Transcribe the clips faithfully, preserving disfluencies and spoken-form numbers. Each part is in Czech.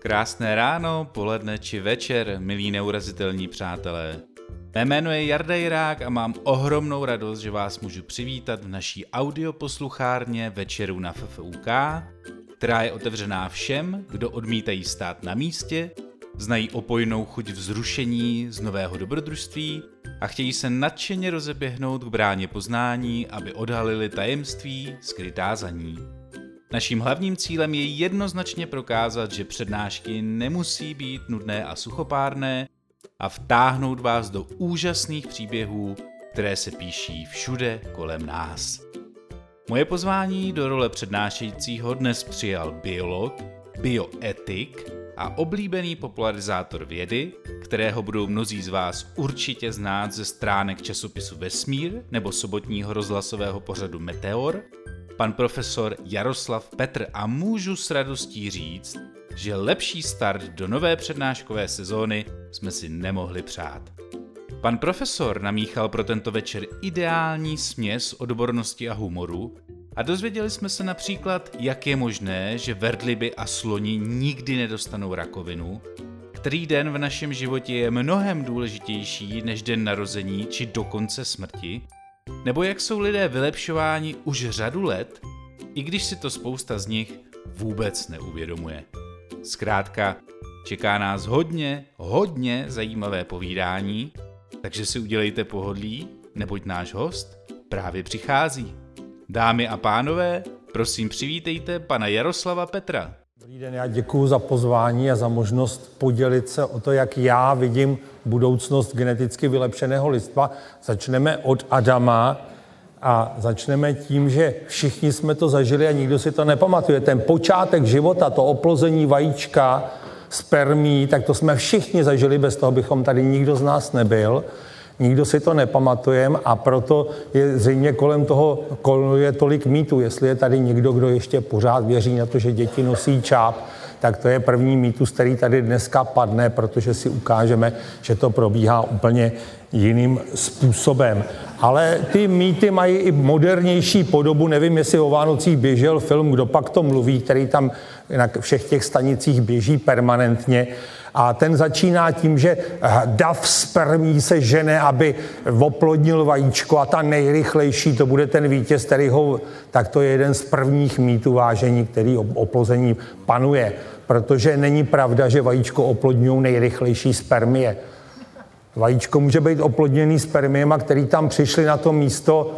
Krásné ráno, poledne či večer, milí neurazitelní přátelé. Mé jméno je Jarda Jirák a mám ohromnou radost, že vás můžu přivítat v naší audioposluchárně Večeru na F F U K, která je otevřená všem, kdo odmítají stát na místě, znají opojnou chuť vzrušení z nového dobrodružství a chtějí se nadšeně rozeběhnout k bráně poznání, aby odhalili tajemství skrytá za ní. Naším hlavním cílem je jednoznačně prokázat, že přednášky nemusí být nudné a suchopárné a vtáhnout vás do úžasných příběhů, které se píší všude kolem nás. Moje pozvání do role přednášejícího dnes přijal biolog, bioetik a oblíbený popularizátor vědy, kterého budou mnozí z vás určitě znát ze stránek časopisu Vesmír nebo sobotního rozhlasového pořadu Meteor, pan profesor Jaroslav Petr, a můžu s radostí říct, že lepší start do nové přednáškové sezóny jsme si nemohli přát. Pan profesor namíchal pro tento večer ideální směs odbornosti a humoru a dozvěděli jsme se například, jak je možné, že verdliby a sloni nikdy nedostanou rakovinu, který den v našem životě je mnohem důležitější než den narození či dokonce smrti, nebo jak jsou lidé vylepšováni už řadu let, i když si to spousta z nich vůbec neuvědomuje. Zkrátka, čeká nás hodně, hodně zajímavé povídání, takže si udělejte pohodlí, neboť náš host právě přichází. Dámy a pánové, prosím přivítejte pana Jaroslava Petra. Dobrý den, já děkuji za pozvání a za možnost podělit se o to, jak já vidím budoucnost geneticky vylepšeného lidstva. Začneme od Adama a začneme tím, že všichni jsme to zažili a nikdo si to nepamatuje. Ten počátek života, to oplození vajíčka, spermí, tak to jsme všichni zažili, bez toho bychom tady nikdo z nás nebyl. Nikdo si to nepamatujeme a proto je zřejmě kolem toho koluje tolik mýtů. Jestli je tady někdo, kdo ještě pořád věří na to, že děti nosí čáp, tak to je první mýtus, který tady dneska padne, protože si ukážeme, že to probíhá úplně jiným způsobem. Ale ty mýty mají i modernější podobu. Nevím, jestli o Vánocích běžel film Kdo pak to mluví, který tam na všech těch stanicích běží permanentně. A ten začíná tím, že dav spermí se žene, aby oplodnil vajíčko a ta nejrychlejší, to bude ten vítěz, který ho, tak to je jeden z prvních mýtů, vážení, který o oplození panuje. Protože není pravda, že vajíčko oplodňují nejrychlejší spermie. Vajíčko může být oplodněný spermiema, který tam přišli na to místo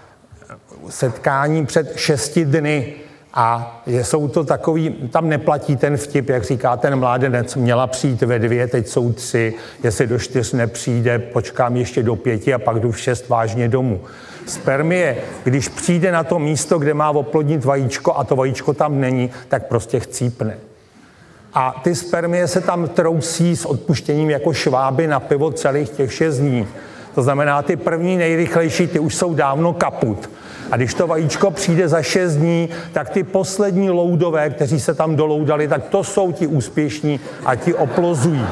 setkání před šesti dny. A jsou to takový, tam neplatí ten vtip, jak říká ten mládenec, měla přijít ve dvě, teď jsou tři, jestli do čtyř nepřijde, počkám ještě do pěti a pak jdu v šest vážně domů. Spermie, když přijde na to místo, kde má oplodnit vajíčko a to vajíčko tam není, tak prostě chcípne. A ty spermie se tam trousí s odpuštěním jako šváby na pivo celých těch šest dní. To znamená, ty první nejrychlejší, ty už jsou dávno kaput. A když to vajíčko přijde za šest dní, tak ty poslední loudové, kteří se tam doloudali, tak to jsou ti úspěšní a ti oplozují.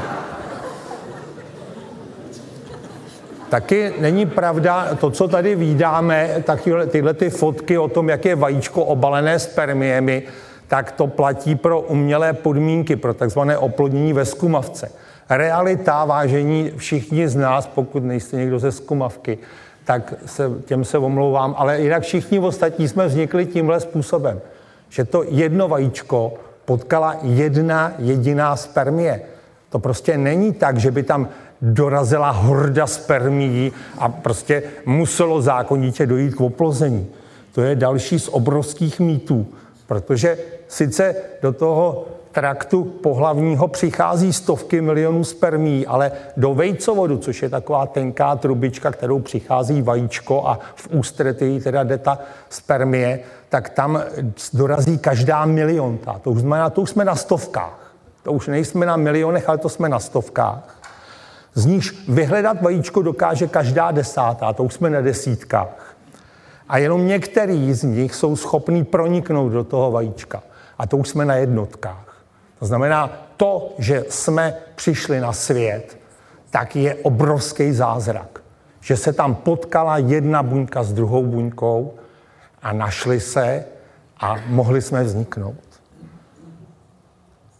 Taky není pravda to, co tady vídáme, tak tyhle ty fotky o tom, jak je vajíčko obalené spermiemi, tak to platí pro umělé podmínky, pro takzvané oplodnění ve zkumavce. Realita, vážení všichni z nás, pokud nejste někdo ze zkumavky, tak se, těm se omlouvám, ale jinak všichni ostatní jsme vznikli tímhle způsobem, že to jedno vajíčko potkala jedna jediná spermie. To prostě není tak, že by tam dorazila horda spermií a prostě muselo zákonitě dojít k oplození. To je další z obrovských mýtů, protože sice do toho traktu pohlavního přichází stovky milionů spermií, ale do vejcovodu, což je taková tenká trubička, kterou přichází vajíčko a v ústretí teda jde ta spermie, tak tam dorazí každá milionta. To už znamená, to už jsme na stovkách. To už nejsme na milionech, ale to jsme na stovkách. Z níž vyhledat vajíčko dokáže každá desátá, to už jsme na desítkách. A jenom některý z nich jsou schopní proniknout do toho vajíčka. A to už jsme na jednotkách. To znamená, to, že jsme přišli na svět, tak je obrovský zázrak. Že se tam potkala jedna buňka s druhou buňkou a našli se a mohli jsme vzniknout.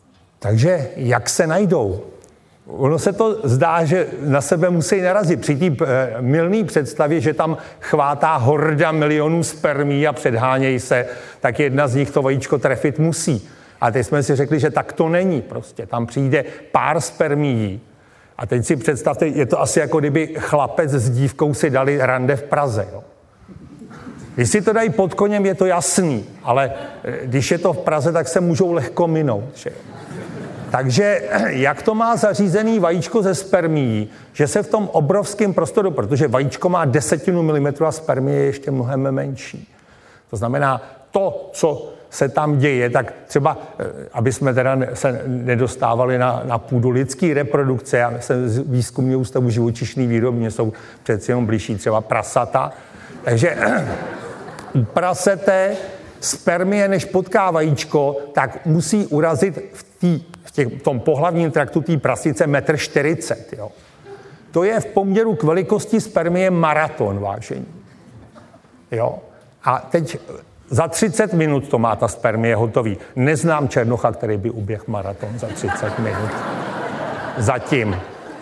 Takže jak se najdou? Ono se to zdá, že na sebe musí narazit. Při té e, mylné představě, že tam chvátá horda milionů spermí a předhánějí se, tak jedna z nich to vajíčko trefit musí. A teď jsme si řekli, že tak to není prostě. Tam přijde pár spermií. A teď si představte, je to asi jako kdyby chlapec s dívkou si dali rande v Praze. Jo. Když si to dají pod koněm, je to jasný, ale když je to v Praze, tak se můžou lehko minout. Že? Takže jak to má zařízený vajíčko ze spermií, že se v tom obrovském prostoru, protože vajíčko má desetinu milimetru a spermie je ještě mnohem menší. To znamená, to, co se tam děje, tak třeba, aby jsme teda se nedostávali na, na půdu lidský reprodukce, já jsem z výzkumného ústavu živočišný výrobně, jsou přeci jenom blížší třeba prasata, takže u prasete spermie, než potká vajíčko, tak musí urazit v, tý, v, těch, v tom pohlavním traktu té prasice metr čtyřicet. Jo. To je v poměru k velikosti spermie maraton, vážení. Jo. A teď za třicet minut to má ta spermie hotový. Neznám černocha, který by uběhl maraton za třicet minut. Zatím.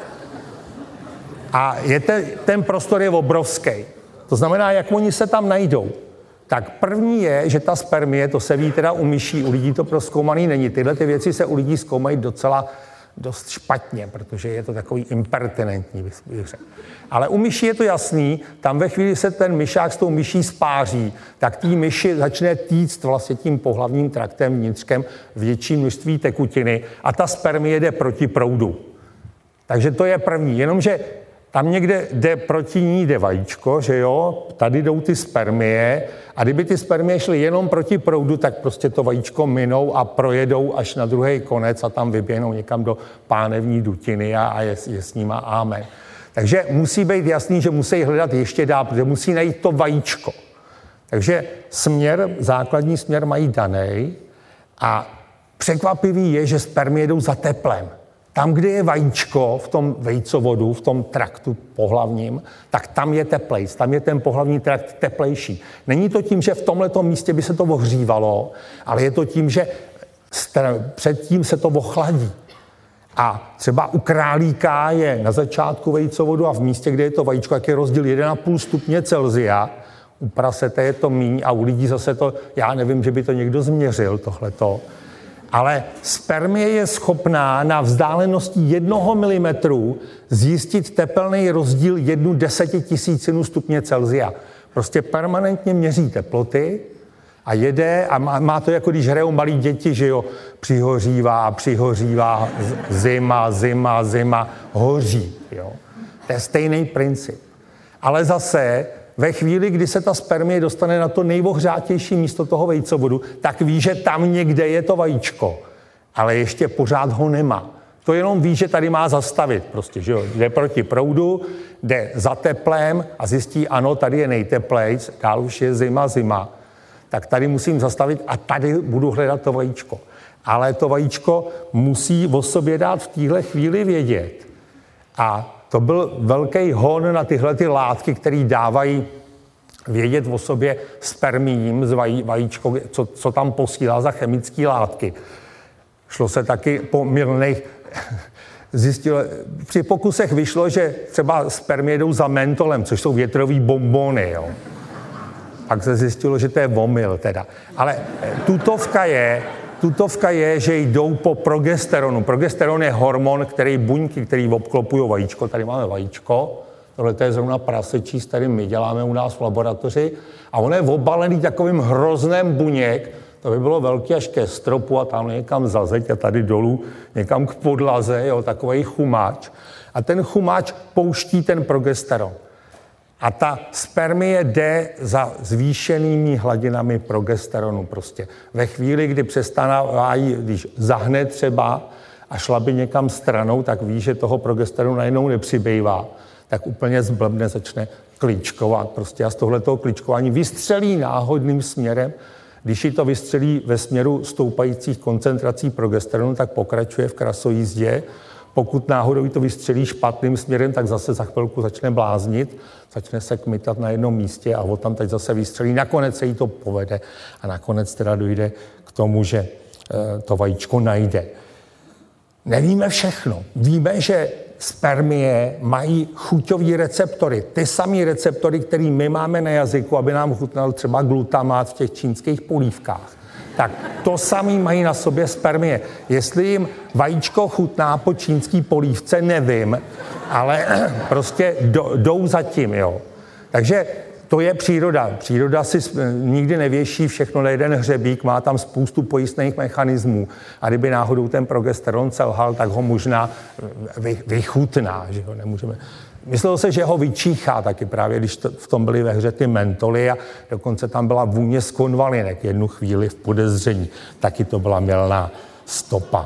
A je te, ten prostor je obrovský. To znamená, jak oni se tam najdou. Tak první je, že ta spermie, to se ví teda u myší, u lidí to prozkoumaný není. Tyhle ty věci se u lidí zkoumají docela dost špatně, protože je to takový impertinentní, bych řekl. Ale u myší je to jasný, tam ve chvíli se ten myšák s tou myší spáří, tak tý myši začne týct vlastně tím pohlavním traktem vnitřkem větší množství tekutiny a ta spermie jde proti proudu. Takže to je první, jenomže tam někde jde proti ní jde vajíčko, že jo, tady jdou ty spermie a kdyby ty spermie šly jenom proti proudu, tak prostě to vajíčko minou a projedou až na druhý konec a tam vyběhnou někam do pánevní dutiny a, a je, je s nima amen. Takže musí být jasný, že musí hledat ještě dál, protože musí najít to vajíčko. Takže směr, základní směr mají danej a překvapivý je, že spermie jdou za teplem. Tam, kde je vajíčko v tom vejcovodu, v tom traktu pohlavním, tak tam je teplejc, tam je ten pohlavní trakt teplejší. Není to tím, že v tomhletom místě by se to ohřívalo, ale je to tím, že předtím se to ochladí. A třeba u králíka je na začátku vejcovodu a v místě, kde je to vajíčko, jak je rozdíl jedna celá pět stupně Celsia, u prasete je to míň a u lidí zase to, já nevím, že by to někdo změřil, tohleto. Ale spermie je schopná na vzdálenosti jednoho milimetru zjistit tepelný rozdíl jednu desetitisícinu stupně Celsia. Prostě permanentně měří teploty a jede a má, má to jako když hrajou malí děti, že jo, přihořívá, přihořívá, zima, zima, zima, hoří, jo. To je stejný princip. Ale zase ve chvíli, kdy se ta spermie dostane na to nejvohřátější místo toho vejcovodu, tak ví, že tam někde je to vajíčko, ale ještě pořád ho nemá. To jenom ví, že tady má zastavit prostě, že jo, jde proti proudu, jde za teplem a zjistí, ano, tady je nejteplejc, dál už je zima, zima, tak tady musím zastavit a tady budu hledat to vajíčko. Ale to vajíčko musí o sobě dát v téhle chvíli vědět. A to byl velký hon na tyhle ty látky, které dávají vědět o sobě spermiím z vají, vajíčko, co, co tam posílá za chemické látky. Šlo se taky po mylných, zjistilo, při pokusech vyšlo, že třeba spermie jdou za mentolem, což jsou větrový bonbony, jo. Pak se zjistilo, že to je omyl teda. Ale tutovka je, tutovka je, že jdou po progesteronu. Progesteron je hormon, který buňky, který obklopují vajíčko. Tady máme vajíčko, tohle je zrovna prasečí, s kterým my děláme u nás v laboratoři. A on je obalený takovým hrozném buněk, to by bylo velký až ke stropu a tam někam za zeď a tady dolů někam k podlaze, jo, takovej chumáč. A ten chumáč pouští ten progesteron. A ta spermie jde za zvýšenými hladinami progesteronu prostě. Ve chvíli, kdy přestávají, když zahne třeba a šla by někam stranou, tak ví, že toho progesteronu najednou nepřibývá. Tak úplně zblbne, začne klíčkovat prostě a z tohletoho klíčkování vystřelí náhodným směrem. Když ji to vystřelí ve směru stoupajících koncentrací progesteronu, tak pokračuje v krasojízdě. Pokud náhodou to vystřelí špatným směrem, tak zase za chvilku začne bláznit, začne se kmitat na jednom místě a tam teď zase vystřelí. Nakonec se jí to povede a nakonec teda dojde k tomu, že to vajíčko najde. Nevíme všechno. Víme, že spermie mají chuťové receptory. Ty samé receptory, které my máme na jazyku, aby nám chutnal třeba glutamát v těch čínských polívkách. Tak to samé mají na sobě spermie. Jestli jim vajíčko chutná po čínský polívce, nevím, ale prostě do, jdou zatím, jo. Takže to je příroda. Příroda si nikdy nevěší všechno na jeden hřebík, má tam spoustu pojistných mechanismů. A kdyby náhodou ten progesteron selhal, tak ho možná vy, vychutná, že ho nemůžeme. Myslelo se, že ho vyčíchá taky právě, když to, v tom byly ve hře ty mentoly a dokonce tam byla vůně z konvalinek jednu chvíli v podezření. Taky to byla mylná stopa.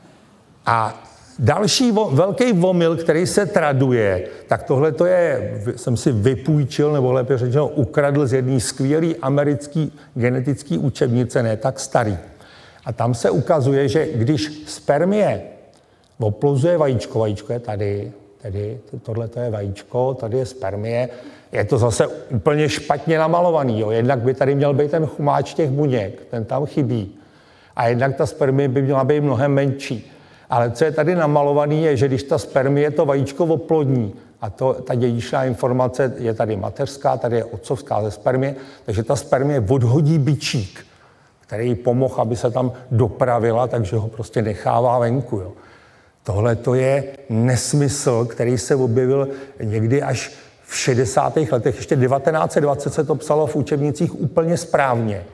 A další vo, velký omyl, který se traduje, tak tohle to je, jsem si vypůjčil, nebo lépe řečeno ukradl z jedné skvělé americké genetické učebnice, ne tak starý. A tam se ukazuje, že když spermie oplozuje vajíčko, vajíčko je tady, tady, tohle to je vajíčko, tady je spermie, je to zase úplně špatně namalovaný. Jo. Jednak by tady měl být ten chumáč těch buněk, ten tam chybí. A jednak ta spermie by měla být mnohem menší. Ale co je tady namalovaný, je, že když ta spermie to vajíčko oplodní, a to, ta dědičná informace je tady mateřská, tady je otcovská ze spermie, takže ta spermie odhodí bičík, který jí pomohl, aby se tam dopravila, takže ho prostě nechává venku. Jo. Tohle to je nesmysl, který se objevil někdy až v šedesátých letech. Ještě devatenáct set dvacet se to psalo v učebnicích úplně správně.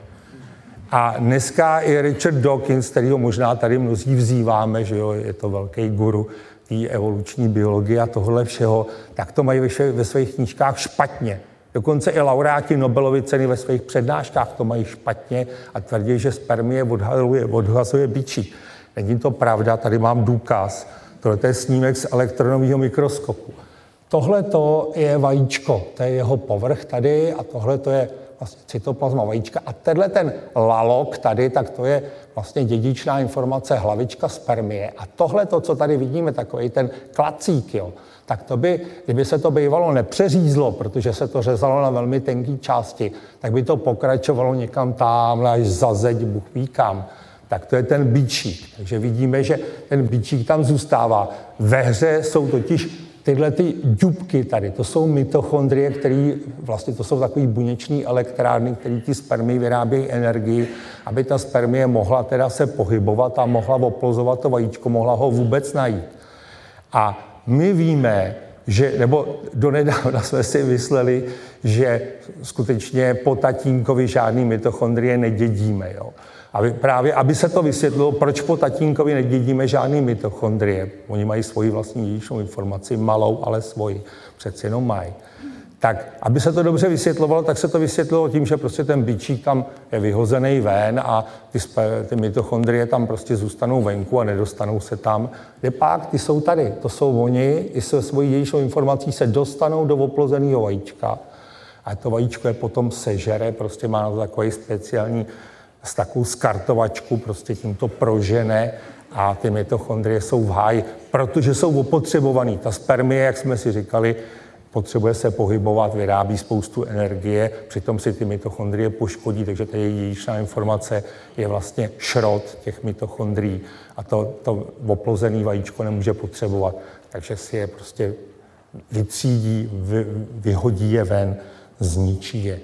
A dneska i Richard Dawkins, kterýho možná tady mnozí vzýváme, že jo, je to velký guru té evoluční biologie a tohle všeho, tak to mají ve, ve svých knížkách špatně. Dokonce i laureáti Nobelovy ceny ve svých přednáškách to mají špatně a tvrdí, že spermie odhazuje, odhazuje bičí. Není to pravda, tady mám důkaz. Tohle je snímek z elektronového mikroskopu. Tohle to je vajíčko, to je jeho povrch tady a tohle to je vlastně cytoplazma vajíčka. A tenhle ten lalok tady, tak to je vlastně dědičná informace hlavička spermie. A tohle to, co tady vidíme, takový ten klacík, jo, tak to by, kdyby se to bývalo nepřeřízlo, protože se to řezalo na velmi tenké části, tak by to pokračovalo někam tam, až za zeď, Bůh ví kam. Tak to je ten bičík. Takže vidíme, že ten bičík tam zůstává. Ve hře jsou totiž tyhle ty ďubky tady, to jsou mitochondrie, které vlastně to jsou takový buněční elektrárny, které ty spermie vyrábějí energii, aby ta spermie mohla teda se pohybovat a mohla oplozovat to vajíčko, mohla ho vůbec najít. A my víme, že, nebo donedávna jsme si mysleli, že skutečně po tatínkovi žádný mitochondrie nedědíme. Jo. A právě, aby se to vysvětlilo, proč po tatínkovi nedědíme žádný mitochondrie. Oni mají svoji vlastní dědičnou informaci, malou, ale svoji. Přeci jenom mají. Tak, aby se to dobře vysvětlovalo, tak se to vysvětlilo tím, že prostě ten bičík tam je vyhozený ven a ty, ty mitochondrie tam prostě zůstanou venku a nedostanou se tam. Kde pak, ty jsou tady. To jsou oni, i se svojí dědičnou informací se dostanou do oplozeného vajíčka. A to vajíčko je potom sežere, prostě má na to takový speciální s takovou skartovačku, prostě tím to prožene a ty mitochondrie jsou v háji, protože jsou opotřebovaný. Ta spermie, jak jsme si říkali, potřebuje se pohybovat, vyrábí spoustu energie, přitom si ty mitochondrie poškodí, takže ta její dědičná informace je vlastně šrot těch mitochondrií a to, to oplozený vajíčko nemůže potřebovat, takže si je prostě vytřídí, vy, vyhodí je ven, zničí je.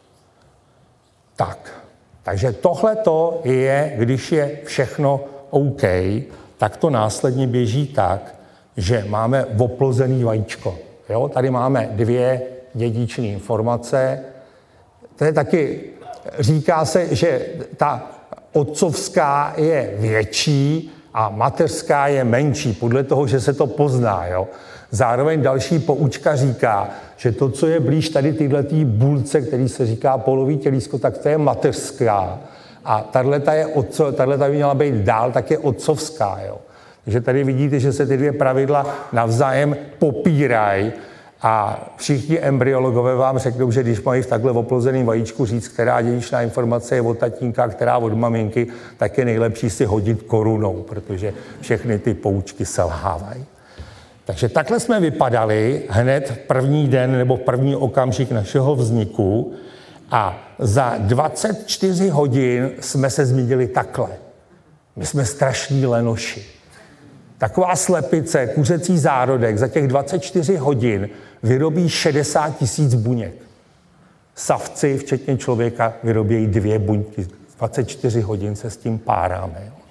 Tak. Takže tohleto je, když je všechno OK, tak to následně běží tak, že máme oplozený vajíčko. Jo? Tady máme dvě dědičné informace. To je taky, říká se, že ta otcovská je větší a mateřská je menší, podle toho, že se to pozná. Jo? Zároveň další poučka říká, že to, co je blíž tady tyhletý bulce, který se říká polový tělísko, tak to je mateřská. A tato je otco, tato by měla být dál, tak je otcovská. Jo. Takže tady vidíte, že se ty dvě pravidla navzájem popírají a všichni embryologové vám řeknou, že když mají v takhle oplozeném vajíčku říct, která dědičná informace je od tatínka, která od maminky, tak je nejlepší si hodit korunou, protože všechny ty poučky selhávají. Takže takhle jsme vypadali hned první den nebo první okamžik našeho vzniku a za dvacet čtyři hodin jsme se změnili takhle. My jsme strašní lenoši. Taková slepice, kuřecí zárodek za těch dvacet čtyři hodin vyrobí šedesát tisíc buněk. Savci, včetně člověka, vyrobí dvě buňky. dvacet čtyři hodin se s tím páráme. Jo.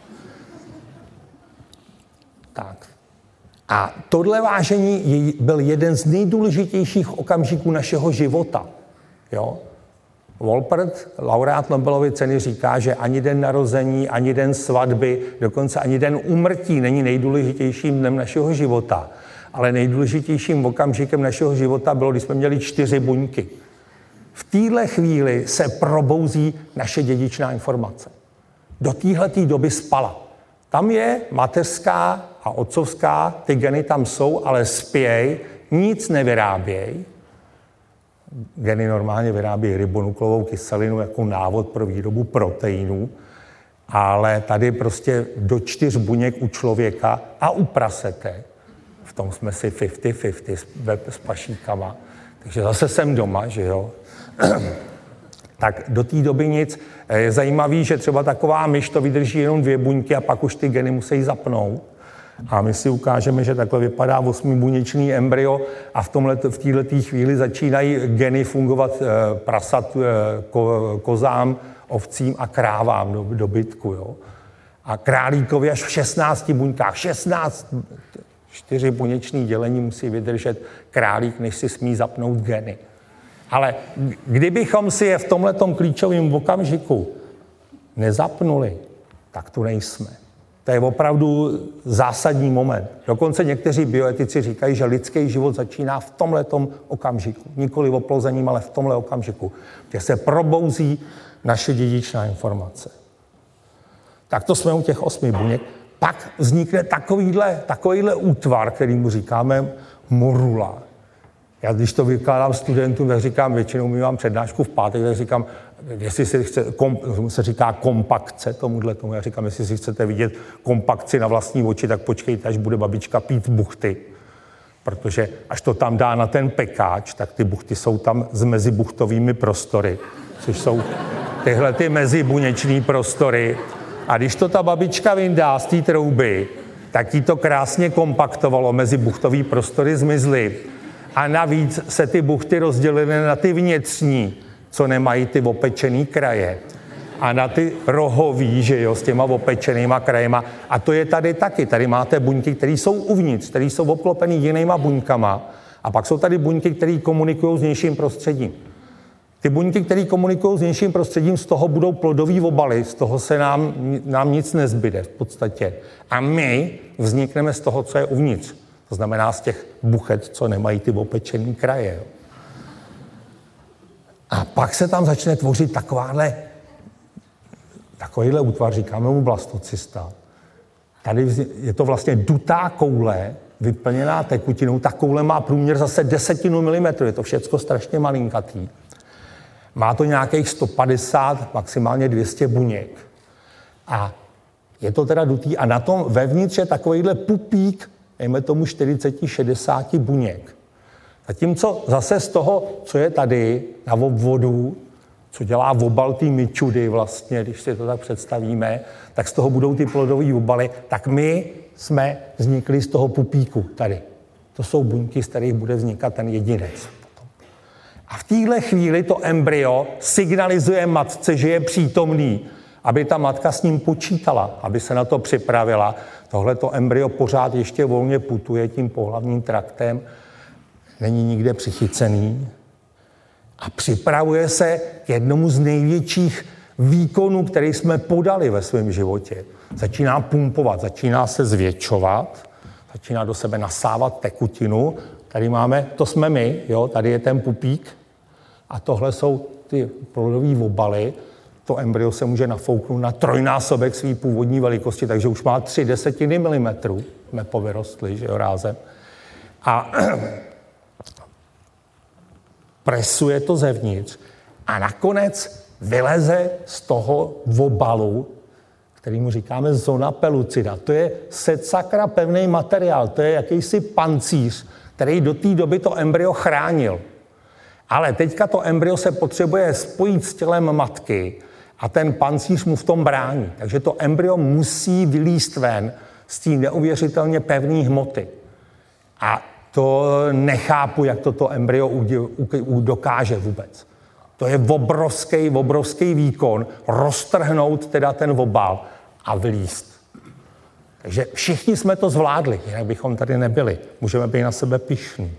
Tak. A tohle vážení byl jeden z nejdůležitějších okamžiků našeho života. Jo. Wolpert, laureát Nobelovy ceny, říká, že ani den narození, ani den svatby, dokonce ani den úmrtí není nejdůležitějším dnem našeho života. Ale nejdůležitějším okamžikem našeho života bylo, když jsme měli čtyři buňky. V téhle chvíli se probouzí naše dědičná informace. Do téhleté doby spala. Tam je mateřská a otcovská, ty geny tam jsou, ale spěj, nic nevyráběj. Geny normálně vyrábějí ribonukleovou kyselinu jako návod pro výrobu proteinů, ale tady prostě do čtyř buněk u člověka a u prasete, v tom jsme si padesát padesát s pašíkama, takže zase jsem doma, že jo. Tak do té doby nic. Je zajímavý, že třeba taková myš to vydrží jenom dvě buňky a pak už ty geny musí zapnout. A my si ukážeme, že takhle vypadá osmibuněčný embryo a v tomhle, v této chvíli začínají geny fungovat prasat, ko, kozám, ovcím a krávám do, do bytku. Jo. A králíkovi až v šestnácti buňkách. šestnáct, čtyři buněčný dělení musí vydržet králík, než si smí zapnout geny. Ale kdybychom si je v tomhletom klíčovém okamžiku nezapnuli, tak tu nejsme. To je opravdu zásadní moment. Dokonce někteří bioetici říkají, že lidský život začíná v tomhletom okamžiku. Nikoli oplozením, ale v tomhle okamžiku, kde se probouzí naše dědičná informace. Tak to jsme u těch osmi buněk. Pak vznikne takovýhle, takovýhle útvar, kterýmu říkáme morula. Já když to vykládám studentům, tak říkám, většinou my mám přednášku v pátek, tak říkám, jestli si chce, kom, se říká kompakce tomuhle tomu, já říkám, jestli si chcete vidět kompakci na vlastní oči, tak počkejte, až bude babička pít buchty, protože až to tam dá na ten pekáč, tak ty buchty jsou tam s mezibuchtovými prostory, což jsou tyhle ty mezibuněčný prostory. A když to ta babička vyndá z té trouby, tak jí to krásně kompaktovalo, mezibuchtový prostory zmizly. A navíc se ty buchty rozdělily na ty vnitřní, co nemají ty opečený kraje. A na ty rohový, že jo, s těma opečenýma krajema. A to je tady taky. Tady máte buňky, které jsou uvnitř, které jsou obklopený jinýma buňkama. A pak jsou tady buňky, které komunikují s vnějším prostředím. Ty buňky, které komunikují s vnějším prostředím, z toho budou plodový obaly, z toho se nám, nám nic nezbyde v podstatě. A my vznikneme z toho, co je uvnitř. To znamená z těch buchet, co nemají ty opečený kraje. A pak se tam začne tvořit takováhle, takovýhle útvar, říkáme mu blastocysta. Tady je to vlastně dutá koule, vyplněná tekutinou. Ta koule má průměr zase desetinu milimetru, je to všecko strašně malinkatý. Má to nějakých sto padesát, maximálně dvě stě buněk. A je to teda dutý. A na tom vevnitř je takovýhle pupík, dejme tomu čtyřicet šedesát buněk. Zatímco zase z toho, co je tady na obvodu, co dělá obal té myčudy vlastně, když si to tak představíme, tak z toho budou ty plodové obaly, tak my jsme vznikli z toho pupíku tady. To jsou buňky, z kterých bude vznikat ten jedinec. A v téhle chvíli to embryo signalizuje matce, že je přítomný, aby ta matka s ním počítala, aby se na to připravila. Tohleto embryo pořád ještě volně putuje tím pohlavním traktem, není nikde přichycený a připravuje se k jednomu z největších výkonů, který jsme podali ve svém životě. Začíná pumpovat, začíná se zvětšovat, začíná do sebe nasávat tekutinu. Tady máme, to jsme my, jo, tady je ten pupík a tohle jsou ty plodové obaly. To embryo se může nafouknout na trojnásobek své původní velikosti, takže už má tři desetiny milimetru. Jsme povyrostli, že jo, rázem. A presuje to zevnitř a nakonec vyleze z toho obalu, kterýmu říkáme zóna pelucida. To je sedsakra pevný materiál, to je jakýsi pancíř, který do té doby to embryo chránil. Ale teďka to embryo se potřebuje spojit s tělem matky a ten pancíř mu v tom brání. Takže to embryo musí vylízt ven z té neuvěřitelně pevné hmoty. A to nechápu, jak toto embryo dokáže vůbec. To je obrovský, obrovský výkon roztrhnout teda ten obal a vylízt. Takže všichni jsme to zvládli, jinak bychom tady nebyli. Můžeme být na sebe pyšní.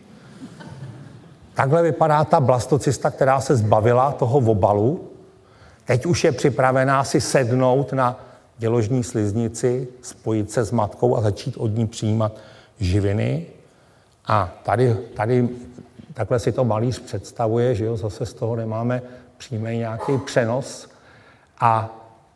Takhle vypadá ta blastocysta, která se zbavila toho obalu. Teď už je připravená si sednout na děložní sliznici, spojit se s matkou a začít od ní přijímat živiny. A tady, tady takhle si to malíř představuje, že jo, zase z toho nemáme přímý nějaký přenos. A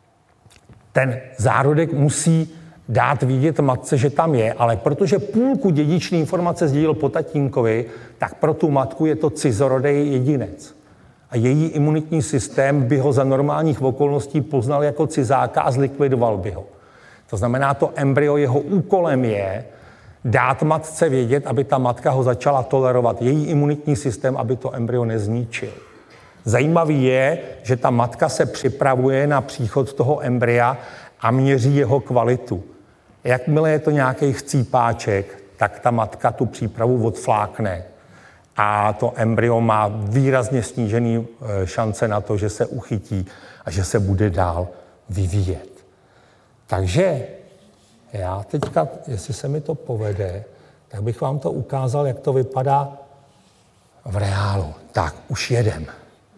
ten zárodek musí dát vidět matce, že tam je, ale protože půlku dědičné informace sdělil po tatínkovi, tak pro tu matku je to cizorodý jedinec. A její imunitní systém by ho za normálních okolností poznal jako cizáka a zlikvidoval by ho. To znamená, to embryo, jeho úkolem je dát matce vědět, aby ta matka ho začala tolerovat. Její imunitní systém, aby to embryo nezničil. Zajímavý je, že ta matka se připravuje na příchod toho embrya a měří jeho kvalitu. Jakmile je to nějaký chcípáček, tak ta matka tu přípravu odflákne. A to embryo má výrazně snížený šance na to, že se uchytí a že se bude dál vyvíjet. Takže já teďka, jestli se mi to povede, tak bych vám to ukázal, jak to vypadá v reálu. Tak, už jedem.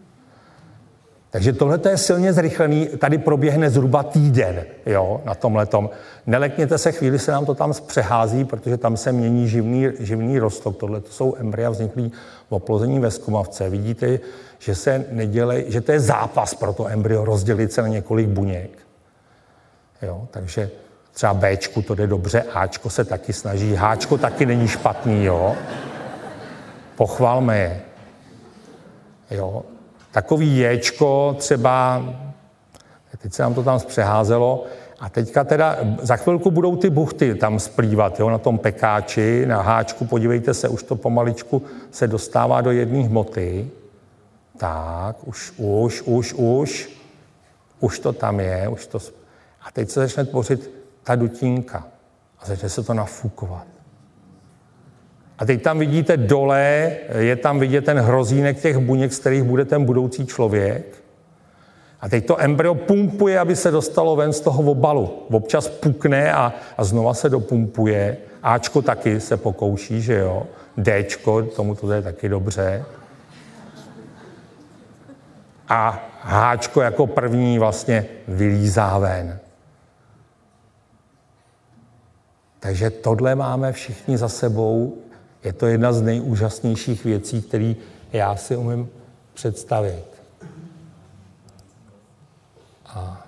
Takže tohle je silně zrychlený, tady proběhne zhruba týden, jo, na tomhletom. Nelekněte se, chvíli se nám to tam přehází, protože tam se mění živný, živný rostok. Tohle to jsou embrya vzniklý v oplození ve zkumavce. Vidíte, že se nedělej, že to je zápas pro to embryo rozdělit se na několik buněk. Jo, takže třeba Bčku to jde dobře, Ačko se taky snaží, Háčko taky není špatný, jo. Pochvalme je. Jo. Takový Jéčko třeba, teď se nám to tam zpřeházelo, a teďka teda za chvilku budou ty buchty tam splývat, jo, na tom pekáči, na Háčku, podívejte se, už to pomaličku se dostává do jedné hmoty. Tak, už, už, už, už, už to tam je, už to... A teď se začne tvořit ta dutínka a začne se to nafukovat. A teď tam vidíte dole, je tam vidět ten hrozínek těch buněk, z kterých bude ten budoucí člověk. A teď to embryo pumpuje, aby se dostalo ven z toho obalu. Občas pukne a, a znova se dopumpuje. Ačko taky se pokouší, že jo. Dčko, tomu to je taky dobře. A Háčko jako první vlastně vylízá ven. Takže tohle máme všichni za sebou. Je to jedna z nejúžasnějších věcí, které já si umím představit. A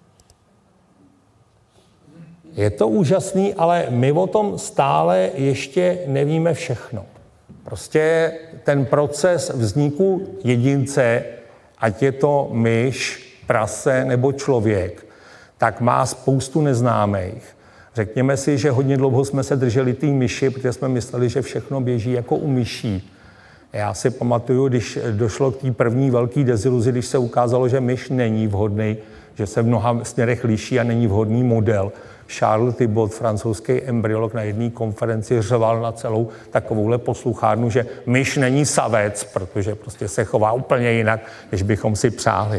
je to úžasný, ale my o tom stále ještě nevíme všechno. Prostě ten proces vzniku jedince, ať je to myš, prase nebo člověk, tak má spoustu neznámých. Řekněme si, že hodně dlouho jsme se drželi té myši, protože jsme mysleli, že všechno běží jako u myší. Já si pamatuju, když došlo k té první velké deziluzi, když se ukázalo, že myš není vhodný, že se v mnoha směrech liší a není vhodný model. Charles Thibault, francouzský embryolog, na jedné konferenci řval na celou takovouhle posluchárnu, že myš není savec, protože prostě se chová úplně jinak, než bychom si přáli.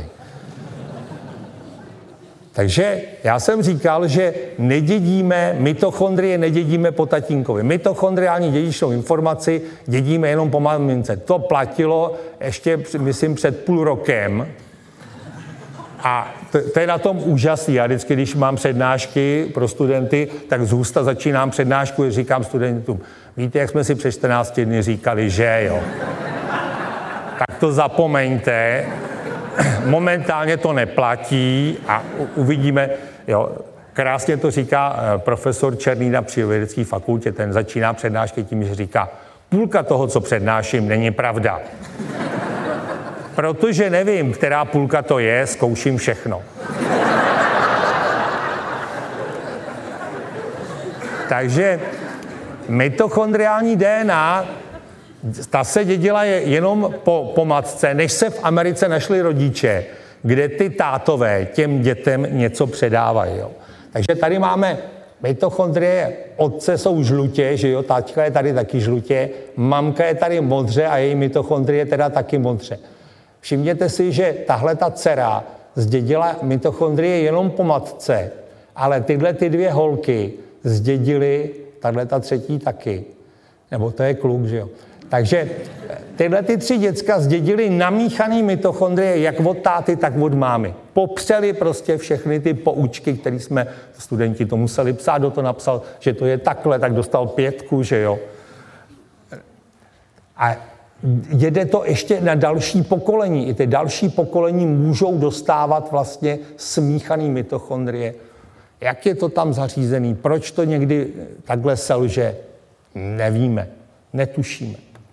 Takže já jsem říkal, že nedědíme, mitochondrie nedědíme po tatínkovi. Mitochondriální dědičnou informaci dědíme jenom po mamince. To platilo ještě, myslím, před půl rokem. A to, to je na tom úžasný. Já vždycky, když mám přednášky pro studenty, tak zůsta začínám přednášku a říkám studentům, víte, jak jsme si před čtrnácti dny říkali, že jo. Tak to zapomeňte. Momentálně to neplatí a uvidíme, jo, krásně to říká profesor Černý na Přírodovědecké fakultě, ten začíná přednášky tím, že říká, půlka toho, co přednáším, není pravda. Protože nevím, která půlka to je, zkouším všechno. Takže mitochondriální D N A, ta se dědila jenom po, po matce, než se v Americe našli rodiče, kde ty tátové těm dětem něco předávají. Jo. Takže tady máme mitochondrie otce jsou žlutě, že jo, taťka je tady taky žlutě, mamka je tady modře a její mitochondrie teda taky modře. Všimněte si, že tahle ta dcera zdědila mitochondrie jenom po matce, ale tyhle ty dvě holky zdědily, tahle ta třetí taky. Nebo to je kluk, že jo. Takže tyhle ty tři děcka zdědily namíchaný mitochondrie jak od táty, tak od mámy. Popřeli prostě všechny ty poučky, které jsme, studenti to museli psát, kdo to napsal, že to je takhle, tak dostal pětku, že jo. A jede to ještě na další pokolení. I ty další pokolení můžou dostávat vlastně smíchaný mitochondrie. Jak je to tam zařízený? Proč to někdy takhle selže? Nevíme, netušíme.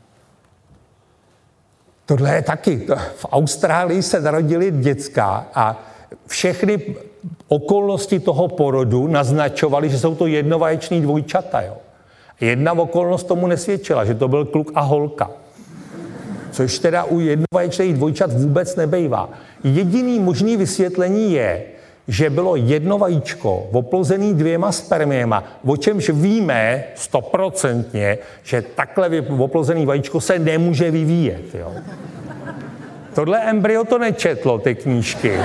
Tohle je taky. V Austrálii se narodili děcka a všechny okolnosti toho porodu naznačovaly, že jsou to jednovaječný dvojčata. Jo. Jedna okolnost tomu nesvědčila, že to byl kluk a holka. Což teda u jednovaječných dvojčat vůbec nebejvá. Jediný možný vysvětlení je, že bylo jedno vajíčko oplozený dvěma spermiema, o čemž víme stoprocentně, že takhle oplozený vajíčko se nemůže vyvíjet. Jo. Tohle embryo to nečetlo, ty knížky.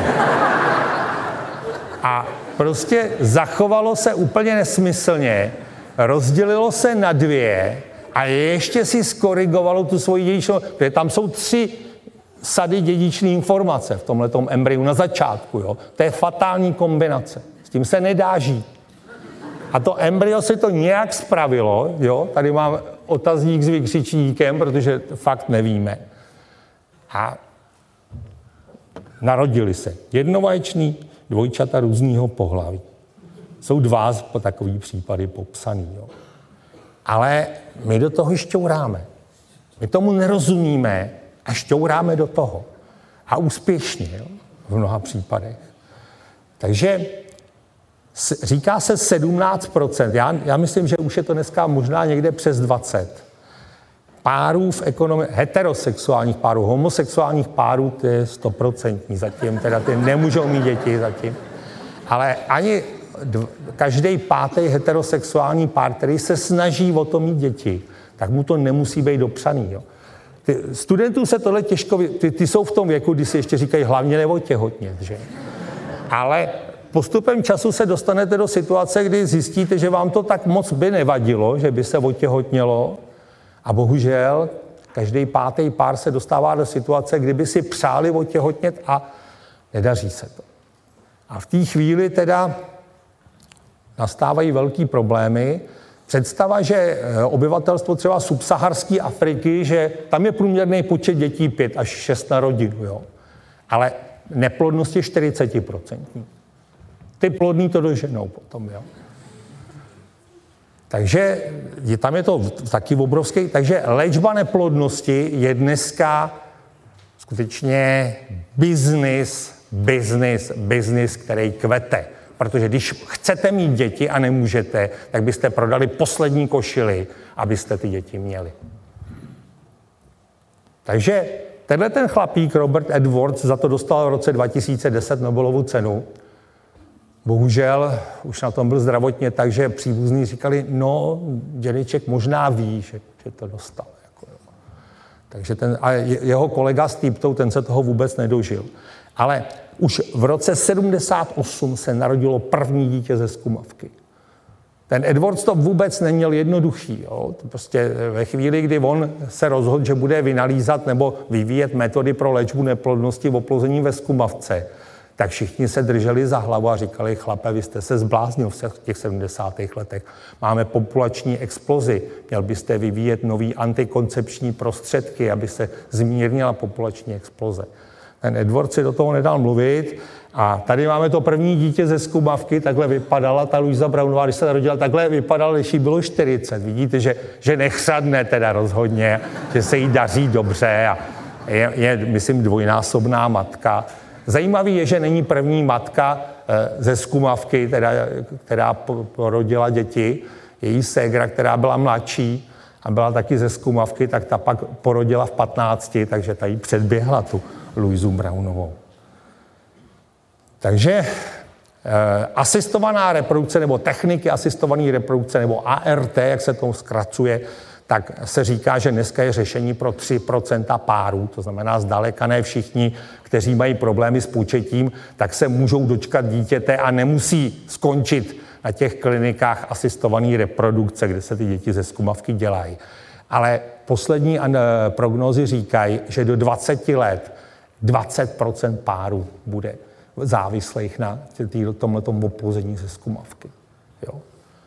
A prostě zachovalo se úplně nesmyslně, rozdělilo se na dvě a ještě si skorigovalo tu svoji dědičnou, protože tam jsou tři sady dědičné informace v tomhletom embryu na začátku. Jo. To je fatální kombinace. S tím se nedá žít. A to embryo si to nějak spravilo. Jo. Tady mám otazník s vykřičníkem, protože fakt nevíme. A narodili se jednovaječný dvojčata různýho pohlaví. Jsou dva takový případy popsaný. Jo. Ale my do toho šťouráme. My tomu nerozumíme a šťouráme do toho. A úspěšně, jo, v mnoha případech. Takže říká se sedmnáct procent. Já, já myslím, že už je to dneska možná někde přes dvacet. Párů v ekonomii, heterosexuálních párů, homosexuálních párů, to je stoprocentní zatím, teda ty nemůžou mít děti zatím. Ale ani dv, každý pátý heterosexuální pár, který se snaží o to mít děti, tak mu to nemusí být dopřaný, jo. Ty, studentům se tohle těžko, ty, ty jsou v tom věku, kdy si ještě říkají hlavně neotěhotnět, že? Ale postupem času se dostanete do situace, kdy zjistíte, že vám to tak moc by nevadilo, že by se otěhotnělo a bohužel každý pátý pár se dostává do situace, kdyby si přáli otěhotnět a nedaří se to. A v té chvíli teda nastávají velký problémy. Představa, že obyvatelstvo třeba subsaharské Afriky, že tam je průměrný počet dětí pět až šest na rodinu, jo. Ale neplodnost je čtyřicet procent. Ty plodný to doženou potom, jo. Takže je, tam je to taky obrovský. Takže léčba neplodnosti je dneska skutečně biznis, biznis, biznis, který kvete. Protože když chcete mít děti a nemůžete, tak byste prodali poslední košili, abyste ty děti měli. Takže tenhle ten chlapík, Robert Edwards, za to dostal v roce dva tisíce deset Nobelovu cenu. Bohužel už na tom byl zdravotně, takže příbuzní říkali, no, dědeček možná ví, že, že to dostal. Jako, takže ten, a jeho kolega s Týptou, ten se toho vůbec nedožil. Ale už v roce sedmdesát osm se narodilo první dítě ze zkumavky. Ten Edwards to vůbec neměl jednoduchý. Jo? To prostě ve chvíli, kdy on se rozhodl, že bude vynalízat nebo vyvíjet metody pro léčbu neplodnosti v oplození ve zkumavce, tak všichni se drželi za hlavu a říkali, chlape, vy jste se zbláznil v těch sedmdesátých letech. Máme populační explozi, měl byste vyvíjet nový antikoncepční prostředky, aby se zmírnila populační exploze. Ten Edward si do toho nedal mluvit a tady máme to první dítě ze zkumavky, takhle vypadala ta Louisa Brownová, když se narodila, takhle vypadala, když jí bylo čtyřicet. Vidíte, že, že nechřadne teda rozhodně, že se jí daří dobře a je, je myslím, dvojnásobná matka. Zajímavý je, že není první matka ze zkumavky, teda, která porodila děti. Její ségra, která byla mladší a byla taky ze zkumavky, tak ta pak porodila v patnácti, takže ta jí předběhla tu Louisu Brownovou. Takže Asistovaná reprodukce nebo techniky asistované reprodukce nebo A R T, jak se to zkracuje, tak se říká, že dneska je řešení pro tři procenta párů, to znamená zdaleka ne všichni, kteří mají problémy s početím, tak se můžou dočkat dítěte a nemusí skončit na těch klinikách asistované reprodukce, kde se ty děti ze zkumavky dělají. Ale poslední prognózy říkají, že do dvaceti let dvacet procent párů bude závislých na tomhletom oplození ze zkumavky. Jo.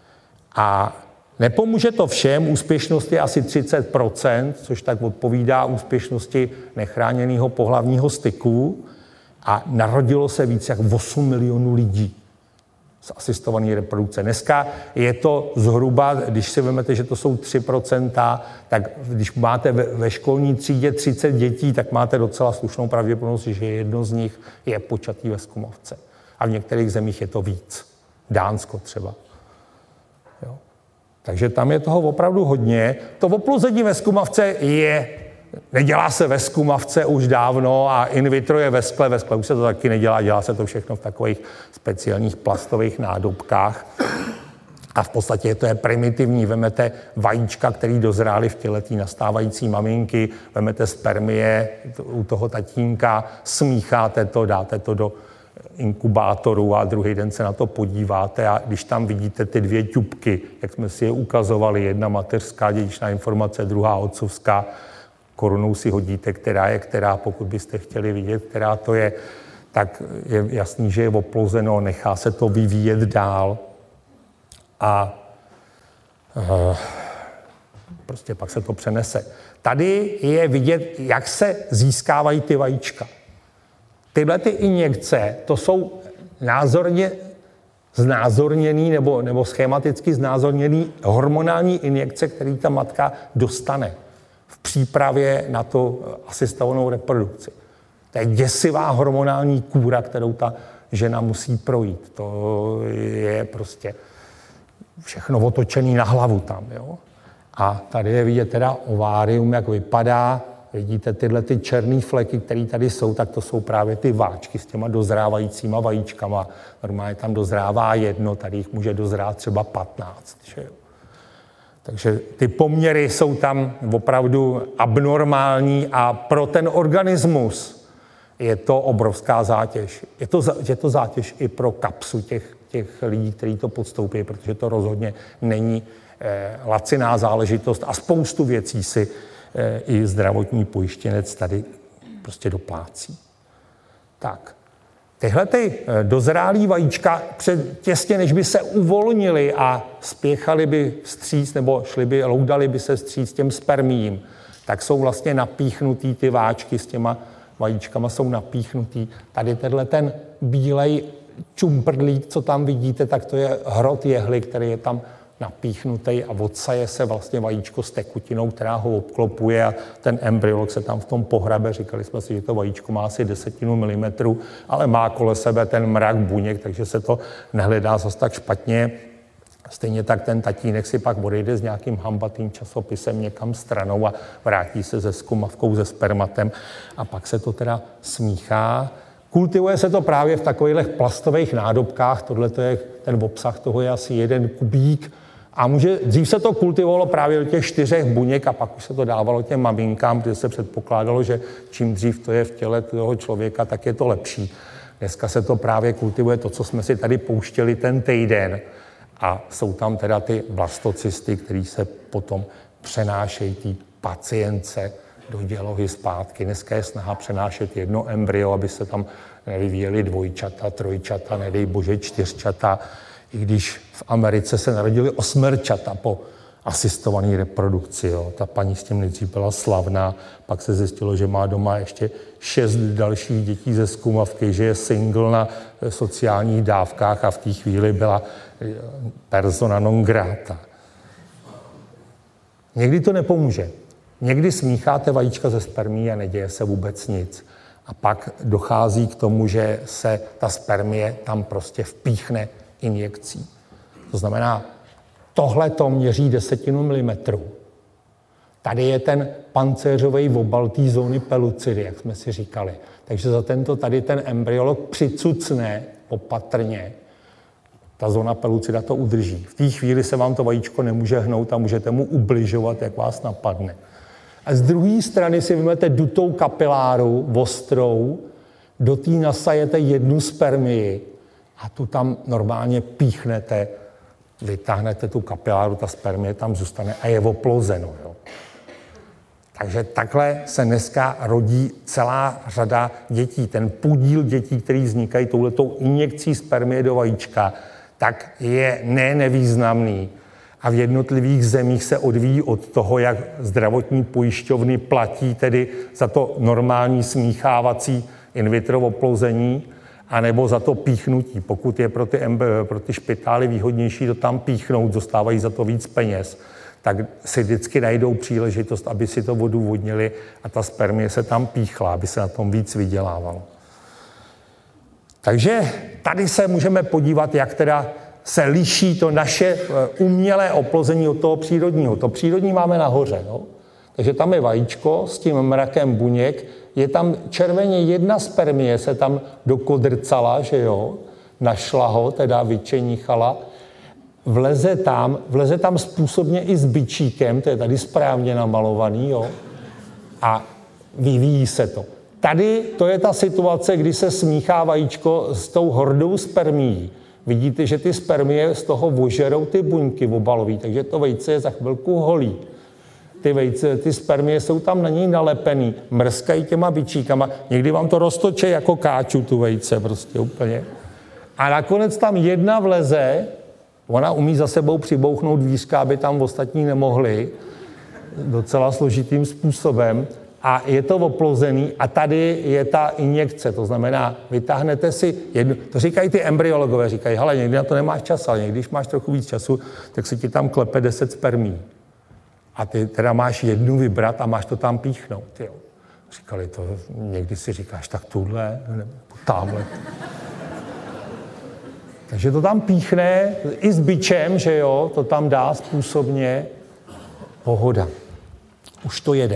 A nepomůže to všem, úspěšnost je asi třicet procent, což tak odpovídá úspěšnosti nechráněného pohlavního styku a narodilo se víc jak osm milionů lidí z asistované reprodukce. Dneska je to zhruba, když si vezmete, že to jsou tři procenta, tak když máte ve, ve školní třídě třicet dětí, tak máte docela slušnou pravděpodobnost, že jedno z nich je počatý ve zkumavce. A v některých zemích je to víc. Dánsko třeba. Jo. Takže tam je toho opravdu hodně. To oplození ve zkumavce je, nedělá se ve zkumavce už dávno a in vitro je ve skle, ve skle už se to taky nedělá, dělá se to všechno v takových speciálních plastových nádobkách. A v podstatě to je primitivní. Vemete vajíčka, který dozrály v těle té nastávající maminky, vemete spermie u toho tatínka, smícháte to, dáte to do inkubátoru a druhý den se na to podíváte a když tam vidíte ty dvě ťupky, jak jsme si je ukazovali, jedna mateřská dědičná informace, druhá otcovská, korunou si hodíte, která je která, pokud byste chtěli vidět, která to je, tak je jasný, že je oplozeno, nechá se to vyvíjet dál a uh, prostě pak se to přenese. Tady je vidět, jak se získávají ty vajíčka. Tyhle ty injekce, to jsou názorně znázorněný nebo, nebo schematicky znázorněný hormonální injekce, který ta matka dostane v přípravě na tu asistovanou reprodukci. To je děsivá hormonální kůra, kterou ta žena musí projít. To je prostě všechno otočený na hlavu tam. Jo? A tady je vidět teda ovárium, jak vypadá. Vidíte tyhle ty černé fleky, které tady jsou, tak to jsou právě ty váčky s těma dozrávajícíma vajíčkama. Normálně tam dozrává jedno, tady jich může dozrát třeba patnáct. Že jo? Takže ty poměry jsou tam opravdu abnormální a pro ten organismus je to obrovská zátěž. Je to, je to zátěž i pro kapsu těch, těch lidí, kteří to podstoupí, protože to rozhodně není eh, laciná záležitost a spoustu věcí si eh, i zdravotní pojištěnec tady prostě doplácí. Tak. Tyhle ty dozrálý vajíčka před, těsně, než by se uvolnili a spěchali by vstříc nebo šli by, loudali by se vstříc těm spermím, tak jsou vlastně napíchnutý ty váčky s těma vajíčkama, jsou napíchnutý. Tady tenhle ten bílej čumprdlík, co tam vidíte, tak to je hrot jehly, který je tam napíchnutý a odsaje se vlastně vajíčko s tekutinou, která ho obklopuje a ten embryolog se tam v tom pohrabe. Říkali jsme si, že to vajíčko má asi desetinu milimetru, ale má kolem sebe ten mrak buněk, takže se to nehledá zase tak špatně. Stejně tak ten tatínek si pak odejde s nějakým hambatým časopisem někam stranou a vrátí se se zkumavkou, se spermatem a pak se to teda smíchá. Kultivuje se to právě v takových plastových nádobkách, tohle je ten obsah toho je asi jeden kubík a může, dřív se to kultivovalo právě do těch čtyřech buněk a pak už se to dávalo těm maminkám, protože se předpokládalo, že čím dřív to je v těle toho člověka, tak je to lepší. Dneska se to právě kultivuje, to, co jsme si tady pouštěli ten týden a jsou tam teda ty blastocysty, které se potom přenášejí té pacientce do dělohy zpátky. Dneska je snaha přenášet jedno embryo, aby se tam nevyvíjely dvojčata, trojčata, nedej bože čtyřčata, i když v Americe se narodili osmerčata po asistované reprodukci. Jo. Ta paní s tím nejdřív byla slavná, pak se zjistilo, že má doma ještě šest dalších dětí ze zkumavky, že je single na sociálních dávkách a v té chvíli byla persona non grata. Někdy to nepomůže. Někdy smícháte vajíčka ze spermí a neděje se vůbec nic. A pak dochází k tomu, že se ta spermie tam prostě vpíchne injekcí. To znamená, tohle to měří desetinu milimetru. Tady je ten pancéřový obal té zóny pelucidy, jak jsme si říkali. Takže za tento tady ten embryolog přicucne opatrně Ta zóna pelucida to udrží. V té chvíli se vám to vajíčko nemůže hnout a můžete mu ubližovat, jak vás napadne. A z druhé strany si vezmete dutou kapiláru, ostrou, do té nasajete jednu spermii a tu tam normálně píchnete, vytáhnete tu kapiláru, ta spermie tam zůstane a je oplozeno. Jo. Takže takhle se dneska rodí celá řada dětí. Ten podíl dětí, který vznikají touhletou injekcí spermie do vajíčka, tak je ne nevýznamný. A v jednotlivých zemích se odvíjí od toho, jak zdravotní pojišťovny platí tedy za to normální smíchávací in vitro oplození, anebo za to píchnutí. Pokud je pro ty, pro ty špitály výhodnější to tam píchnout, dostávají za to víc peněz, tak si vždycky najdou příležitost, aby si to odůvodnili a ta spermie se tam píchla, aby se na tom víc vydělávalo. Takže tady se můžeme podívat, jak teda se liší to naše umělé oplození od toho přírodního. To přírodní máme nahoře. No? Takže tam je vajíčko s tím mrakem buněk, je tam červeně jedna spermie, se tam dokodrcala, že jo, našla ho, teda vyčenichala, vleze tam, vleze tam způsobně i s bičíkem, to je tady správně namalovaný, jo, a vyvíjí se to. Tady to je ta situace, kdy se smíchá vajíčko s tou hordou spermií. Vidíte, že ty spermie z toho ožerou ty buňky obalový, takže to vejce je za chvilku holý. Ty vejce, ty spermie jsou tam na něj nalepený, mrskají těma bičíkama, někdy vám to roztoče jako káču tu vejce, prostě úplně. A nakonec tam jedna vleze, ona umí za sebou přibouchnout dvířka, aby tam ostatní nemohli, docela složitým způsobem, a je to oplozený a tady je ta injekce, to znamená, vytáhnete si jednu, to říkají ty embryologové, říkají, hele, někdy na to nemáš čas, ale někdy, když máš trochu víc času, tak si ti tam klepe deset spermí. A ty teda máš jednu vybrat a máš to tam píchnout, jo. Říkali to, někdy si říkáš, tak tuhle, nebo tamhle. Takže to tam píchne, i s bičem, že jo, to tam dá způsobně, pohoda. Už to jede.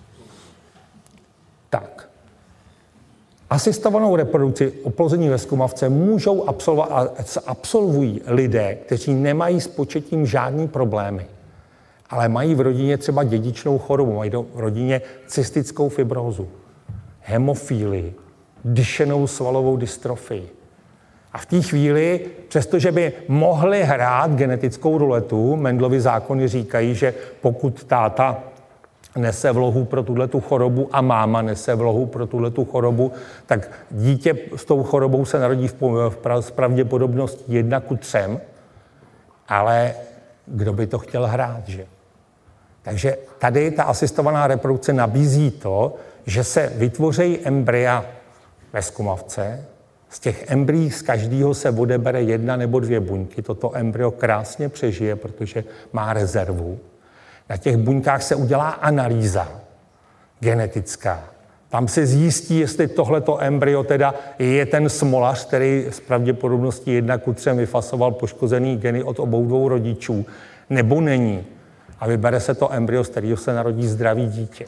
Tak. Asistovanou reprodukci oplození ve zkumavce můžou absolvovat a absolvují lidé, kteří nemají s početím žádný problémy, ale mají v rodině třeba dědičnou chorobu, mají v rodině cystickou fibrózu, hemofílii, dyšenou svalovou dystrofii. A v té chvíli, přestože by mohli hrát genetickou ruletu, Mendlovy zákony říkají, že pokud táta nese vlohu pro tuhletu chorobu a máma nese vlohu pro tuhletu chorobu, tak dítě s tou chorobou se narodí v, v, v pravděpodobnosti jedna ku třem, ale kdo by to chtěl hrát, že? Takže tady ta asistovaná reprodukce nabízí to, že se vytvoří embrya ve zkumavce, z těch embryí z každého se odebere jedna nebo dvě buňky, toto embryo krásně přežije, protože má rezervu. Na těch buňkách se udělá analýza genetická. Tam se zjistí, jestli tohleto embryo teda je ten smolař, který s pravděpodobností jedna ku třem vyfasoval poškozený geny od obou dvou rodičů, nebo není. A vybere se to embryo, z kterého se narodí zdravý dítě.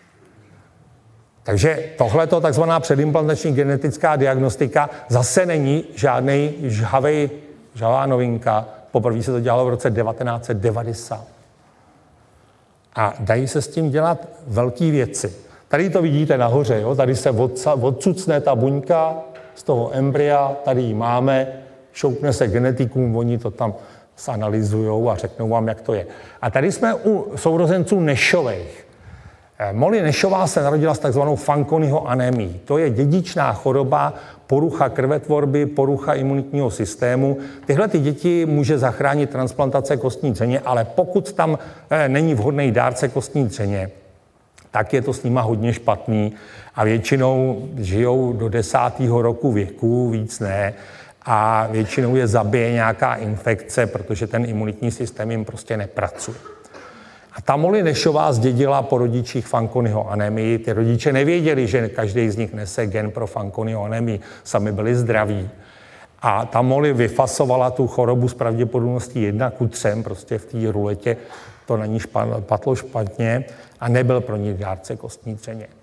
Takže tohleto takzvaná předimplantační genetická diagnostika zase není žádnej žhavej, žhavá novinka. Poprvé se to dělalo v roce devatenáct set devadesát. A dají se s tím dělat velké věci. Tady to vidíte nahoře, jo? Tady se odcucne ta buňka z toho embrya, tady ji máme, šoupne se genetikům, oni to tam zanalyzujou a řeknou vám, jak to je. A tady jsme u sourozenců Nešových. Molly Nešová se narodila s takzvanou Fanconiho anémií. To je dědičná choroba, porucha krvetvorby, porucha imunitního systému. Tyhle ty děti může zachránit transplantace kostní dřeně, ale pokud tam není vhodný dárce kostní dřeně, tak je to s nima hodně špatný a většinou žijou do desátého roku věku, víc ne, a většinou je zabije nějaká infekce, protože ten imunitní systém jim prostě nepracuje. A ta Molly Nešová zdědila po rodičích Fanconiho anémii. Ty rodiče nevěděli, že každý z nich nese gen pro Fanconiho anémii. Sami byli zdraví. A ta Molly vyfasovala tu chorobu s pravděpodobností jedna ku třem, prostě v té ruletě to na ní špatlo špatně a nebyl pro ní dárce kostní dřeně.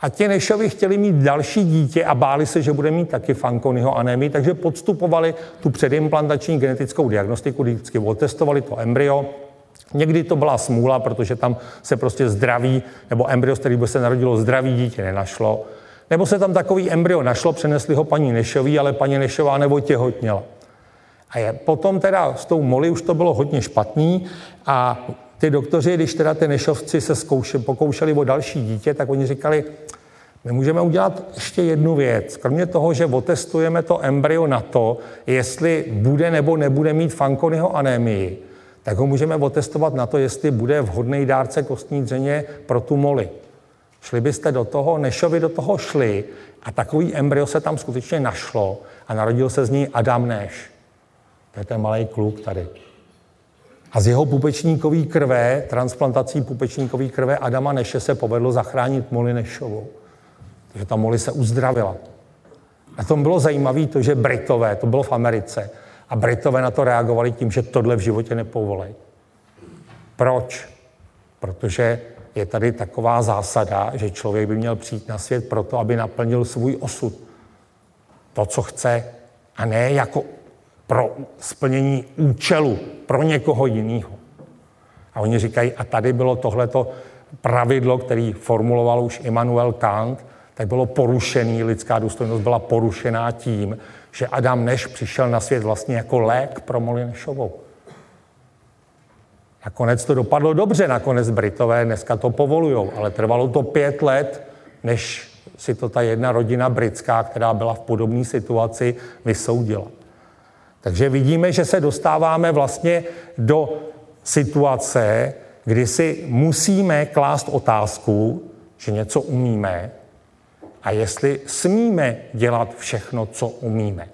A ti Nashovi chtěli mít další dítě a báli se, že bude mít taky Fanconiho anémii, takže podstupovali tu předimplantační genetickou diagnostiku, vždycky otestovali to embryo. Někdy to byla smůla, protože tam se prostě zdravý, nebo embryo, z kterého by se narodilo zdravý dítě, nenašlo. Nebo se tam takový embryo našlo, přenesli ho paní Nashový, ale paní Nashová neotěhotněla. A je, potom teda s tou Molly už to bylo hodně špatný a ty doktoři, když teda ty Nashovci se zkouše, pokoušeli o další dítě, tak oni říkali, my můžeme udělat ještě jednu věc. Kromě toho, že otestujeme to embryo na to, jestli bude nebo nebude mít Fanconiho anémii, tak ho můžeme otestovat na to, jestli bude vhodný dárce kostní dřeně pro tu Molly. Šli byste do toho, Nashovi do toho šli a takový embryo se tam skutečně našlo a narodil se z ní Adam Nash. To je ten malý kluk tady. A z jeho pupečníkový krve, transplantací pupečníkový krve Adama Nashe se povedlo zachránit Molly Nashovou. Takže ta Molly se uzdravila. A to bylo zajímavé to, že Britové, to bylo v Americe, a Britové na to reagovali tím, že tohle v životě nepovolej. Proč? Protože je tady taková zásada, že člověk by měl přijít na svět proto, aby naplnil svůj osud. To, co chce, a ne jako pro splnění účelu pro někoho jiného. A oni říkají, a tady bylo tohleto pravidlo, který formuloval už Immanuel Kant, tak bylo porušený, lidská důstojnost byla porušená tím, že Adam Nash přišel na svět vlastně jako lék pro Molly Nashovou. Nakonec to dopadlo dobře, nakonec Britové dneska to povolujou, ale trvalo to pět let, než si to ta jedna rodina britská, která byla v podobné situaci, vysoudila. Takže vidíme, že se dostáváme vlastně do situace, kdy si musíme klást otázku, že něco umíme a jestli smíme dělat všechno, co umíme.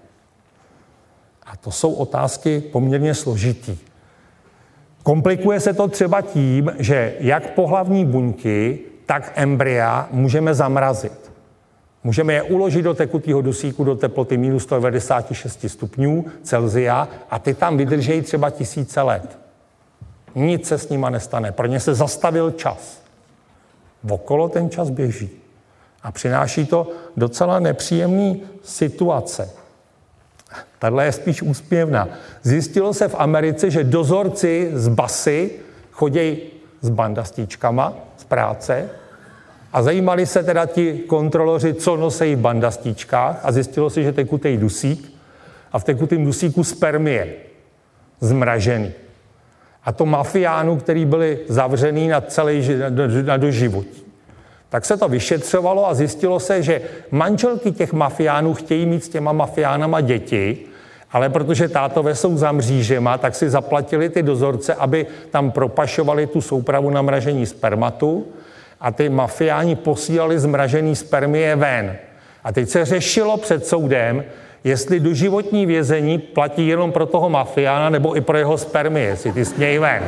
A to jsou otázky poměrně složitý. Komplikuje se to třeba tím, že jak pohlavní buňky, tak embrya můžeme zamrazit. Můžeme je uložit do tekutého dusíku do teploty minus sto devadesát šest stupňů Celsia a ty tam vydržejí třeba tisíce let. Nic se s nima nestane. Pro ně se zastavil čas. Okolo ten čas běží. A přináší to docela nepříjemné situace. Tahle je spíš úsměvná. Zjistilo se v Americe, že dozorci z basy chodí s bandastíčkama z práce a zajímali se teda ti kontroloři, co nosejí v bandastíčkách a zjistilo se, že tekutý dusík a v tekutém dusíku spermie zmražený. A to mafiánů, který byli zavřený na celý na doživotí. Tak se to vyšetřovalo a zjistilo se, že manželky těch mafiánů chtějí mít s těma mafiánama děti, ale protože tátové jsou za mřížema, tak si zaplatili ty dozorce, aby tam propašovali tu soupravu na mražení spermatu a ty mafiáni posílali zmražený spermie ven. A teď se řešilo před soudem, jestli doživotní vězení platí jenom pro toho mafiána nebo i pro jeho spermie, si ty směj ven.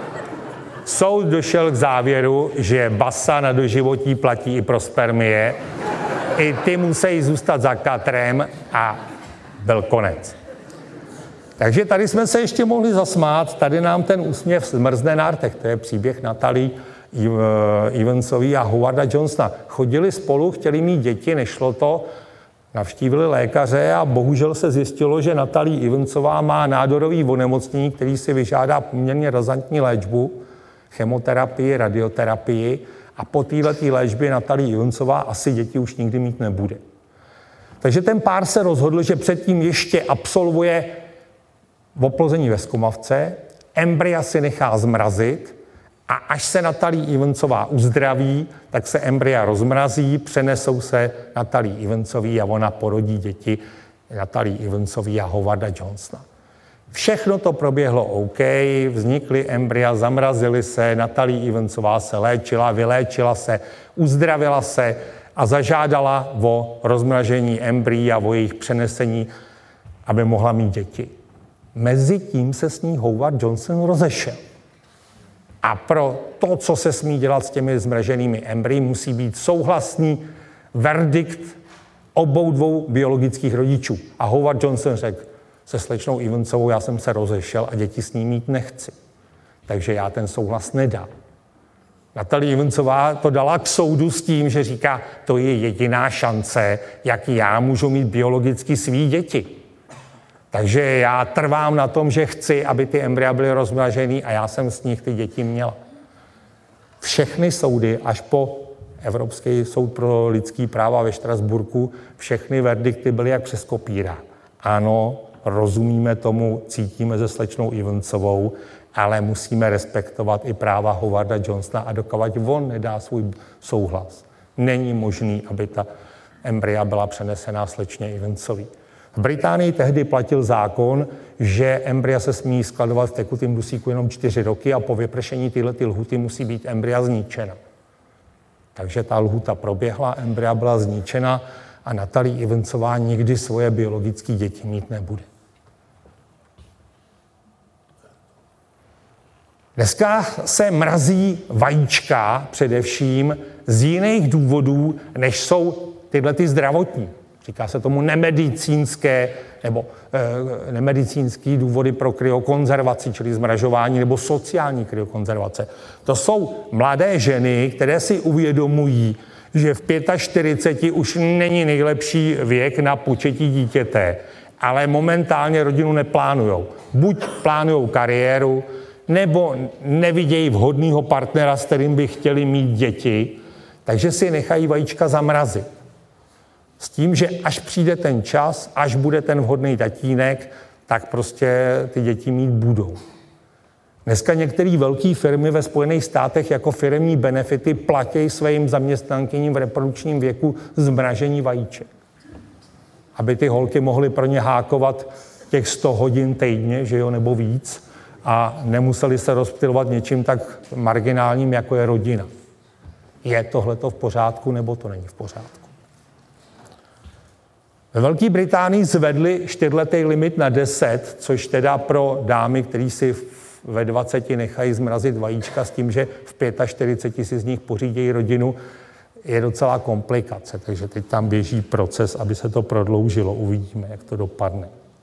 Soud došel k závěru, že basa na doživotí platí i pro spermie, i ty musí zůstat za katrem a byl konec. Takže tady jsme se ještě mohli zasmát, tady nám ten úsměv zmrzne na rtech, to je příběh Natalie Evansový a Howarda Johnsona. Chodili spolu, chtěli mít děti, nešlo to, navštívili lékaře a bohužel se zjistilo, že Natalie Evansová má nádorový onemocnění, který si vyžádá poměrně razantní léčbu, chemoterapii, radioterapii a po této léčbě Natalie Evansová asi děti už nikdy mít nebude. Takže ten pár se rozhodl, že předtím ještě absolvuje oplození ve zkumavce, embrya si nechá zmrazit a až se Natalie Evansová uzdraví, tak se embrya rozmrazí, přenesou se Natalie Evansový a ona porodí děti Natalie Evansový a Howarda Johnsona. Všechno to proběhlo OK, vznikly embrya, zamrazily se, Natalie Evansová se léčila, vyléčila se, uzdravila se a zažádala o rozmražení embryí a o jejich přenesení, aby mohla mít děti. Mezitím se s ní Howard Johnson rozešel. A pro to, co se smí dělat s těmi zmraženými embryi, musí být souhlasný verdikt obou dvou biologických rodičů. A Howard Johnson řekl, se slečnou Evansovou já jsem se rozešel a děti s ní mít nechci. Takže já ten souhlas nedám. Natalie Ivencová to dala k soudu s tím, že říká, to je jediná šance, jak já můžu mít biologicky svý děti. Takže já trvám na tom, že chci, aby ty embrya byly rozmražený a já jsem z nich ty děti měla. Všechny soudy, až po Evropský soud pro lidský práva ve Štrasburku, všechny verdikty byly jak přes kopírák. Ano, rozumíme tomu, cítíme se slečnou Ivencovou, ale musíme respektovat i práva Howarda Johnsona a dokud on nedá svůj souhlas. Není možný, aby ta embrya byla přenesená slečně Ivencový. V Británii tehdy platil zákon, že embrya se smí skladovat v tekutém dusíku jenom čtyři roky a po vypršení tyhle ty lhuty musí být embrya zničena. Takže ta lhuta proběhla, embrya byla zničena a Natalie Ivencová nikdy svoje biologické děti mít nebude. Dneska se mrazí vajíčka především z jiných důvodů, než jsou tyhle ty zdravotní. Říká se tomu nemedicínské nebo e, nemedicínský důvody pro kryokonzervaci, čili zmražování, nebo sociální kryokonzervace. To jsou mladé ženy, které si uvědomují, že v čtyřiceti pěti už není nejlepší věk na početí dítěte, ale momentálně rodinu neplánujou. Buď plánujou kariéru, nebo nevidějí vhodného partnera, s kterým by chtěli mít děti, takže si nechají vajíčka zamrazit. S tím, že až přijde ten čas, až bude ten vhodný tatínek, tak prostě ty děti mít budou. Dneska některé velké firmy ve Spojených státech jako firemní benefity platí svým zaměstnankyním v reprodukčním věku zmražení vajíček. Aby ty holky mohly pro ně hákovat těch sto hodin týdně, že jo, nebo víc, a nemuseli se rozptylovat něčím tak marginálním, jako je rodina. Je tohleto v pořádku, nebo to není v pořádku? Ve Velké Británii zvedli čtyřletý limit na deset, což teda pro dámy, který si ve dvaceti nechají zmrazit vajíčka s tím, že v čtyřiceti pěti si z nich pořídějí rodinu, je docela komplikace. Takže teď tam běží proces, aby se to prodloužilo. Uvidíme, jak to dopadne.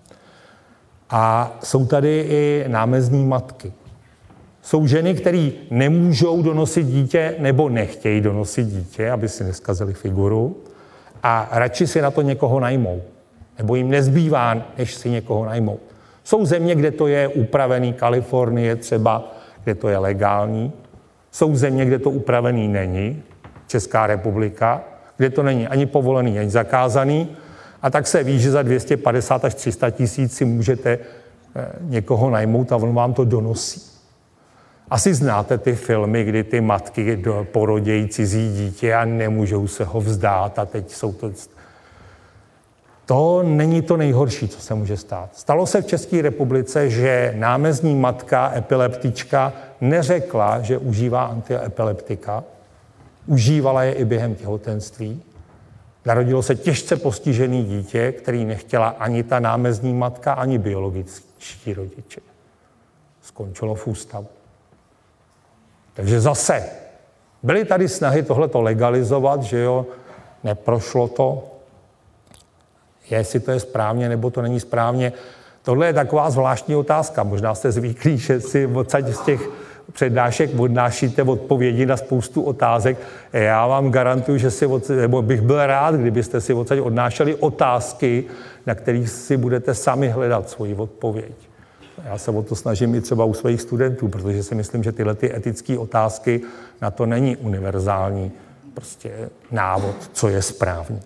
A jsou tady i námezní matky. Jsou ženy, které nemůžou donosit dítě nebo nechtějí donosit dítě, aby si neskazili figuru, a radši si na to někoho najmou. Nebo jim nezbývá, než si někoho najmou. Jsou země, kde to je upravený, Kalifornie třeba, kde to je legální. Jsou země, kde to upravený není, Česká republika, kde to není ani povolený, ani zakázaný. A tak se ví, že za dvě stě padesát až tři sta tisíc si můžete někoho najmout a on vám to donosí. Asi znáte ty filmy, kdy ty matky porodějí cizí dítě a nemůžou se ho vzdát a teď jsou to... To není to nejhorší, co se může stát. Stalo se v České republice, že námezní matka, epileptička, neřekla, že užívá antiepileptika, užívala je i během těhotenství. Narodilo se těžce postižené dítě, který nechtěla ani ta námezní matka, ani biologičtí rodiče. Skončilo v ústavu. Takže zase byly tady snahy tohleto legalizovat, že jo, neprošlo to. Jestli to je správně, nebo to není správně. Tohle je taková zvláštní otázka. Možná jste zvyklí, že si odsaď z těch přednášek odnášíte odpovědi na spoustu otázek. Já vám garantuju, že si odsaď, nebo bych byl rád, kdybyste si odsaď odnášeli otázky, na kterých si budete sami hledat svoji odpověď. Já se o to snažím i třeba u svých studentů, protože si myslím, že tyhle ty etické otázky, na to není univerzální prostě návod, co je správně.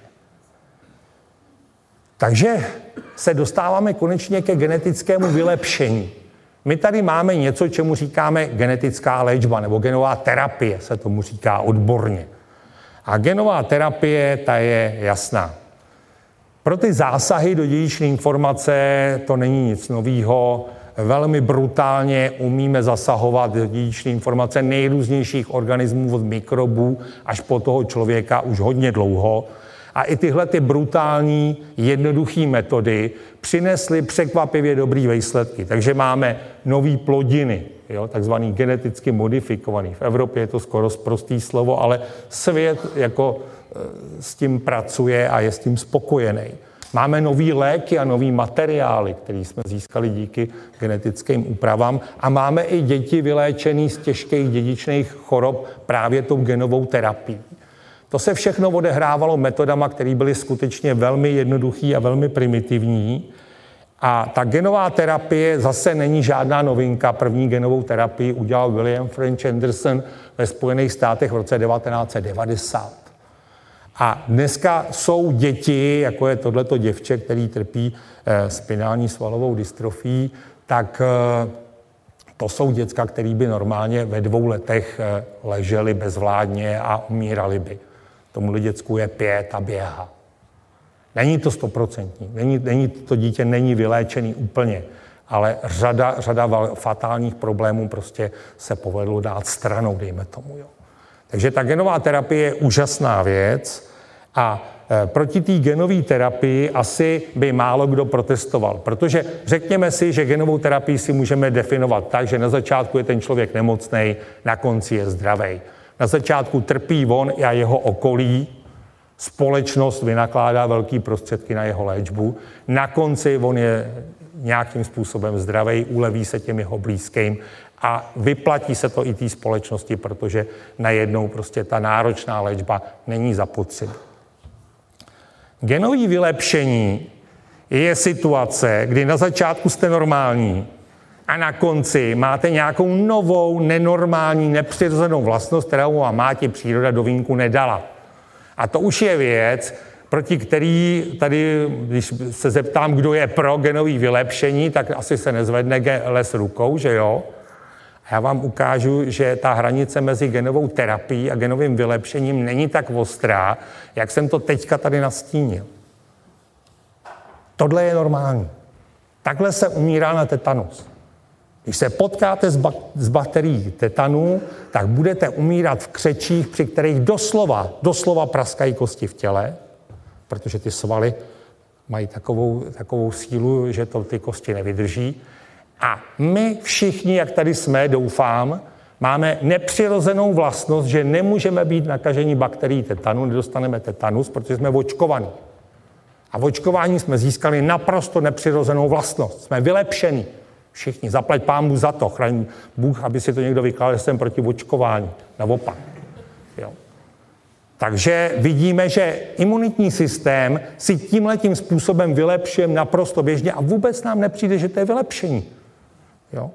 Takže se dostáváme konečně ke genetickému vylepšení. My tady máme něco, čemu říkáme genetická léčba, nebo genová terapie se tomu říká odborně. A genová terapie, ta je jasná. Pro ty zásahy do dědičné informace to není nic novýho. Velmi brutálně umíme zasahovat do dědičné informace nejrůznějších organismů od mikrobů až po toho člověka už hodně dlouho. A i tyhle ty brutální, jednoduché metody přinesly překvapivě dobrý výsledky. Takže máme nový plodiny, jo, takzvaný geneticky modifikovaný. V Evropě je to skoro sprostý slovo, ale svět jako e, s tím pracuje a je s tím spokojený. Máme nový léky a nový materiály, které jsme získali díky genetickým úpravám a máme i děti vyléčené z těžkých dědičných chorob právě tou genovou terapií. To se všechno odehrávalo metodama, které byly skutečně velmi jednoduché a velmi primitivní. A ta genová terapie zase není žádná novinka. První genovou terapii udělal William French Anderson ve Spojených státech v roce devatenáct set devadesát. A dneska jsou děti, jako je tohleto děvče, který trpí eh, spinální svalovou dystrofií, tak eh, to jsou děcka, který by normálně ve dvou letech eh, leželi bezvládně a umírali by. Tomuhle děcku je pět a běhá. Není to stoprocentní, není, není, to dítě není vyléčený úplně, ale řada, řada fatálních problémů prostě se povedlo dát stranou, dejme tomu. Jo. Takže ta genová terapie je úžasná věc a e, proti té genové terapii asi by málo kdo protestoval, protože řekněme si, že genovou terapii si můžeme definovat tak, že na začátku je ten člověk nemocnej, na konci je zdravý. Na začátku trpí on a jeho okolí, společnost vynakládá velký prostředky na jeho léčbu, na konci on je nějakým způsobem zdravý, uleví se těm jeho blízkým a vyplatí se to i té společnosti, protože najednou prostě ta náročná léčba není zapotřebí. Genové vylepšení je situace, kdy na začátku jste normální a na konci máte nějakou novou, nenormální, nepřirozenou vlastnost, kterou vám má ti příroda do vínku nedala. A to už je věc, proti který tady, když se zeptám, kdo je pro genové vylepšení, tak asi se nezvedne les rukou, že jo? A já vám ukážu, že ta hranice mezi genovou terapií a genovým vylepšením není tak ostrá, jak jsem to teďka tady nastínil. Tohle je normální. Takhle se umírá na tetanus. Když se potkáte s, bak- s bakterií tetanu, tak budete umírat v křečích, při kterých doslova, doslova praskají kosti v těle, protože ty svaly mají takovou, takovou sílu, že to ty kosti nevydrží. A my všichni, jak tady jsme, doufám, máme nepřirozenou vlastnost, že nemůžeme být nakaženi bakterií tetanu, nedostaneme tetanus, protože jsme očkovaní. A v očkování jsme získali naprosto nepřirozenou vlastnost. Jsme vylepšení. Všichni, zaplať pámu za to, chraň Bůh, aby si to někdo vykládal, že jsem proti očkování. Naopak. Jo. Takže vidíme, že imunitní systém si tímhletím způsobem vylepšujeme naprosto běžně a vůbec nám nepřijde, že to je vylepšení. Jo.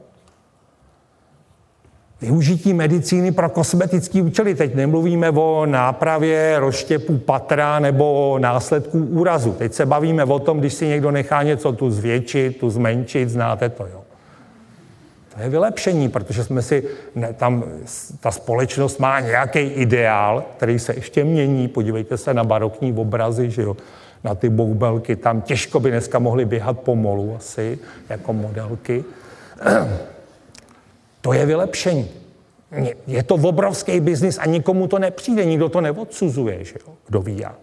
Využití medicíny pro kosmetické účely. Teď nemluvíme o nápravě rozštěpu patra nebo o následků úrazu. Teď se bavíme o tom, když si někdo nechá něco tu zvětšit, tu zmenšit, znáte to, jo. To je vylepšení, protože jsme si, ne, tam ta společnost má nějaký ideál, který se ještě mění. Podívejte se na barokní obrazy, že jo, na ty boubelky. Tam těžko by dneska mohly běhat po molu asi, jako modelky. To je vylepšení. Je to obrovský biznis a nikomu to nepřijde, nikdo to neodsuzuje, že jo? Kdo ví jak.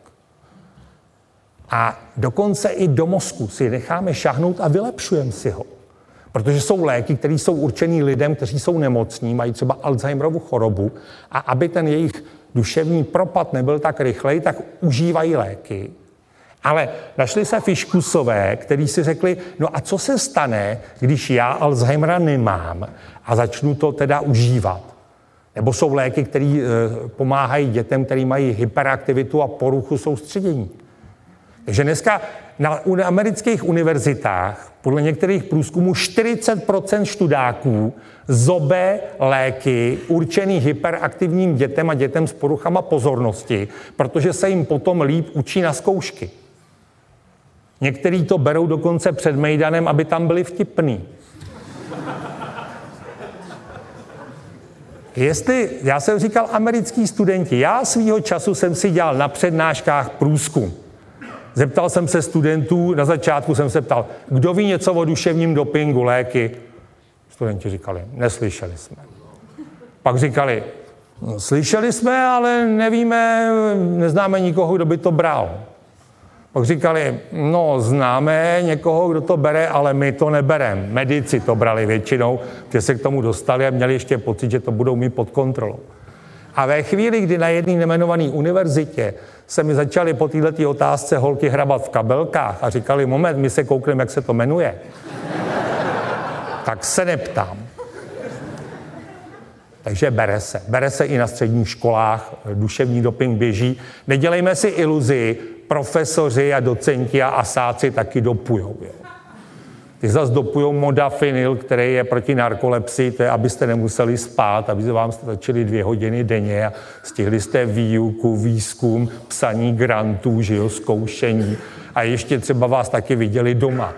A dokonce i do mozku si necháme šahnout a vylepšujeme si ho. Protože jsou léky, které jsou určený lidem, kteří jsou nemocní, mají třeba Alzheimerovu chorobu a aby ten jejich duševní propad nebyl tak rychlej, tak užívají léky. Ale našli se fiškusové, kteří si řekli, no a co se stane, když já Alzheimera nemám a začnu to teda užívat. Nebo jsou léky, které e, pomáhají dětem, který mají hyperaktivitu a poruchu soustředění. Takže dneska na amerických univerzitách podle některých průzkumů čtyřicet procent študáků zobe léky určený hyperaktivním dětem a dětem s poruchama pozornosti, protože se jim potom líp učí na zkoušky. Někteří to berou dokonce před mejdanem, aby tam byli vtipný. Jestli, já jsem říkal americký studenti, já svýho času jsem si dělal na přednáškách průzkum. Zeptal jsem se studentů, na začátku jsem se ptal, kdo ví něco o duševním dopingu, léky? Studenti říkali, neslyšeli jsme. Pak říkali, no, slyšeli jsme, ale nevíme, neznáme nikoho, kdo by to bral. Pak říkali, no známe někoho, kdo to bere, ale my to nebereme. Medici to brali většinou, že se k tomu dostali a měli ještě pocit, že to budou mít pod kontrolou. A ve chvíli, kdy na jedné nejmenované univerzitě se mi začaly po této otázce holky hrabat v kabelkách a říkali, moment, my se koukneme, jak se to jmenuje, tak se neptám. Takže bere se. Bere se i na středních školách, duševní doping běží. Nedělejme si iluzi, profesoři a docenti a asáci taky dopujou. Jo. Ty zase dopujou modafinil, který je proti narkolepsii, to je, abyste nemuseli spát, aby vám stačily dvě hodiny denně a stihli jste výuku, výzkum, psaní grantů, že jo, zkoušení a ještě třeba vás taky viděli doma.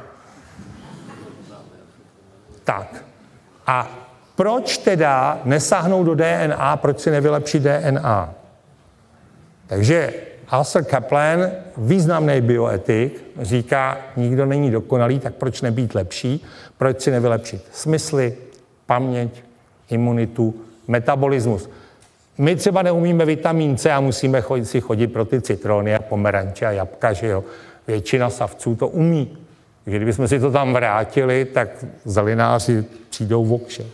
Tak. A proč teda nesáhnou do D N A, proč si nevylepší D N A? Takže Arthur Kaplan, významný bioetik, říká, nikdo není dokonalý, tak proč nebýt lepší? Proč si nevylepšit smysly, paměť, imunitu, metabolismus? My třeba neumíme vitamin C a musíme chodit, si chodit pro ty citrony a pomeranče a jabka, že jo? Většina savců to umí. Kdybychom si to tam vrátili, tak zelináři přijdou v okše.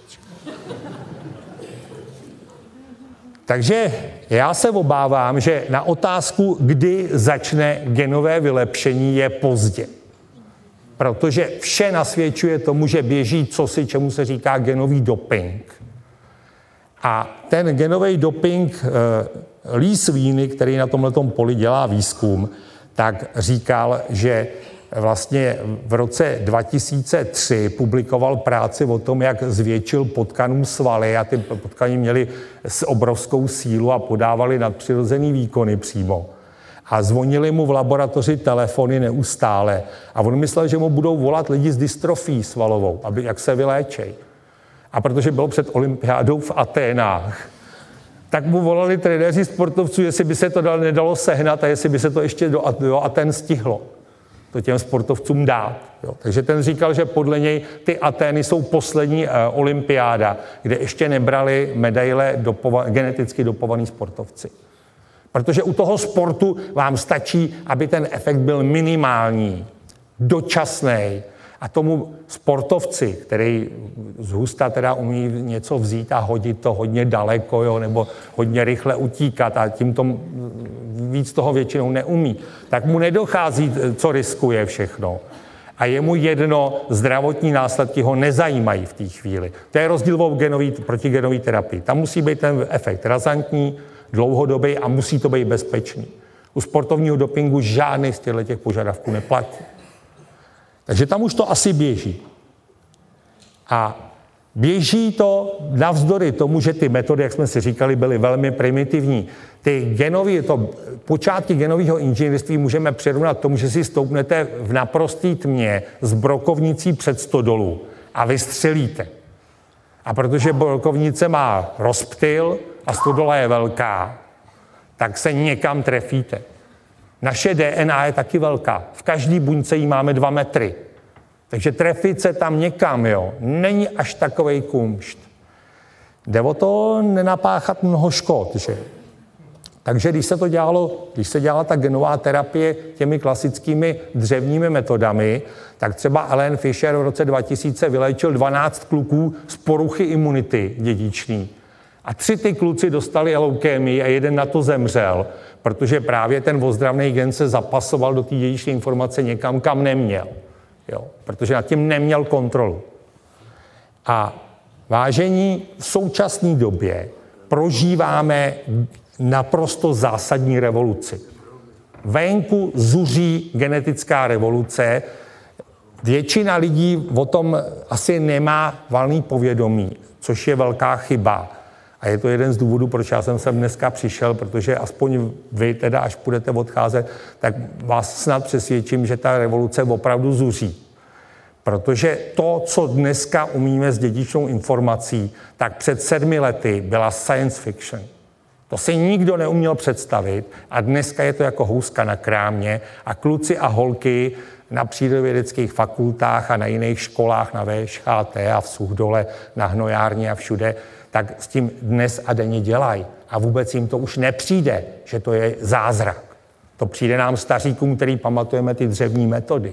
Takže já se obávám, že na otázku, kdy začne genové vylepšení, je pozdě. Protože vše nasvědčuje tomu, že běží cosi, čemu se říká genový doping. A ten genový doping Lee Sweeney, který na tomhletom poli dělá výzkum, tak říkal, že vlastně v roce dva tisíce tři publikoval práci o tom, jak zvětšil potkanům svaly a ty potkany měly obrovskou sílu a podávali nadpřirozený výkony přímo. A zvonili mu v laboratoři telefony neustále. A on myslel, že mu budou volat lidi s dystrofí svalovou, aby jak se vyléčej. A protože bylo před olympiádou v Aténách, tak mu volali trenéři sportovců, jestli by se to nedalo sehnat a jestli by se to ještě do, do Aten stihlo. To těm sportovcům dát. Jo. Takže ten říkal, že podle něj ty Atény jsou poslední uh, olympiáda, kde ještě nebrali medaile dopova- geneticky dopovaný sportovci. Protože u toho sportu vám stačí, aby ten efekt byl minimální, dočasný. A tomu sportovci, který zhusta teda umí něco vzít a hodit to hodně daleko, jo, nebo hodně rychle utíkat a tím to víc toho většinou neumí, tak mu nedochází, co riskuje všechno. A je mu jedno, zdravotní následky ho nezajímají v té chvíli. To je rozdíl o genový, proti genové terapii. Tam musí být ten efekt razantní, dlouhodobý a musí to být bezpečný. U sportovního dopingu žádný z těchto požadavků neplatí. Takže tam už to asi běží. A běží to navzdory tomu, že ty metody, jak jsme si říkali, byly velmi primitivní. Ty genový, to počátky genového inženýrství můžeme přirovnat tomu, že si stoupnete v naprostý tmě s brokovnicí před stodolu a vystřelíte. A protože brokovnice má rozptyl a stodola je velká, tak se někam trefíte. Naše D N A je taky velká. V každé buňce jí máme dva metry. Takže trefit se tam někam, jo, není až takovej kumšt. Jde o to nenapáchat mnoho škod, že? Takže když se to dělalo, když se dělala ta genová terapie těmi klasickými dřevními metodami, tak třeba Alan Fisher v roce dva tisíce vyléčil dvanáct kluků z poruchy imunity dědičný. A tři ty kluci dostali leukémii a jeden na to zemřel, protože právě ten ozdravný gen se zapasoval do té dědičné informace někam, kam neměl. Jo, protože nad tím neměl kontrolu. A vážení, v současné době prožíváme naprosto zásadní revoluci. Venku zuří genetická revoluce. Většina lidí o tom asi nemá valný povědomí, což je velká chyba. A je to jeden z důvodů, proč já jsem sem dneska přišel, protože aspoň vy teda, až budete odcházet, tak vás snad přesvědčím, že ta revoluce opravdu zuří. Protože to, co dneska umíme s dědičnou informací, tak před sedmi lety byla science fiction. To si nikdo neuměl představit a dneska je to jako houska na krámě a kluci a holky na přírodovědeckých fakultách a na jiných školách, na V Š H T a v Suchdole, na hnojárně a všude, tak s tím dnes a denně dělají. A vůbec jim to už nepřijde, že to je zázrak. To přijde nám staříkům, který pamatujeme ty dřevní metody.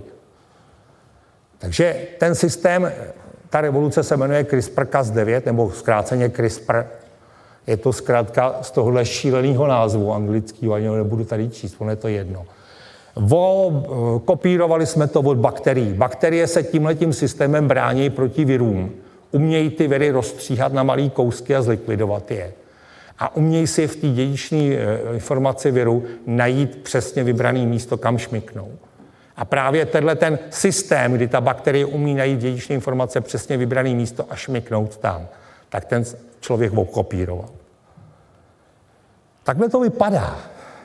Takže ten systém, ta revoluce se jmenuje CRISPR Cas devět, nebo zkráceně CRISPR. Je to zkrátka z tohohle šíleného názvu anglického, ani ho nebudu tady číst, ono je to jedno. Vo, kopírovali jsme to od bakterií. Bakterie se tímhletím systémem brání proti virům. Umějí ty viry rozstříhat na malé kousky a zlikvidovat je. A umějí si v té dědičné informaci viru najít přesně vybrané místo, kam šmyknou. A právě tenhle ten systém, kdy ta bakterie umí najít dědičné informace přesně vybrané místo a šmyknout tam, tak ten člověk okopíroval. Takhle to vypadá.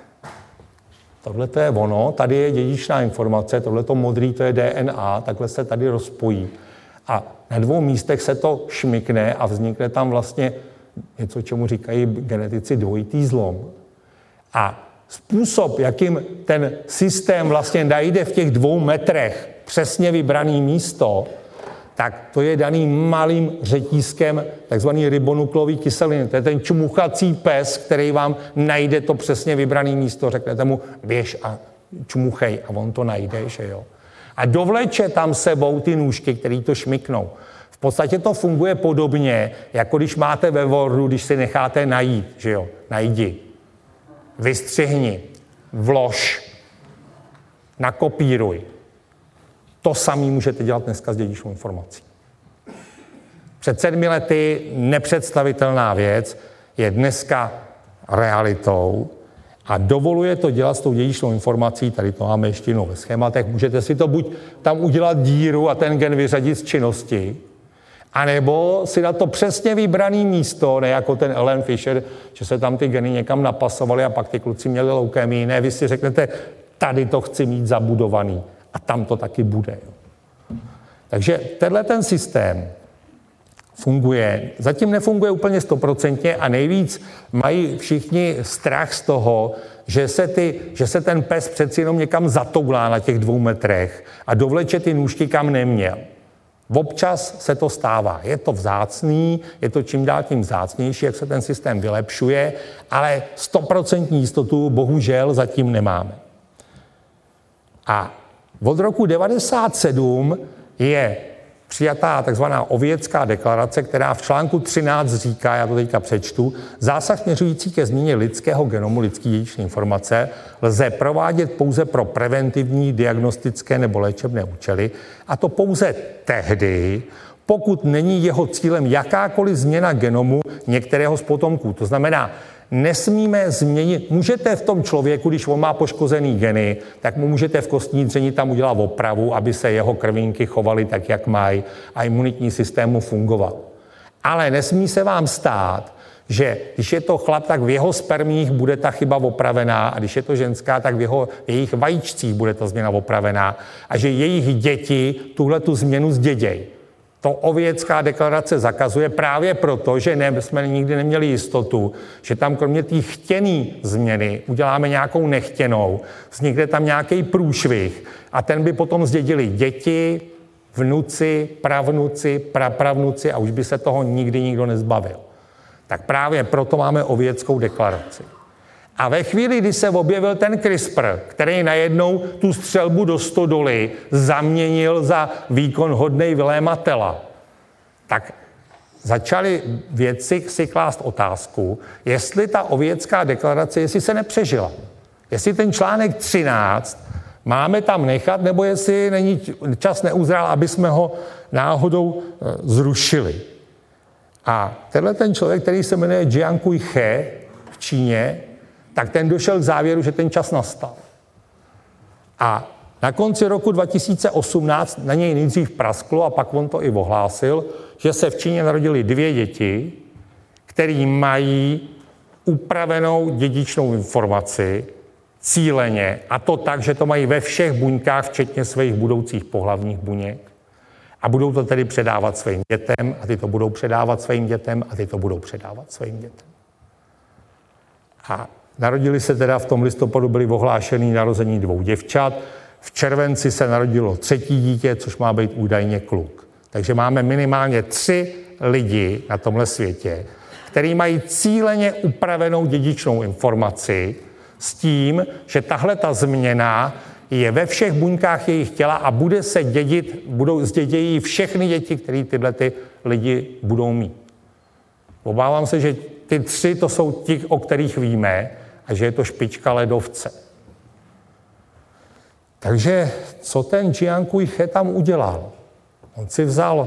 Tohle to je ono, tady je dědičná informace, tohle to modrý, to je D N A, takhle se tady rozpojí. A na dvou místech se to šmykne a vznikne tam vlastně něco, čemu říkají genetici dvojitý zlom. A způsob, jakým ten systém vlastně najde v těch dvou metrech přesně vybrané místo, tak to je daný malým řetízkem takzvaný ribonukleový kyseliny. To je ten čmuchací pes, který vám najde to přesně vybrané místo. Řeknete mu, běž a čmuchej a on to najde, že jo. A dovleče tam sebou ty nůžky, které to šmyknou. V podstatě to funguje podobně, jako když máte ve Wordu, když si necháte najít, že jo. Najdi, vystřihni, vlož, nakopíruj. To samé můžete dělat dneska s dědičnou informací. Před sedmi lety nepředstavitelná věc je dneska realitou a dovoluje to dělat s tou dědičnou informací, tady to máme ještě jednou ve schématech, můžete si to buď tam udělat díru a ten gen vyřadit z činnosti, anebo si na to přesně vybraný místo, ne jako ten Alan Fisher, že se tam ty geny někam napasovaly a pak ty kluci měli leukémii, ne, vy si řeknete, tady to chci mít zabudovaný. A tam to taky bude. Takže tenhle ten systém funguje. Zatím nefunguje úplně stoprocentně a nejvíc mají všichni strach z toho, že se, ty, že se ten pes přeci jenom někam zatoulá na těch dvou metrech a dovleče ty nůžky, kam neměl. Občas se to stává. Je to vzácný, je to čím dál tím vzácnější, jak se ten systém vylepšuje, ale stoprocentní jistotu bohužel zatím nemáme. A od roku devadesát sedm je přijatá takzvaná Ovědská deklarace, která v článku třináct říká, já to teďka přečtu, zásah směřující ke změně lidského genomu, lidské dědičné informace lze provádět pouze pro preventivní, diagnostické nebo léčebné účely, a to pouze tehdy, pokud není jeho cílem jakákoliv změna genomu některého z potomků. To znamená, nesmíme změnit, můžete v tom člověku, když on má poškozený geny, tak mu můžete v kostní dřeni tam udělat opravu, aby se jeho krvinky chovaly tak, jak mají a imunitní systém mu fungoval. Ale nesmí se vám stát, že když je to chlap, tak v jeho spermích bude ta chyba opravená a když je to ženská, tak v, jeho, v jejich vajíčcích bude ta změna opravená a že jejich děti tuhle tu změnu zdědějí. To Ovědská deklarace zakazuje právě proto, že ne, jsme nikdy neměli jistotu, že tam kromě té chtěné změny uděláme nějakou nechtěnou, vznikne tam nějaký průšvih a ten by potom zdědili děti, vnuci, pravnuci, prapravnuci a už by se toho nikdy nikdo nezbavil. Tak právě proto máme Ovědskou deklaraci. A ve chvíli, kdy se objevil ten CRISPR, který najednou tu střelbu do stodoly zaměnil za výkon hodnej Viléma Tella, tak začali vědci si klást otázku, jestli ta Ovědská deklarace, jestli se nepřežila. Jestli ten článek třináct máme tam nechat, nebo jestli není čas neuzrál, aby jsme ho náhodou zrušili. A tenhle ten člověk, který se jmenuje Jiankui He v Číně, tak ten došel k závěru, že ten čas nastal. A na konci roku dva tisíce osmnáct na něj nejdřív prasklo a pak on to i ohlásil, že se v Číně narodily dvě děti, které mají upravenou dědičnou informaci cíleně, a to tak, že to mají ve všech buňkách, včetně svých budoucích pohlavních buněk. A budou to tedy předávat svým dětem, a ty to budou předávat svým dětem, a ty to budou předávat svým dětem. A narodili se teda v tom listopadu, byly ohlášený narození dvou děvčat. V červenci se narodilo třetí dítě, což má být údajně kluk. Takže máme minimálně tři lidi na tomhle světě, který mají cíleně upravenou dědičnou informaci s tím, že tahle ta změna je ve všech buňkách jejich těla a bude se dědit, budou zdědějí všechny děti, které tyhle ty lidi budou mít. Obávám se, že ty tři to jsou ti, o kterých víme, a že je to špička ledovce. Takže co ten Jiang Kui-he tam udělal? On si vzal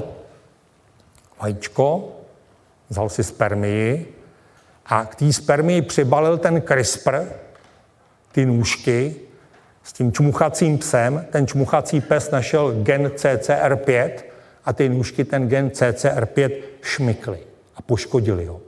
vajíčko, vzal si spermii a k té spermii přibalil ten CRISPR, ty nůžky, s tím čmuchacím psem. Ten čmuchací pes našel gen C C R pět a ty nůžky ten gen C C R pět šmykly a poškodili ho.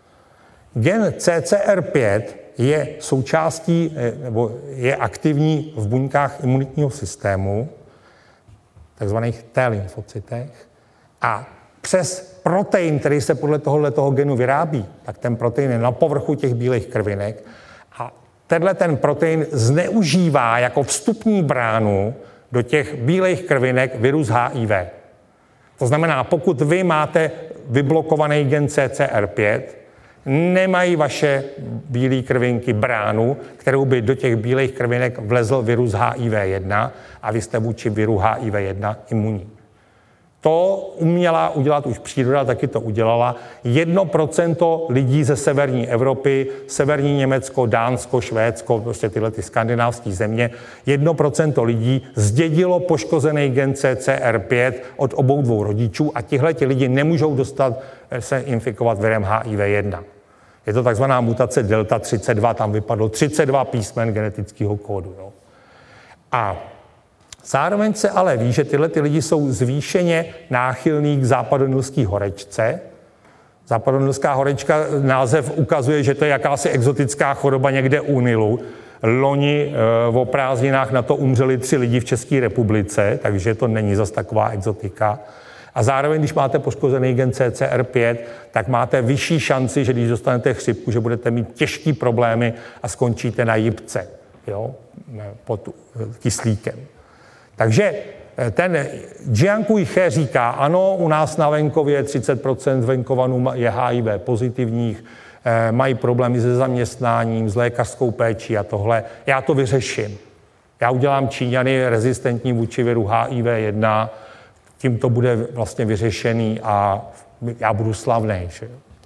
Gen C C R pět je součástí, nebo je aktivní v buňkách imunitního systému, takzvaných T-lymfocytech, a přes protein, který se podle tohoto genu vyrábí, tak ten protein je na povrchu těch bílých krvinek a tenhle ten protein zneužívá jako vstupní bránu do těch bílých krvinek virus H I V. To znamená, pokud vy máte vyblokovaný gen C C R pět, nemají vaše bílé krvinky bránu, kterou by do těch bílých krvinek vlezl virus H I V jedna a vy jste vůči viru H I V jedna imunní. To uměla udělat už příroda, taky to udělala. Jedno procento lidí ze severní Evropy, severní Německo, Dánsko, Švédsko, prostě tyhle ty skandinávské země, jedno procento lidí zdědilo poškozený gen C C R pět od obou dvou rodičů a tihleti lidi nemůžou dostat se infikovat virem H I V jedna. Je to takzvaná mutace delta třicet dva, tam vypadlo třicet dva písmen genetického kódu. Jo. A zároveň se ale ví, že tyhle ty lidi jsou zvýšeně náchylní k západonilské horečce. Západonilská horečka, název ukazuje, že to je jakási exotická choroba někde u Nilu. Loni e, o prázdninách na to umřeli tři lidi v České republice, takže to není zas taková exotika. A zároveň, když máte poškozený gen C C R pět, tak máte vyšší šanci, že když dostanete chřipku, že budete mít těžké problémy a skončíte na jipce, jo, pod kyslíkem. Takže ten Jiang Kui-he říká, ano, u nás na venkově třicet procent venkovanů je H I V pozitivních, mají problémy se zaměstnáním, s lékařskou péčí a tohle. Já to vyřeším. Já udělám Číňany rezistentní vůči viru H I V jedna, tím to bude vlastně vyřešený a já budu slavný. Že?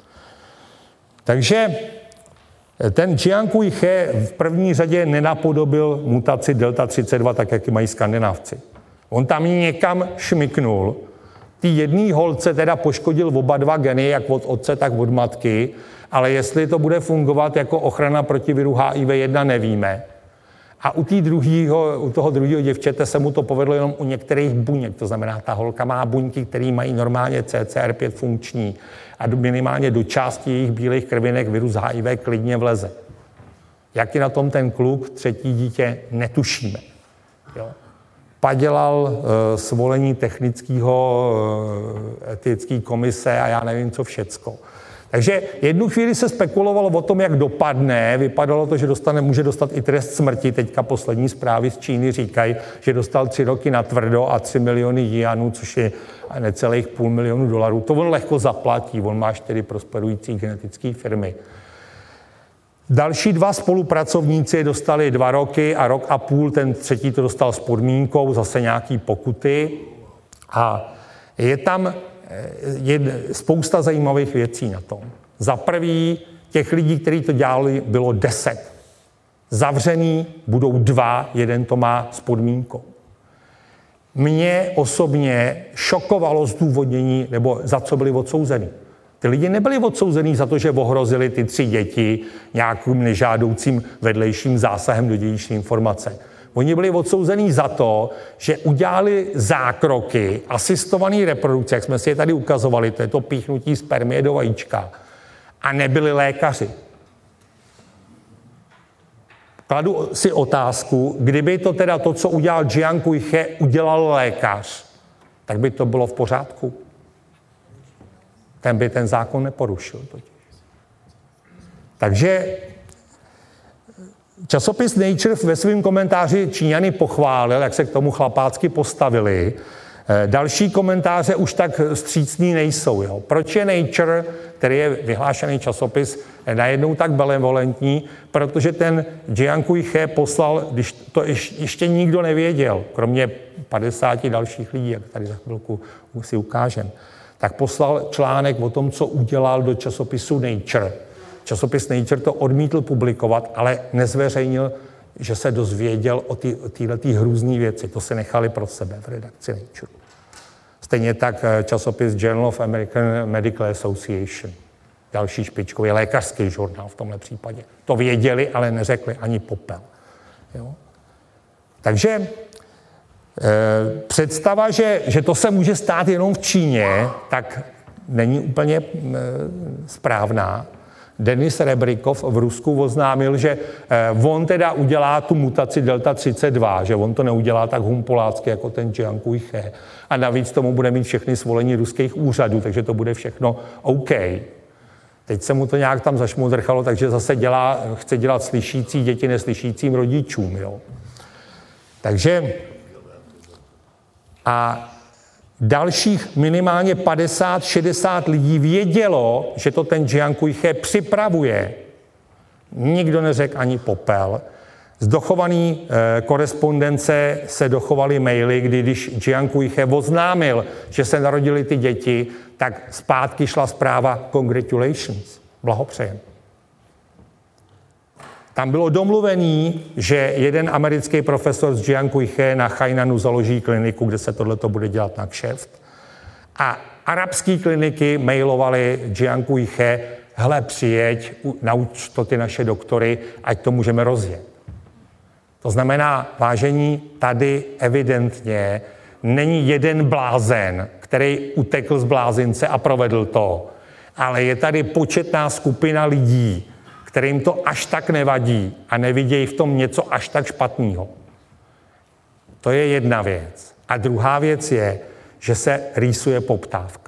Takže ten Jiang Kui-he v první řadě nenapodobil mutaci delta třicet dva, tak jak ji mají Skandinávci. On tam někam šmyknul, ty jedný holce teda poškodil oba dva geny, jak od otce, tak od matky, ale jestli to bude fungovat jako ochrana proti viru H I V jedna, nevíme. A u, druhýho, u toho druhého děvčete se mu to povedlo jenom u některých buněk. To znamená, ta holka má buňky, které mají normálně C C R pět funkční a minimálně do části jejich bílých krvinek virus H I V klidně vleze. Jak je na tom ten kluk, třetí dítě, netušíme. Jo. Padělal uh, svolení technického uh, etické komise a já nevím, co všecko. Takže jednu chvíli se spekulovalo o tom, jak dopadne. Vypadalo to, že dostane, může dostat i trest smrti. Teďka poslední zprávy z Číny říkají, že dostal tři roky na tvrdo a tři miliony jianů, což je necelých půl milionu dolarů. To on lehko zaplatí, on má čtyři prosperující genetické firmy. Další dva spolupracovníci dostali dva roky a rok a půl, ten třetí to dostal s podmínkou, zase nějaký pokuty. A je tam je spousta zajímavých věcí na tom. Za prvý, těch lidí, kteří to dělali, bylo deset. Zavřený budou dva, jeden to má s podmínkou. Mě osobně šokovalo zdůvodnění, nebo za co byli odsouzený. Ty lidi nebyli odsouzený za to, že ohrozili ty tři děti nějakým nežádoucím vedlejším zásahem do dědičné informace. Oni byli odsouzení za to, že udělali zákroky, asistované reprodukce, jak jsme si je tady ukazovali, to je to píchnutí spermie do vajíčka, a nebyli lékaři. Kladu si otázku, kdyby to teda to, co udělal Jiang Kui-he, udělal lékař, tak by to bylo v pořádku. Ten by ten zákon neporušil totiž. Takže časopis Nature ve svém komentáři Číňany pochválil, jak se k tomu chlapácky postavili. Další komentáře už tak vstřícní nejsou. Jo. Proč je Nature, který je vyhlášený časopis, najednou tak benevolentní? Protože ten Jiang Kui-he poslal, když to ještě nikdo nevěděl, kromě padesáti dalších lidí, jak tady za chvilku si ukážem, tak poslal článek o tom, co udělal do časopisu Nature. časopis Nature to odmítl publikovat, ale nezveřejnil, že se dozvěděl o této hrůzné věci. To se nechali pro sebe v redakci Nature. Stejně tak časopis Journal of American Medical Association. Další špičkový lékařský žurnál v tomhle případě. To věděli, ale neřekli ani popel. Jo? Takže e, představa, že, že to se může stát jenom v Číně, tak není úplně e, správná. Denis Rebrikov v Rusku oznámil, že e, on teda udělá tu mutaci delta třicet dva, že on to neudělá tak humpolácky jako ten Jiang Hui-he. A navíc tomu bude mít všechny svolení ruských úřadů, takže to bude všechno OK. Teď se mu to nějak tam zašmudrchalo, takže zase dělá, chce dělat slyšící děti neslyšícím rodičům. Jo. Takže a dalších minimálně padesát šedesát lidí vědělo, že to ten Jiang Hui-he připravuje. Nikdo neřekl ani popel. Z dochované e, korespondence se dochovaly maily, kdy když Jiang Hui-he oznámil, že se narodily ty děti, tak zpátky šla zpráva congratulations, blahopřejem. Tam bylo domluvený, že jeden americký profesor z Jiang Hui-he na Hainanu založí kliniku, kde se tohleto bude dělat na kšeft. A arabské kliniky mailovaly Jiang Hui-he, hele, přijeď, nauč to ty naše doktory, ať to můžeme rozjet. To znamená, vážení, tady evidentně není jeden blázen, který utekl z blázince a provedl to, ale je tady početná skupina lidí, kterým to až tak nevadí a nevidějí v tom něco až tak špatného. To je jedna věc. A druhá věc je, že se rýsuje poptávka.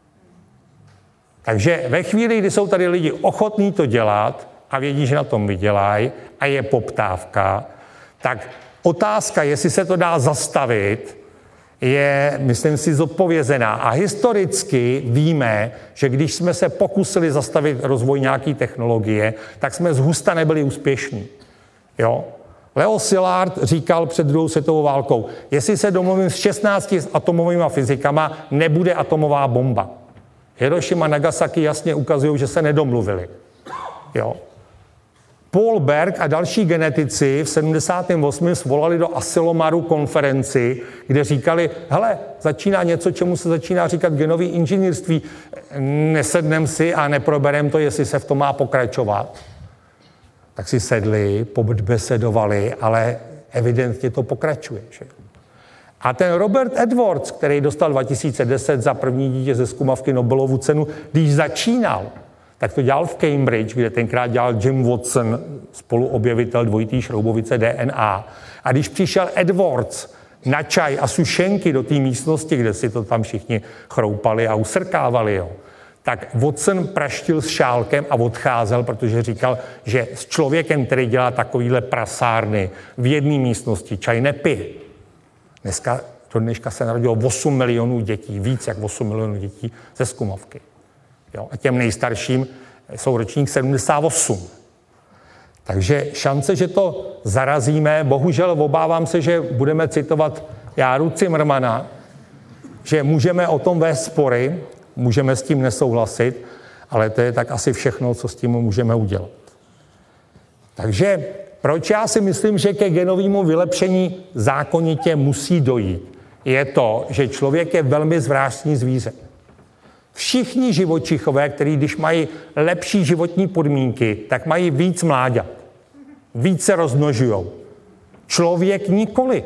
Takže ve chvíli, kdy jsou tady lidi ochotní to dělat a vědí, že na tom vydělají a je poptávka, tak otázka, jestli se to dá zastavit, je, myslím si, zodpovězená. A historicky víme, že když jsme se pokusili zastavit rozvoj nějaké technologie, tak jsme zhusta nebyli úspěšní. Jo? Leo Szilard říkal před druhou světovou válkou, jestli se domluvím s šestnácti atomovými fyzikama, nebude atomová bomba. Hirošima a Nagasaki jasně ukazují, že se nedomluvili. Jo? Paul Berg a další genetici v sedmdesátém osmém svolali do Asilomar konferenci, kde říkali, hele, začíná něco, čemu se začíná říkat genový inženýrství, nesednem si a neproberem to, jestli se v tom má pokračovat. Tak si sedli, pobedbesedovali, ale evidentně to pokračuje. Že? A ten Robert Edwards, který dostal dva tisíce deset za první dítě ze zkumavky Nobelovu cenu, když začínal, tak to dělal v Cambridge, kde tenkrát dělal Jim Watson, spoluobjevitel dvojitý šroubovice D N A. A když přišel Edwards na čaj a sušenky do té místnosti, kde si to tam všichni chroupali a usrkávali, jo, tak Watson praštil s šálkem a odcházel, protože říkal, že s člověkem, který dělá takovýhle prasárny v jedné místnosti, čaj nepije. Dneska, do dneška se narodilo osm milionů dětí, víc jak osm milionů dětí ze zkumavky. Jo, a těm nejstarším jsou ročník sedmdesát osm. Takže šance, že to zarazíme, bohužel obávám se, že budeme citovat Járu Cimrmana, že můžeme o tom vést spory, můžeme s tím nesouhlasit, ale to je tak asi všechno, co s tím můžeme udělat. Takže proč já si myslím, že ke genovému vylepšení zákonitě musí dojít, je to, že člověk je velmi zvláštní zvíře. Všichni živočichové, kteří když mají lepší životní podmínky, tak mají víc mláďat. Víc se rozmnožujou. Člověk nikoli.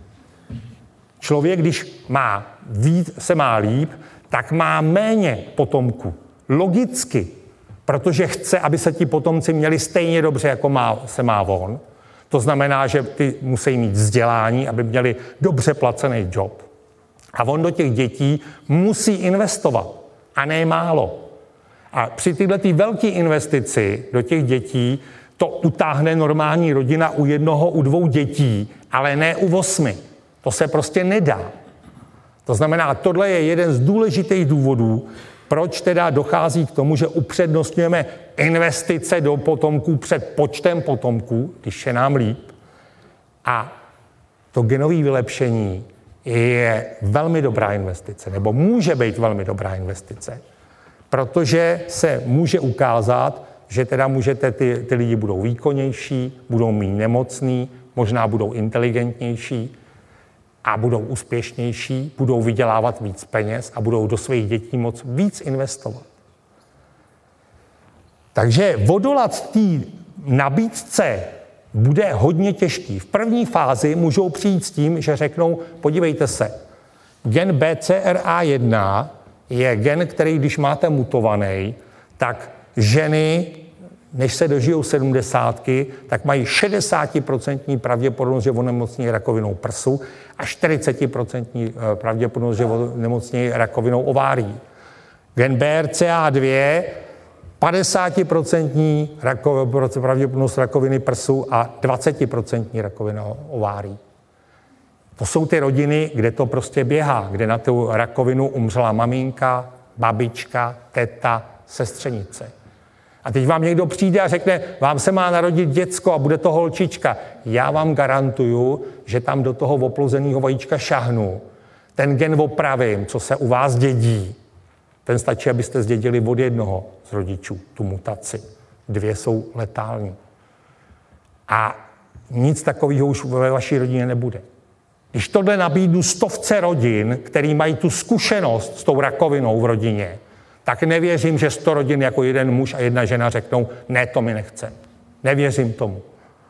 Člověk, když má víc, se má líp, tak má méně potomků. Logicky. Protože chce, aby se ti potomci měli stejně dobře, jako má, se má on. To znamená, že ty musí mít vzdělání, aby měli dobře placený job. A on do těch dětí musí investovat. A ne málo. A při této velké investici do těch dětí to utáhne normální rodina u jednoho, u dvou dětí, ale ne u osmi. To se prostě nedá. To znamená, tohle je jeden z důležitých důvodů, proč teda dochází k tomu, že upřednostňujeme investice do potomků před počtem potomků, když je nám líp. A to genové vylepšení je velmi dobrá investice, nebo může být velmi dobrá investice, protože se může ukázat, že teda můžete, ty, ty lidi budou výkonnější, budou méně nemocný, možná budou inteligentnější a budou úspěšnější, budou vydělávat víc peněz a budou do svých dětí moc víc investovat. Takže odolat té nabídce bude hodně těžký. V první fázi můžou přijít s tím, že řeknou, podívejte se, gen B C R A jedna je gen, který, když máte mutovaný, tak ženy, než se dožijou sedmdesátky, tak mají šedesát procent pravděpodobnost, že onemocní rakovinou prsu a čtyřicet procent pravděpodobnost, že onemocní rakovinou ovárií. Gen B R C A dva padesát procent pravděpodobnost rakoviny prsu a dvacet procent rakovina ovárií. To jsou ty rodiny, kde to prostě běhá, kde na tu rakovinu umřela maminka, babička, teta, sestřenice. A teď vám někdo přijde a řekne, vám se má narodit děcko a bude to holčička. Já vám garantuju, že tam do toho oplozeného vajíčka šahnu. Ten gen opravím, co se u vás dědí. Ten stačí, abyste zdědili od jednoho z rodičů tu mutaci. Dvě jsou letální. A nic takového už ve vaší rodině nebude. Když tohle nabídnu stovce rodin, který mají tu zkušenost s tou rakovinou v rodině, tak nevěřím, že sto rodin jako jeden muž a jedna žena řeknou, ne, to mi nechce. Nevěřím tomu.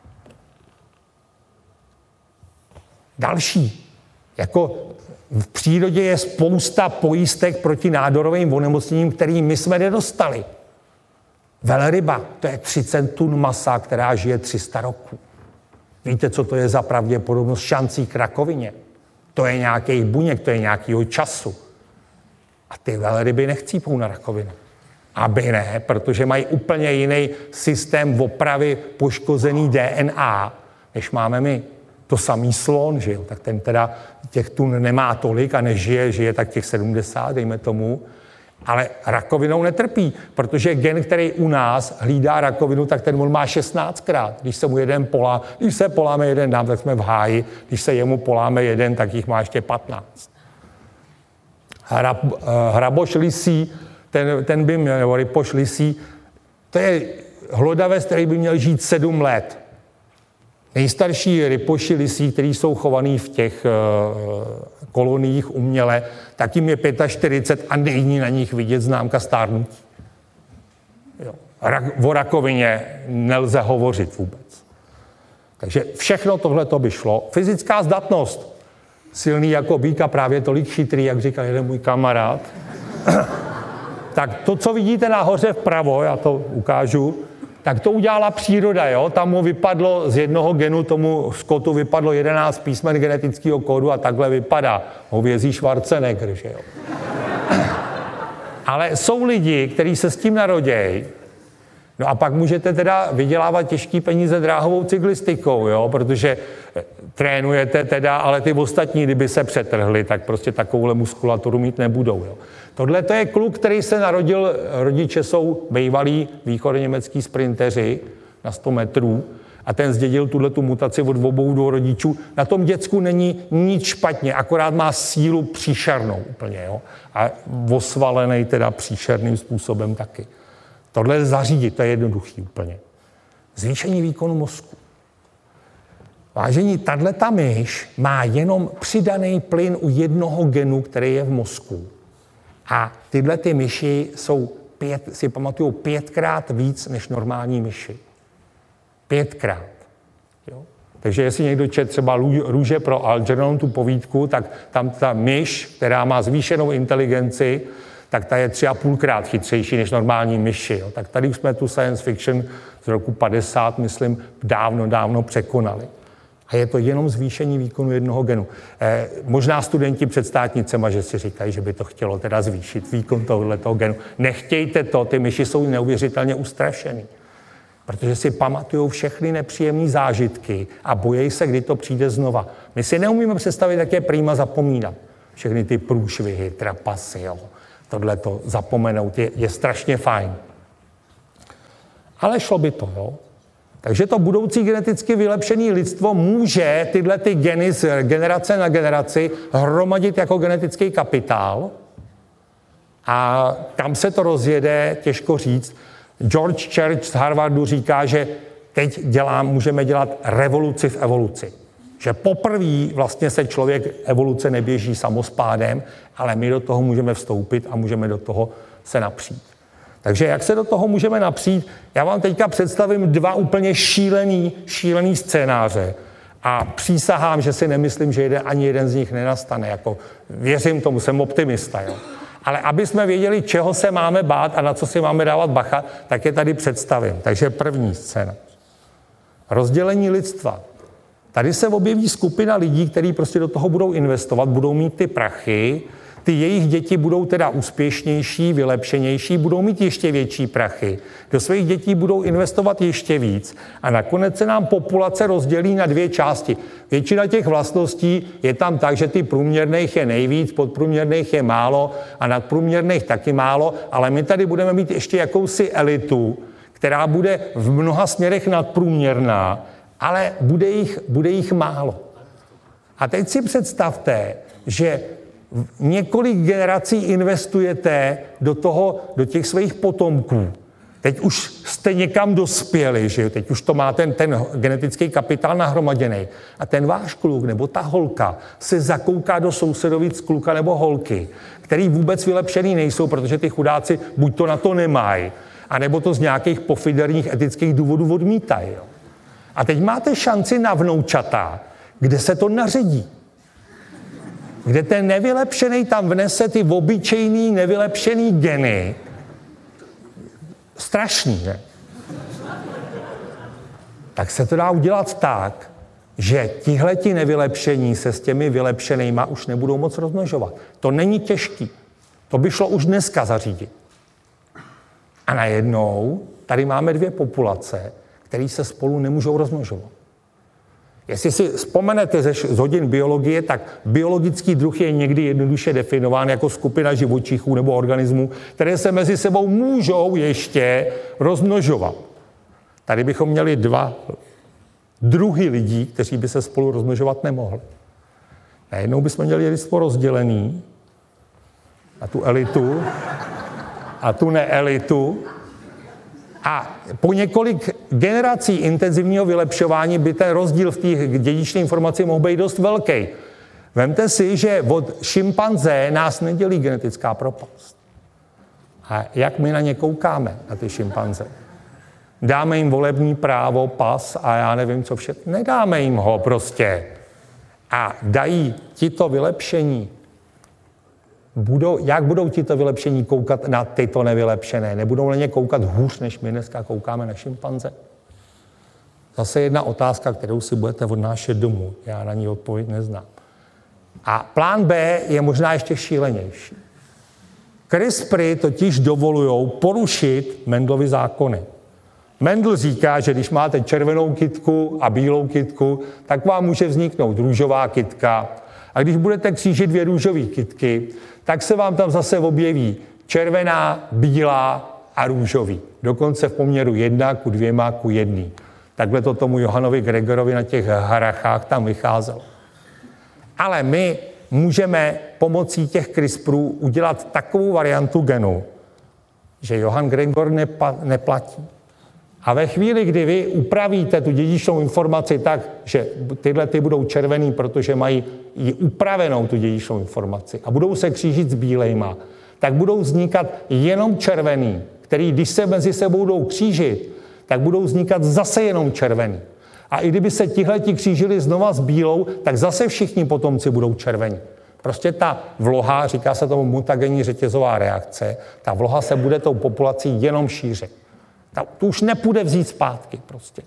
Další. Jako v přírodě je spousta pojistek proti nádorovým onemocněním, který my jsme nedostali. Velryba, to je třicet tun masa, která žije tři sta roků. Víte, co to je za pravděpodobnost šancí k rakovině? To je nějaký buněk, to je nějakýho času. A ty velryby nechcípou na rakovinu. Aby ne, protože mají úplně jiný systém opravy poškozený D N A, než máme my. To samý slon, že jo? Tak ten teda těch tun nemá tolik a nežije, žije tak těch sedmdesát, dejme tomu, ale rakovinou netrpí, protože gen, který u nás hlídá rakovinu, tak ten on má šestnáctkrát. Když se mu jeden polá, když se poláme jeden dám, tak jsme v háji, když se jemu poláme jeden, tak jich má ještě patnáct. Hrab, hraboš lisí, ten, ten by měl, nebo rypoš lisí, to je hlodavec, který by měl žít sedm let. Nejstarší rypoši lisí, kteří jsou chovaný v těch uh, koloniích uměle, tak jim je čtyřicet pět a není na nich vidět známka stárnutí. Jo. Rak, o rakovině nelze hovořit vůbec. Takže všechno tohleto by šlo. Fyzická zdatnost. Silný jako býk a právě tolik chytrý, jak říkal jeden můj kamarád. Tak to, co vidíte nahoře vpravo, já to ukážu, tak to udělala příroda, jo? Tam mu vypadlo z jednoho genu, tomu skotu vypadlo jedenáct písmen genetického kódu a takhle vypadá hovězí Schwarzenegger, že jo? Ale jsou lidi, kteří se s tím narodějí, no a pak můžete teda vydělávat těžký peníze dráhovou cyklistikou, jo? Protože trénujete teda, ale ty ostatní, kdyby se přetrhli, tak prostě takovouhle muskulaturu mít nebudou, jo? Tohle to je kluk, který se narodil, rodiče jsou bývalí východoněmecký sprinteři na sto metrů a ten zdědil tuhletu mutaci od obou dvou rodičů. Na tom děcku není nic špatně, akorát má sílu příšernou úplně, jo? A osvalený teda příšerným způsobem taky. Tohle zařídit, to je jednoduchý úplně. Zvýšení výkonu mozku. Vážení, tahleta myš má jenom přidaný plyn u jednoho genu, který je v mozku. A tyhle ty myši jsou, pět, si pamatuju, pětkrát víc než normální myši. Pětkrát. Jo? Takže jestli někdo čet třeba Růže pro Algernon, tu povídku, tak tam ta myš, která má zvýšenou inteligenci, tak ta je tři a půlkrát chytřejší než normální myši. Jo? Tak tady už jsme tu science fiction z roku padesát, myslím, dávno, dávno překonali. A je to jenom zvýšení výkonu jednoho genu. Eh, možná studenti před státnicema, že si říkají, že by to chtělo teda zvýšit výkon tohoto genu. Nechtějte to, ty myši jsou neuvěřitelně ustrašený. Protože si pamatujou všechny nepříjemné zážitky a bojí se, kdy to přijde znova. My si neumíme představit, jak je prýma zapomínat. Všechny ty průšvihy, trapasy, jo. Tohle to zapomenout je, je strašně fajn. Ale šlo by to, jo. Takže to budoucí geneticky vylepšené lidstvo může tyhle ty geny z generace na generaci hromadit jako genetický kapitál a kam se to rozjede, těžko říct. George Church z Harvardu říká, že teď dělá, můžeme dělat revoluci v evoluci. Že poprvé vlastně se člověk, evoluce neběží samospádem, ale my do toho můžeme vstoupit a můžeme do toho se napřít. Takže jak se do toho můžeme napřít? Já vám teďka představím dva úplně šílený, šílený scénáře. A přísahám, že si nemyslím, že jeden, ani jeden z nich nenastane. Jako, věřím tomu, jsem optimista. Jo. Ale aby jsme věděli, čeho se máme bát a na co si máme dávat bacha, tak je tady představím. Takže první scéna. Rozdělení lidstva. Tady se objeví skupina lidí, kteří prostě do toho budou investovat, budou mít ty prachy, ty jejich děti budou teda úspěšnější, vylepšenější, budou mít ještě větší prachy. Do svých dětí budou investovat ještě víc a nakonec se nám populace rozdělí na dvě části. Většina těch vlastností je tam tak, že ty průměrných je nejvíc, podprůměrných je málo a nadprůměrných taky málo, ale my tady budeme mít ještě jakousi elitu, která bude v mnoha směrech nadprůměrná, ale bude jich, bude jich málo. A teď si představte, že několik generací investujete do toho, do těch svých potomků. Teď už jste někam dospěli, že teď už to má ten, ten genetický kapitál nahromaděný. A ten váš kluk nebo ta holka se zakouká do sousedovic kluka nebo holky, který vůbec vylepšený nejsou, protože ty chudáci buď to na to nemají, anebo to z nějakých pofiderních etických důvodů odmítají. Jo. A teď máte šanci na vnoučata, kde se to naředí. Kde ten nevylepšený tam vnese ty obyčejný nevylepšený geny. Strašný, ne? Tak se to dá udělat tak, že tihleti nevylepšení se s těmi vylepšenýma už nebudou moc rozmnožovat. To není těžký. To by šlo už dneska zařídit. A najednou tady máme dvě populace, které se spolu nemůžou rozmnožovat. Jestli si vzpomenete ze, z hodin biologie, tak biologický druh je někdy jednoduše definován jako skupina živočichů nebo organismů, které se mezi sebou můžou ještě rozmnožovat. Tady bychom měli dva druhy lidí, kteří by se spolu rozmnožovat nemohli. Najednou bychom měli lidstvo rozdělený na tu elitu a tu neelitu. A po několik generací intenzivního vylepšování by ten rozdíl v té dědičné informaci mohl být dost velký. Vemte si, že od šimpanze nás nedělí genetická propast. A jak my na ně koukáme, na ty šimpanze? Dáme jim volební právo, pas a já nevím, co všechno. Nedáme jim ho prostě. A dají tito vylepšení. Budou, jak budou tito vylepšení koukat na tyto nevylepšené? Nebudou na ně koukat hůř, než my dneska koukáme na šimpanze? Zase jedna otázka, kterou si budete odnášet domů. Já na ní odpověď neznám. A plán B je možná ještě šílenější. CRISPRy totiž dovolujou porušit Mendelovy zákony. Mendel říká, že když máte červenou kytku a bílou kytku, tak vám může vzniknout růžová kytka. A když budete křížit dvě růžové kytky, tak se vám tam zase objeví červená, bílá a růžový. Dokonce v poměru jedna ku dvěma ku jedný. Takhle to tomu Johanovi Gregorovi na těch harachách tam vycházelo. Ale my můžeme pomocí těch CRISPRů udělat takovou variantu genu, že Johann Gregor nepa, neplatí. A ve chvíli, kdy vy upravíte tu dědičnou informaci tak, že tyhle ty budou červený, protože mají ji upravenou tu dědičnou informaci a budou se křížit s bílejma, tak budou vznikat jenom červený, který, když se mezi sebou budou křížit, tak budou vznikat zase jenom červený. A i kdyby se tihleti křížili znova s bílou, tak zase všichni potomci budou červení. Prostě ta vloha, říká se tomu mutagenní řetězová reakce, ta vloha se bude tou populací jenom šířit. Ta, tu už nepůjde vzít zpátky prostě.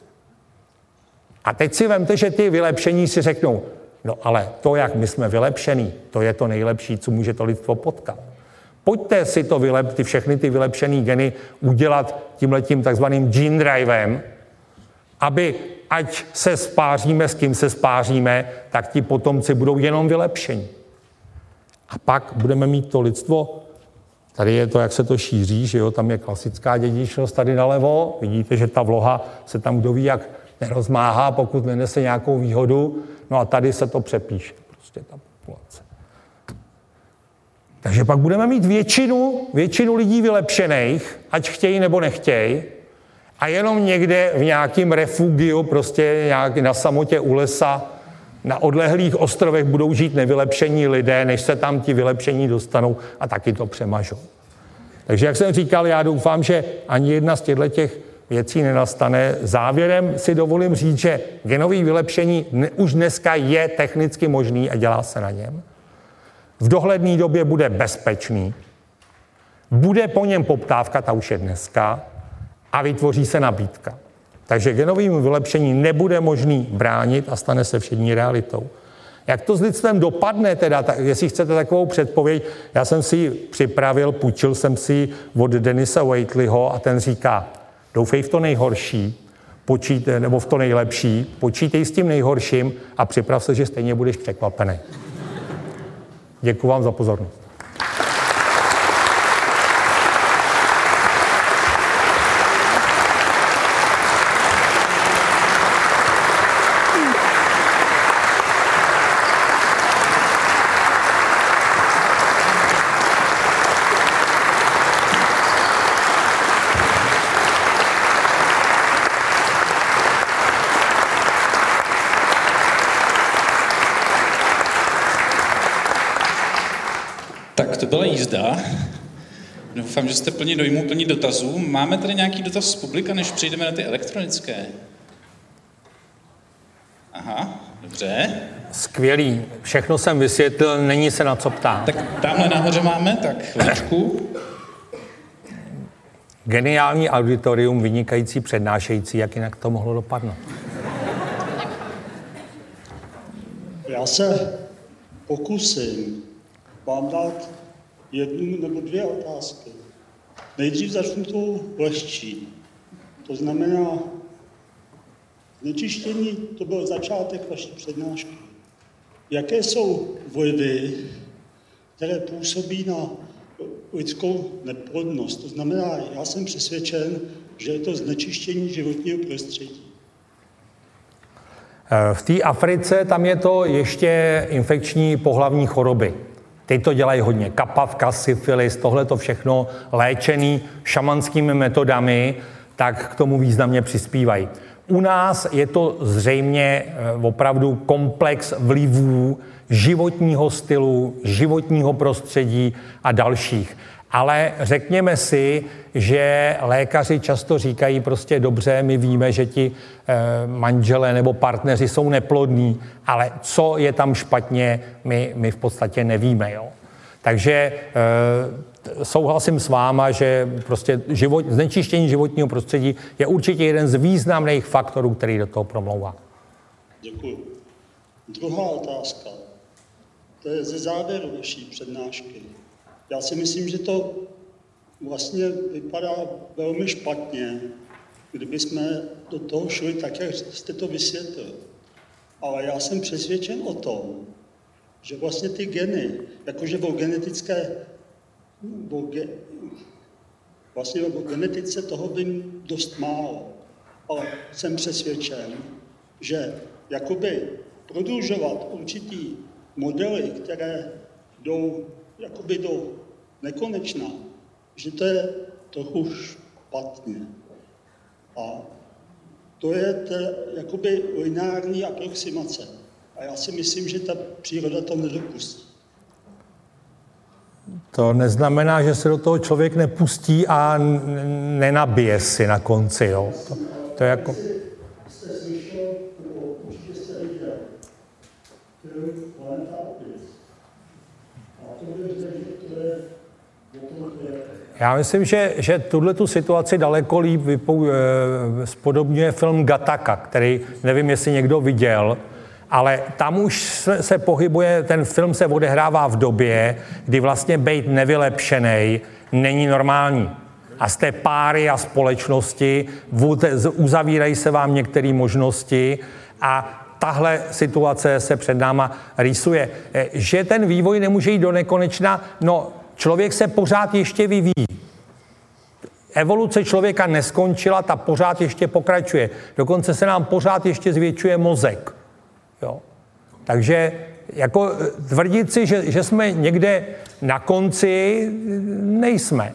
A teď si vemte, že ty vylepšení si řeknou, no ale to, jak my jsme vylepšení, to je to nejlepší, co může to lidstvo potkat. Pojďte si to vylep, ty všechny ty vylepšený geny udělat tímhletím takzvaným gene drivem, aby ať se spáříme, s kým se spáříme, tak ti potomci budou jenom vylepšení. A pak budeme mít to lidstvo. Tady je to, jak se to šíří, že jo, tam je klasická dědičnost tady nalevo. Vidíte, že ta vloha se tam kdo ví, jak nerozmáhá, pokud nenese nějakou výhodu. No a tady se to přepíše, prostě ta populace. Takže pak budeme mít většinu, většinu lidí vylepšených, ať chtějí nebo nechtějí, a jenom někde v nějakém refugiu, prostě nějak na samotě u lesa, na odlehlých ostrovech budou žít nevylepšení lidé, než se tam ti vylepšení dostanou a taky to přemažou. Takže jak jsem říkal, já doufám, že ani jedna z těchto věcí nenastane. Závěrem si dovolím říct, že genový vylepšení už dneska je technicky možný a dělá se na něm. V dohledné době bude bezpečný, bude po něm poptávka, ta už je dneska, a vytvoří se nabídka. Takže genovému vylepšení nebude možný bránit a stane se všední realitou. Jak to s lidstvem dopadne, teda, tak, jestli chcete takovou předpověď, já jsem si ji připravil, půjčil jsem si ji od Denisa Waitleyho a ten říká, doufej v to nejhorší, počít, nebo v to nejlepší, počítej s tím nejhorším a připrav se, že stejně budeš překvapený. Děkuji vám za pozornost. Tak to byla jízda. Doufám, že jste plní dojmů, plní dotazů. Máme tady nějaký dotaz z publika, než přejdeme na ty elektronické? Aha, dobře. Skvělý. Všechno jsem vysvětlil, není se na co ptát. Tak tamhle nahoře máme, tak chvíličku. Geniální auditorium, vynikající přednášející, jak jinak to mohlo dopadnout? Já se pokusím vám dát jednu nebo dvě otázky. Nejdřív začnu tou lehčí. To znamená, znečištění, to byl začátek vaší přednášky. Jaké jsou vlivy, které působí na lidskou neplodnost? To znamená, já jsem přesvědčen, že je to znečištění životního prostředí. V té Africe tam je to ještě infekční pohlavní choroby. Ty to dělají hodně. Kapavka, syfilis, tohle to všechno léčený šamanskými metodami, tak k tomu významně přispívají. U nás je to zřejmě opravdu komplex vlivů životního stylu, životního prostředí a dalších. Ale řekněme si, že lékaři často říkají prostě dobře, my víme, že ti e, manželé nebo partneři jsou neplodní, ale co je tam špatně, my, my v podstatě nevíme. Jo? Takže e, souhlasím s váma, že prostě život, znečištění životního prostředí je určitě jeden z významných faktorů, který do toho promlouvá. Děkuji. Druhá otázka. To je ze závěru vaší přednášky. Já si myslím, že to vlastně vypadá velmi špatně, kdyby jsme do toho šli tak, jak jste to vysvětlil. Ale já jsem přesvědčen o tom, že vlastně ty geny, jakože o genetické, o ge, vlastně o genetice toho vím dost málo, ale jsem přesvědčen, že jakoby prodlužovat určitý modely, které jdou jakoby do nekonečna, že to je trochu špatně. A to je ta jakoby lineární aproximace. A já si myslím, že ta příroda to nedopustí. To neznamená, že se do toho člověk nepustí a nenabije si na konci. Jo? To, to je jako... Jste slyšel, nebo určitě jste viděl, film Planeta Opic. A to bych řekl, že to je o tom, že... Já myslím, že, že tuhletu situaci daleko líp vypou, spodobňuje film Gattaca, který nevím, jestli někdo viděl, ale tam už se, se pohybuje, ten film se odehrává v době, kdy vlastně být nevylepšenej není normální. A z té páry a společnosti uzavírají se vám některé možnosti a tahle situace se před náma rýsuje. Že ten vývoj nemůže jít do nekonečna, no člověk se pořád ještě vyvíjí. Evoluce člověka neskončila, ta pořád ještě pokračuje. Dokonce se nám pořád ještě zvětšuje mozek. Jo. Takže jako tvrdit si, že, že jsme někde na konci, nejsme.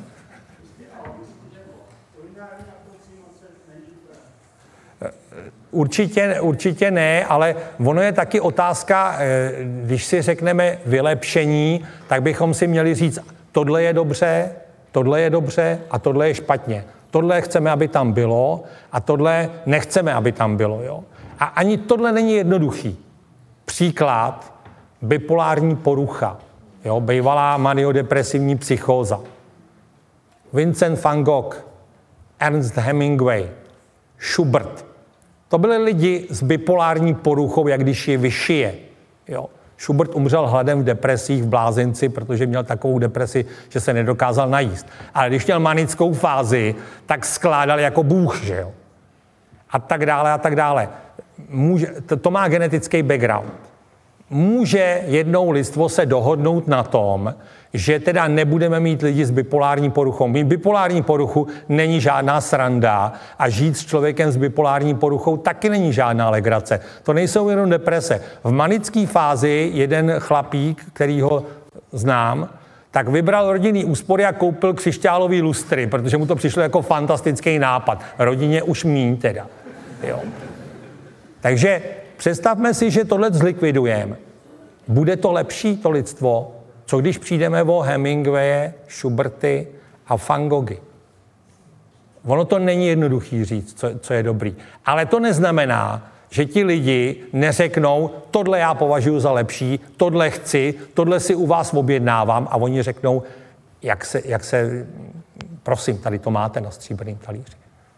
Určitě, určitě ne, ale ono je taky otázka, když si řekneme vylepšení, tak bychom si měli říct, tohle je dobře, tohle je dobře a tohle je špatně. Tohle chceme, aby tam bylo a tohle nechceme, aby tam bylo. Jo? A ani tohle není jednoduchý. Příklad, bipolární porucha, jo? Bývalá maniodepresivní psychóza. Vincent van Gogh, Ernst Hemingway, Schubert. To byli lidi s bipolární poruchou, jak když je vyšije. Jo? Schubert umřel hladem v depresích, v blázinci, protože měl takovou depresi, že se nedokázal najíst. Ale když měl manickou fázi, tak skládal jako bůh, že jo? A tak dále, a tak dále. Může, to, to má genetický background. Může jednou lidstvo se dohodnout na tom, že teda nebudeme mít lidi s bipolární poruchou. Mít bipolární poruchu není žádná sranda a žít s člověkem s bipolární poruchou taky není žádná legrace. To nejsou jenom deprese. V manické fázi jeden chlapík, který ho znám, tak vybral rodinný úspory a koupil křišťálový lustry, protože mu to přišlo jako fantastický nápad. Rodině už míň teda. Jo. Takže představme si, že tohle zlikvidujeme. Bude to lepší, to lidstvo? Co když přijdeme o Hemingwaye, Schuberty a Van Goghy? Ono to není jednoduchý říct, co, co je dobrý. Ale to neznamená, že ti lidi neřeknou, tohle já považuji za lepší, tohle chci, tohle si u vás objednávám a oni řeknou, jak se, jak se prosím, tady to máte na stříbrném talíři.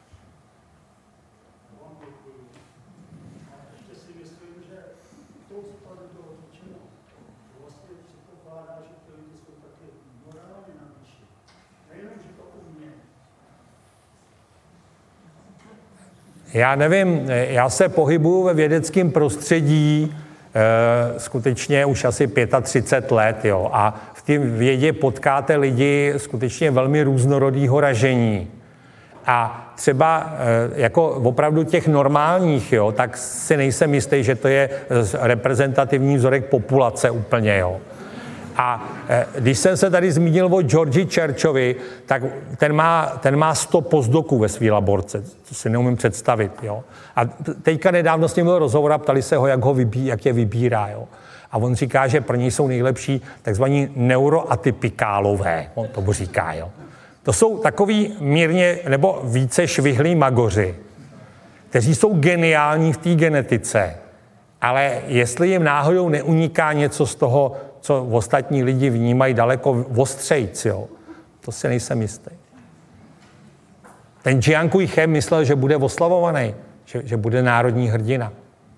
Já nevím, já se pohybuju ve vědeckém prostředí e, skutečně už asi třicet pět let, jo, a v té vědě potkáte lidi skutečně velmi různorodýho ražení. A třeba e, jako opravdu těch normálních, jo, tak si nejsem jistý, že to je reprezentativní vzorek populace úplně, jo. A e, když jsem se tady zmínil o Georgi Churchovi, tak ten má, ten má sto postdoků ve své laborce, to si neumím představit. Jo? A teďka nedávno s ním byl rozhovor a ptali se ho, jak, ho vybí, jak je vybírá. Jo? A on říká, že pro něj jsou nejlepší takzvaní neuroatypikálové, on to říká. Jo? To jsou takový mírně nebo více švihlí magoři, kteří jsou geniální v té genetice, ale jestli jim náhodou neuniká něco z toho, co ostatní lidi vnímají daleko ostřejc, jo, to si nejsem jistý. Ten Jiang Kui-he myslel, že bude oslavovaný, že, že bude národní hrdina.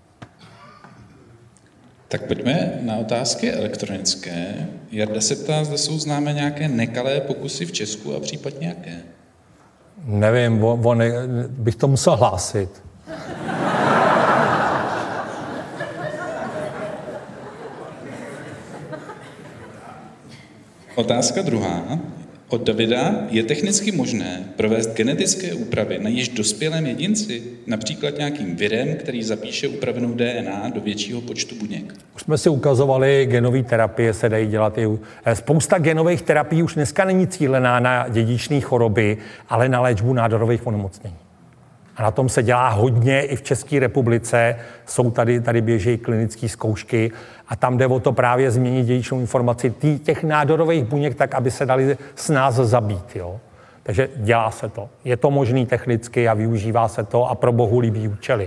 Tak pojďme na otázky elektronické. Jarda se ptá, zda jsou známé nějaké nekalé pokusy v Česku a případně jaké? Nevím, on, on, bych to musel hlásit. Otázka druhá. Od Davida. Je technicky možné provést genetické úpravy na již dospělém jedinci, například nějakým virem, který zapíše upravenou D N A do většího počtu buněk? Už jsme si ukazovali, genové terapie se dají dělat i... Spousta genových terapií už dneska není cílená na dědičné choroby, ale na léčbu nádorových onemocnění. A na tom se dělá hodně i v České republice. Jsou tady, tady běží klinické zkoušky a tam jde o to právě změnit dědičnou informaci tý, těch nádorových buněk tak, aby se dali snáz zabít. Jo? Takže dělá se to. Je to možný technicky a využívá se to a pro bohu líbí účely.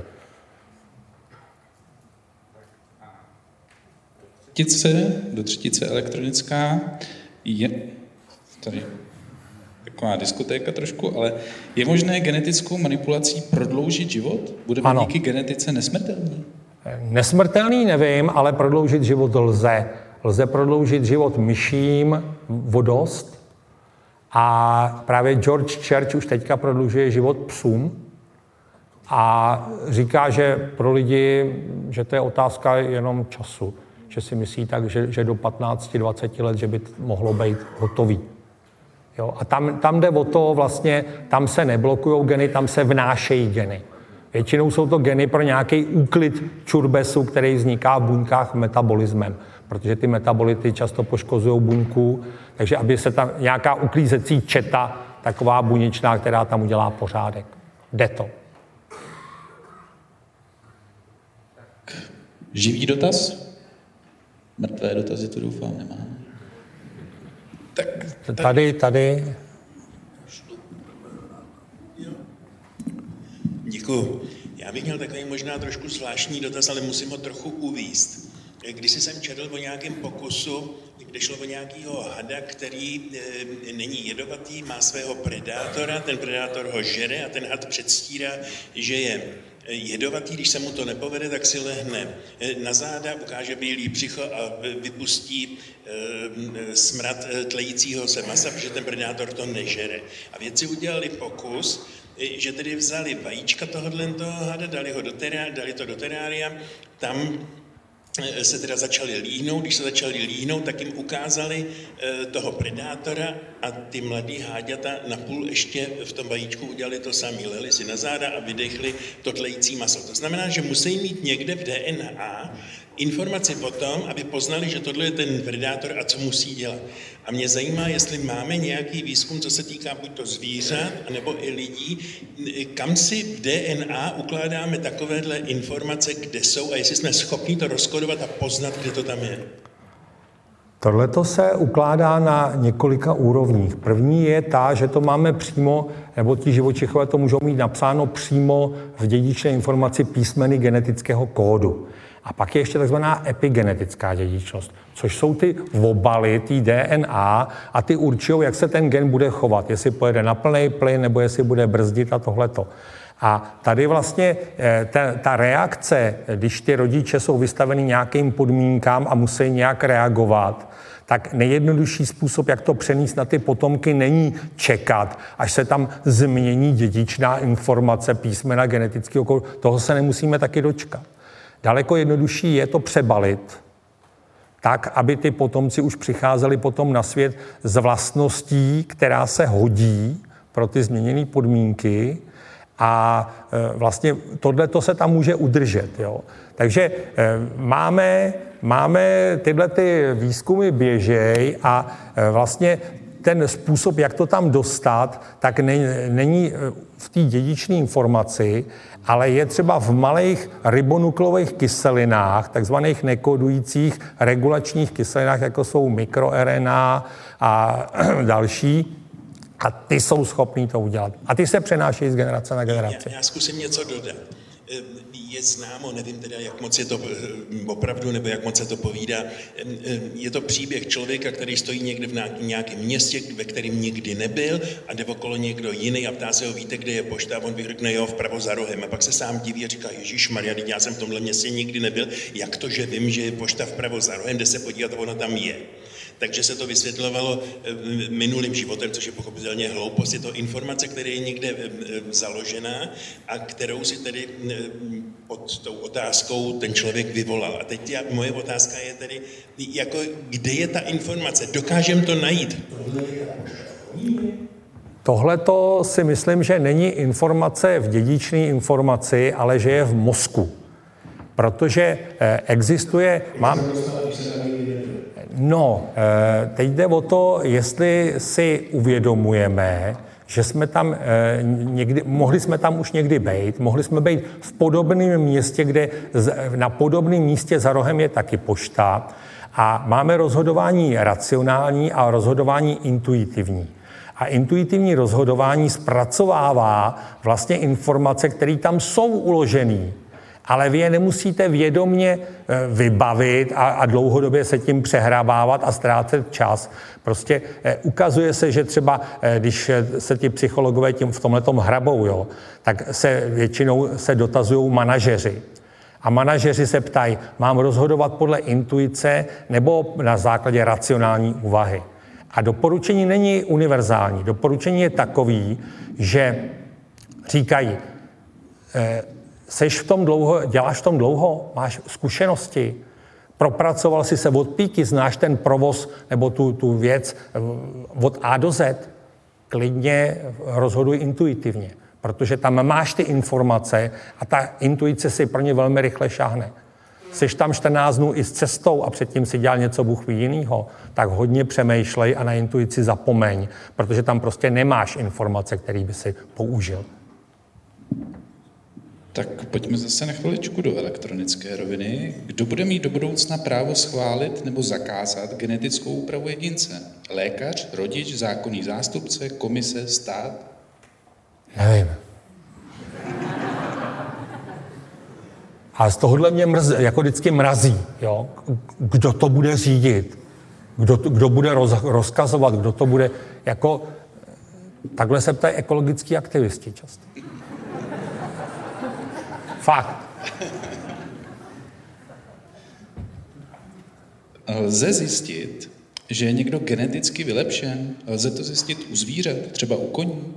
Třetice, do třetice elektronická je... Tady... taková diskotéka trošku, ale je možné genetickou manipulací prodloužit život? Budeme ano. díky genetice nesmrtelní? Nesmrtelný nevím, ale prodloužit život lze. Lze prodloužit život myším vodost a právě George Church už teďka prodlužuje život psům a říká, že pro lidi, že to je otázka jenom času, že si myslí tak, že, že do patnáct dvacet let, že by mohlo být hotový. Jo, a tam, tam jde o to vlastně, tam se neblokujou geny, tam se vnášejí geny. Většinou jsou to geny pro nějaký úklid čurbesu, který vzniká v buňkách metabolismem, protože ty metabolity často poškozují buňku, takže aby se tam nějaká uklízecí četa, taková buněčná, která tam udělá pořádek. Jde to. Živý dotaz? Mrtvé dotazy to doufám nemáme. Tak, tady, tady. Děkuju. Já bych měl takový možná trošku zvláštní dotaz, ale musím ho trochu uvíct. Když jsem četl o nějakém pokusu, kde šlo o nějakého hada, který e, není jedovatý, má svého predátora, ten predátor ho žere a ten had předstírá, že je jedovatý, když se mu to nepovede, tak si lehne na záda, ukáže bílý břicho a vypustí e, smrad tlejícího se masa, protože ten predátor to nežere. A vědci udělali pokus, že tedy vzali vajíčka tohohle hada, dali, ho do terá, dali to do terária, tam se teda začali líhnout, když se začali líhnout, tak jim ukázali e, toho predátora a ty mladý háďata napůl ještě v tom vajíčku udělali to samý, leli si na záda a vydechli to tlející maso. To znamená, že musí mít někde v D N A informaci o tom, aby poznali, že tohle je ten predátor a co musí dělat. A mě zajímá, jestli máme nějaký výzkum, co se týká buď to zvířat, nebo i lidí, kam si v D N A ukládáme takovéhle informace, kde jsou a jestli jsme schopni to rozkodovat a poznat, kde to tam je. Tohle to se ukládá na několika úrovních. První je ta, že to máme přímo, nebo ti živočichové to můžou mít napsáno přímo v dědičné informaci písmeny genetického kódu. A pak je ještě takzvaná epigenetická dědičnost, což jsou ty obaly, ty D N A a ty určují, jak se ten gen bude chovat, jestli pojede na plný plyn, nebo jestli bude brzdit a tohleto. A tady vlastně ta, ta reakce, když ty rodiče jsou vystaveni nějakým podmínkám a musí nějak reagovat, tak nejjednodušší způsob, jak to přenést na ty potomky, není čekat, až se tam změní dědičná informace, písmena genetického kódu. Toho se nemusíme taky dočkat. Daleko jednodušší je to přebalit tak, aby ty potomci už přicházeli potom na svět s vlastností, která se hodí pro ty změněné podmínky a vlastně tohleto se tam může udržet. Jo. Takže máme, máme tyhle ty výzkumy běžej a vlastně ten způsob, jak to tam dostat, tak není v té dědičné informaci, ale je třeba v malých ribonukleových kyselinách, takzvaných nekodujících regulačních kyselinách, jako jsou mikroRNA a další, a ty jsou schopní to udělat. A ty se přenášejí z generace na generaci. Já, já zkusím něco dodat. Je známo, nevím teda, jak moc je to opravdu, nebo jak moc se to povídá, je to příběh člověka, který stojí někde v nějakém městě, ve kterém nikdy nebyl a jde okolo někdo jiný a ptá se ho, víte, kde je pošta, a on vyhrkne, jo, vpravo za rohem. A pak se sám diví a říká, ježišmarja, já jsem v tomhle městě nikdy nebyl, jak to, že vím, že je pošta vpravo za rohem, jde se podívat a ona tam je. Takže se to vysvětlovalo minulým životem, což je pochopitelně hloupost. Je to informace, která je někde založená a kterou si tedy pod tou otázkou ten člověk vyvolal. A teď já, moje otázka je tedy, jako, kde je ta informace? Dokážeme to najít? Tohleto si myslím, že není informace v dědičné informaci, ale že je v mozku. Protože existuje... Mám... No, teď jde o to, jestli si uvědomujeme, že jsme tam někdy, mohli jsme tam už někdy být, mohli jsme být v podobném městě, kde na podobném místě za rohem je taky pošta a máme rozhodování racionální a rozhodování intuitivní. A intuitivní rozhodování zpracovává vlastně informace, které tam jsou uložené. Ale vy je nemusíte vědomně vybavit a, a dlouhodobě se tím přehrabávat a ztrácet čas. Prostě eh, ukazuje se, že třeba, eh, když se ti psychologové tím v tomhletom hrabou, jo, tak se většinou se dotazují manažeři. A manažeři se ptají, mám rozhodovat podle intuice nebo na základě racionální úvahy. A doporučení není univerzální. Doporučení je takový, že říkají, eh, Seš v tom dlouho, děláš v tom dlouho, máš zkušenosti, propracoval jsi se od píky, znáš ten provoz nebo tu, tu věc od A do Z, klidně rozhoduj intuitivně. Protože tam máš ty informace a ta intuice si pro ně velmi rychle šáhne. Seš tam čtrnáct dnů i s cestou a předtím si dělal něco Bůh ví jinýho, tak hodně přemýšlej a na intuici zapomeň, protože tam prostě nemáš informace, které by si použil. Tak pojďme zase na chviličku do elektronické roviny. Kdo bude mít do budoucna právo schválit nebo zakázat genetickou úpravu jedince? Lékař, rodič, zákonný zástupce, komise, stát? Nevím. A z tohohle mě mrzí, jako vždycky mrazí, jo? Kdo to bude řídit, kdo, to, kdo bude roz, rozkazovat, kdo to bude, jako takhle se ptají ekologický aktivisti často. Fakt. Lze zjistit, že je někdo geneticky vylepšen? Lze to zjistit u zvířat, třeba u koní?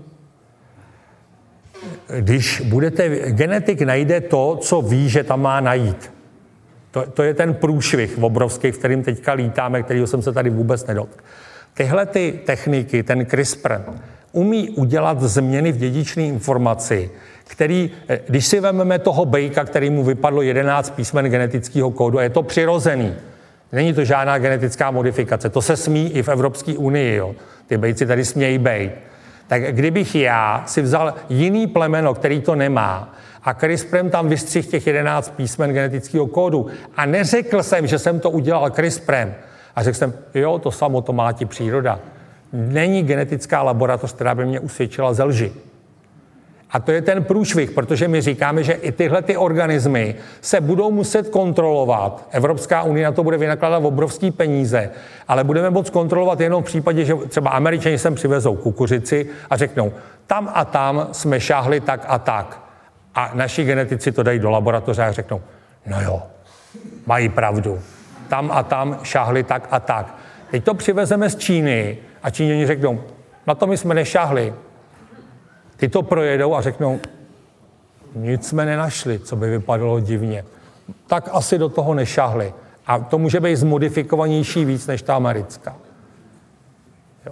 Když budete, genetik najde to, co ví, že tam má najít. To, to je ten průšvih obrovský, v kterým teďka lítáme, kterýho jsem se tady vůbec nedotkl. Tyhle ty techniky, ten CRISPR, umí udělat změny v dědičné informaci, který, když si vezmeme toho bejka, který mu vypadlo jedenáct písmen genetického kódu, a je to přirozený, není to žádná genetická modifikace, to se smí i v Evropské unii, jo. Ty bejci tady smějí bejt. Tak kdybych já si vzal jiný plemeno, který to nemá, a CRISPRem tam vystřihl těch jedenáct písmen genetického kódu a neřekl jsem, že jsem to udělal CRISPRem, a řekl jsem, jo, to samo to má ti příroda. Není genetická laboratoř, která by mě usvědčila ze lži. A to je ten průšvih, protože my říkáme, že i tyhle ty organismy se budou muset kontrolovat. Evropská unie na to bude vynakládat obrovský peníze, ale budeme moct kontrolovat jenom v případě, že třeba Američani sem přivezou kukuřici a řeknou, tam a tam jsme šáhli tak a tak. A naši genetici to dají do laboratoře a řeknou, no jo, mají pravdu. Tam a tam šáhli tak a tak. Teď to přivezeme z Číny a Číňani řeknou, na to my jsme nešáhli. Ty to projedou a řeknou, nic jsme nenašli, co by vypadalo divně. Tak asi do toho nešáhli. A to může být zmodifikovanější víc než ta americká. Jo.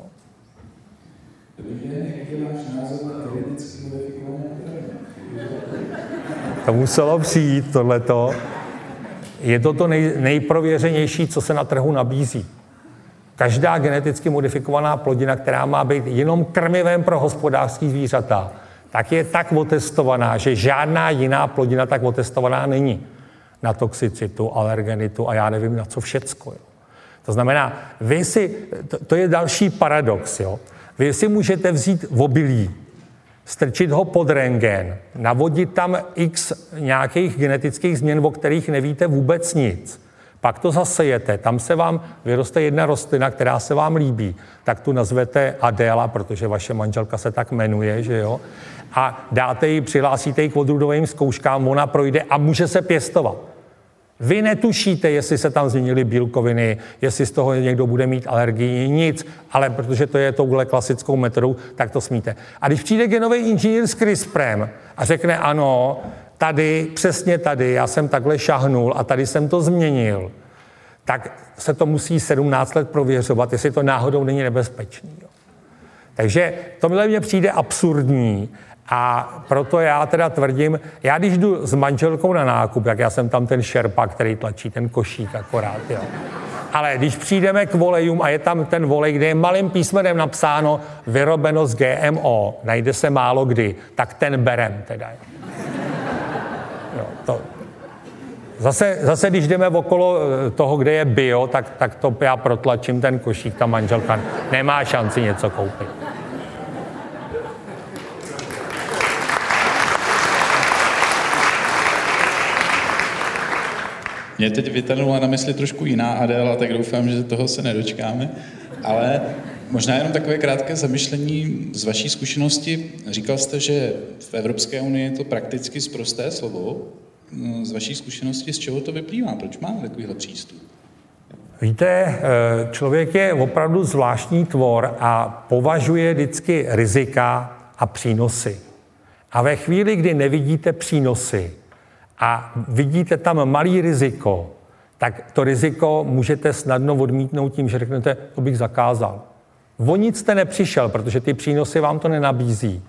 To muselo přijít, tohleto. Je to to nej, nejprověřenější, co se na trhu nabízí. Každá geneticky modifikovaná plodina, která má být jenom krmivem pro hospodářský zvířata, tak je tak otestovaná, že žádná jiná plodina tak otestovaná není. Na toxicitu, alergenitu a já nevím na co všecko. Jo. To znamená, vy si, to, to je další paradox, jo. Vy si můžete vzít obilí, strčit ho pod rentgen, navodit tam x nějakých genetických změn, o kterých nevíte vůbec nic. Pak to zasejete, tam se vám vyroste jedna rostlina, která se vám líbí, tak tu nazvete Adéla, protože vaše manželka se tak jmenuje, že jo? A dáte ji, přihlásíte ji k odrůdovým zkouškám, ona projde a může se pěstovat. Vy netušíte, jestli se tam změnily bílkoviny, jestli z toho někdo bude mít alergii, nic, ale protože to je touhle klasickou metodou, tak to smíte. A když přijde genový inženýr s CRISPRem a řekne ano, tady, přesně tady, já jsem takhle šahnul a tady jsem to změnil, tak se to musí sedmnáct let prověřovat, jestli to náhodou není nebezpečný. Jo. Takže tohle mně přijde absurdní a proto já teda tvrdím, já když jdu s manželkou na nákup, jak já jsem tam ten šerpa, který tlačí ten košík akorát, jo. Ale když přijdeme k volejům a je tam ten volej, kde je malým písmenem napsáno vyrobeno z G M O, najde se málo kdy, tak ten berem teda. Jo, to. Zase, zase, když jdeme okolo toho, kde je bio, tak, tak to já protlačím ten košík, ta manželka nemá šanci něco koupit. Mě teď vytanula na mysli trošku jiná Adéla, tak doufám, že toho se nedočkáme, ale možná jenom takové krátké zamyšlení z vaší zkušenosti. Říkal jste, že v Evropské unii je to prakticky sprosté slovo. Z vaší zkušenosti, z čeho to vyplývá? Proč máme takovýhle přístup? Víte, člověk je opravdu zvláštní tvor a považuje vždycky rizika a přínosy. A ve chvíli, kdy nevidíte přínosy a vidíte tam malý riziko, tak to riziko můžete snadno odmítnout tím, že řeknete, to bych zakázal. O nic jste nepřišel, protože ty přínosy vám to nenabízí.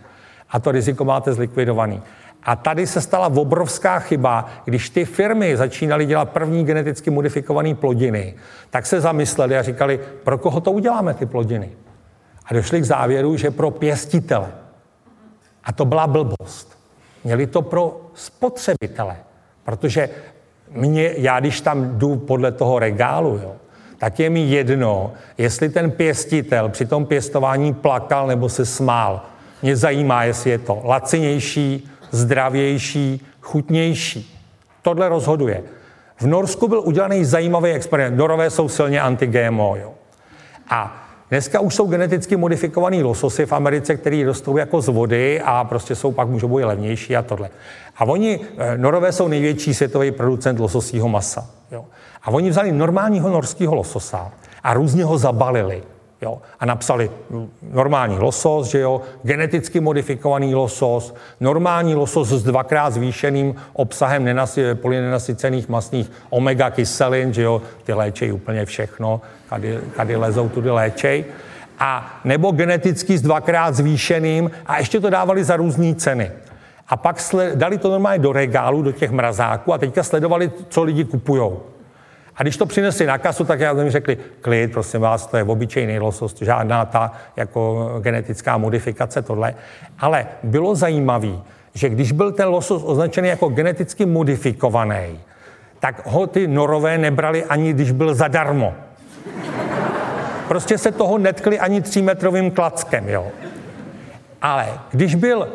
a to riziko máte zlikvidovaný. A tady se stala obrovská chyba, když ty firmy začínaly dělat první geneticky modifikované plodiny, tak se zamysleli a říkali, pro koho to uděláme ty plodiny. A došli k závěru, že pro pěstitele. A to byla blbost. Měli to pro spotřebitele. Protože mě, já když tam jdu podle toho regálu, jo, tak je mi jedno, jestli ten pěstitel při tom pěstování plakal nebo se smál. Mě zajímá, jestli je to lacinější, zdravější, chutnější. Tohle rozhoduje. V Norsku byl udělaný zajímavý experiment. Norové jsou silně anti-G M O. Jo. A dneska už jsou geneticky modifikovaný lososy v Americe, který rostou jako z vody a prostě jsou pak můžou být levnější a tohle. A oni, Norové jsou největší světový producent lososího masa. Jo. A oni vzali normálního norského lososa a různě ho zabalili. Jo, a napsali normální losos, že jo, geneticky modifikovaný losos, normální losos s dvakrát zvýšeným obsahem nenasy, polynenasycených mastných omega kyselin, že jo, ty léčej úplně všechno, tady, tady lezou, tudy léčej, a nebo geneticky s dvakrát zvýšeným a ještě to dávali za různé ceny. A pak sled, dali to normálně do regálu, do těch mrazáků a teďka sledovali, co lidi kupujou. A když to přinesli na kasu, tak já mi řekli, klid, prosím vás, to je obyčejný losos, žádná ta jako genetická modifikace, tohle. Ale bylo zajímavé, že když byl ten losos označený jako geneticky modifikovaný, tak ho ty Norové nebrali ani když byl zadarmo. Prostě se toho netkli ani třímetrovým klackem, jo. Ale když byl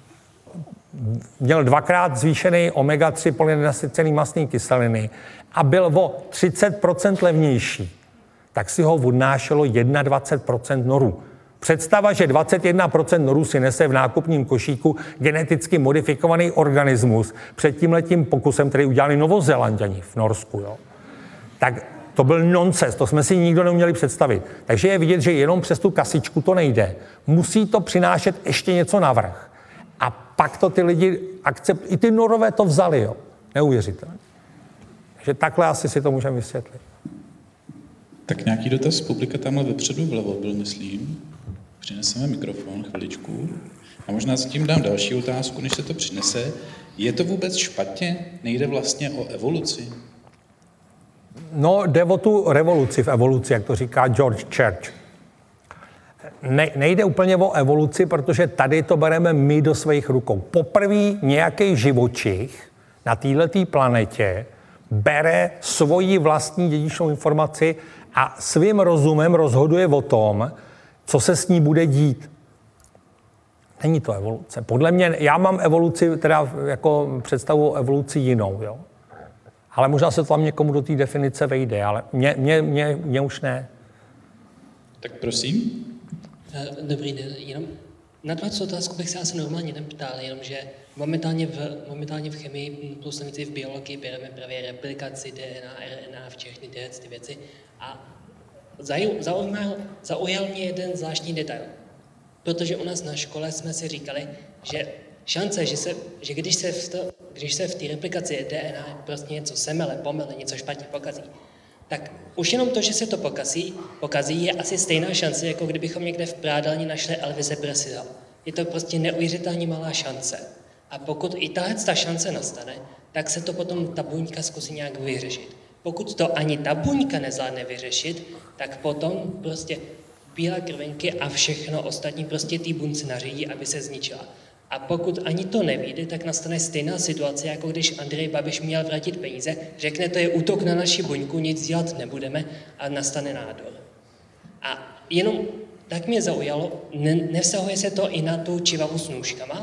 měl dvakrát zvýšený omega tři polynenasycený mastné kyseliny a byl o třicet procent levnější, tak si ho odnášelo dvacet jedna procent Norů. Představa, že dvacet jedna procent Norů si nese v nákupním košíku geneticky modifikovaný organismus před tímhletím pokusem, který udělali Novozélanďani v Norsku, jo. Tak to byl nonsens, to jsme si nikdo neuměli představit. Takže je vidět, že jenom přes tu kasičku to nejde. Musí to přinášet ještě něco navrch. A pak to ty lidi akceptují. I ty Norové to vzali, jo. Neuvěřitelné. Takže takhle asi si to můžeme vysvětlit. Tak nějaký dotaz publika tamhle vepředu vlevo byl, myslím. Přineseme mikrofon, chviličku. A možná si tím dám další otázku, než se to přinese. Je to vůbec špatně? Nejde vlastně o evoluci? No, jde o tu revoluci v evoluci, jak to říká George Church. Ne, nejde úplně o evoluci, protože tady to bereme my do svých rukou. Poprvé nějaký živočich na této planetě bere svoji vlastní dědičnou informaci a svým rozumem rozhoduje o tom, co se s ní bude dít. Není to evoluce. Podle mě, já mám evoluci, teda jako představu o evoluci jinou, jo. Ale možná se to tam někomu do té definice vejde, ale mě, mě, mě, mě už ne. Tak prosím. Dobrý den, jenom na tu otázku bych se asi normálně neptal, jenomže momentálně v, momentálně v chemii plus i v biologii bereme právě replikaci D N A, R N A, všechny tyhle ty věci a zaujal, zaujal mě jeden zvláštní detail, protože u nás na škole jsme si říkali, že šance, že, se, že když se v to, když se v té replikaci D N A prostě něco semele, pomele, něco špatně pokazí, tak už jenom to, že se to pokazí, pokazí, je asi stejná šance, jako kdybychom někde v prádelně našli Elvise Presleyho. Je to prostě neuvěřitelně malá šance. A pokud i tahle ta šance nastane, tak se to potom ta buňka zkusí nějak vyřešit. Pokud to ani ta buňka nezvládne vyřešit, tak potom prostě bílé krvinky a všechno ostatní prostě té buňce nařídí, aby se zničila. A pokud ani to nevyjde, tak nastane stejná situace, jako když Andrej Babiš měl vrátit peníze, řekne, to je útok na naši buňku, nic dělat nebudeme a nastane nádor. A jenom tak mě zaujalo, ne, nevztahuje se to i na tu čivavu s nůžkama?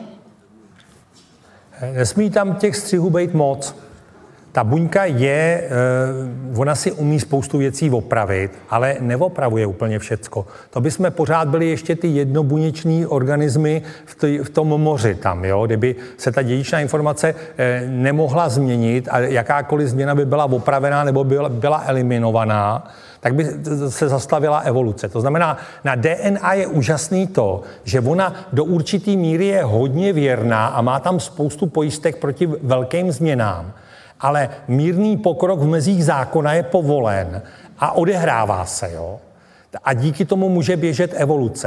Nesmí tam těch střihů být moc. Ta buňka je, ona si umí spoustu věcí opravit, ale neopravuje úplně všecko. To bychom pořád byli ještě ty jednobuněční organismy v, tý, v tom moři tam, jo? Kdyby se ta dědičná informace nemohla změnit a jakákoliv změna by byla opravená nebo byla, byla eliminovaná, tak by se zastavila evoluce. To znamená, na D N A je úžasný to, že ona do určitý míry je hodně věrná a má tam spoustu pojistek proti velkým změnám. Ale mírný pokrok v mezích zákona je povolen a odehrává se, jo. A díky tomu může běžet evoluce.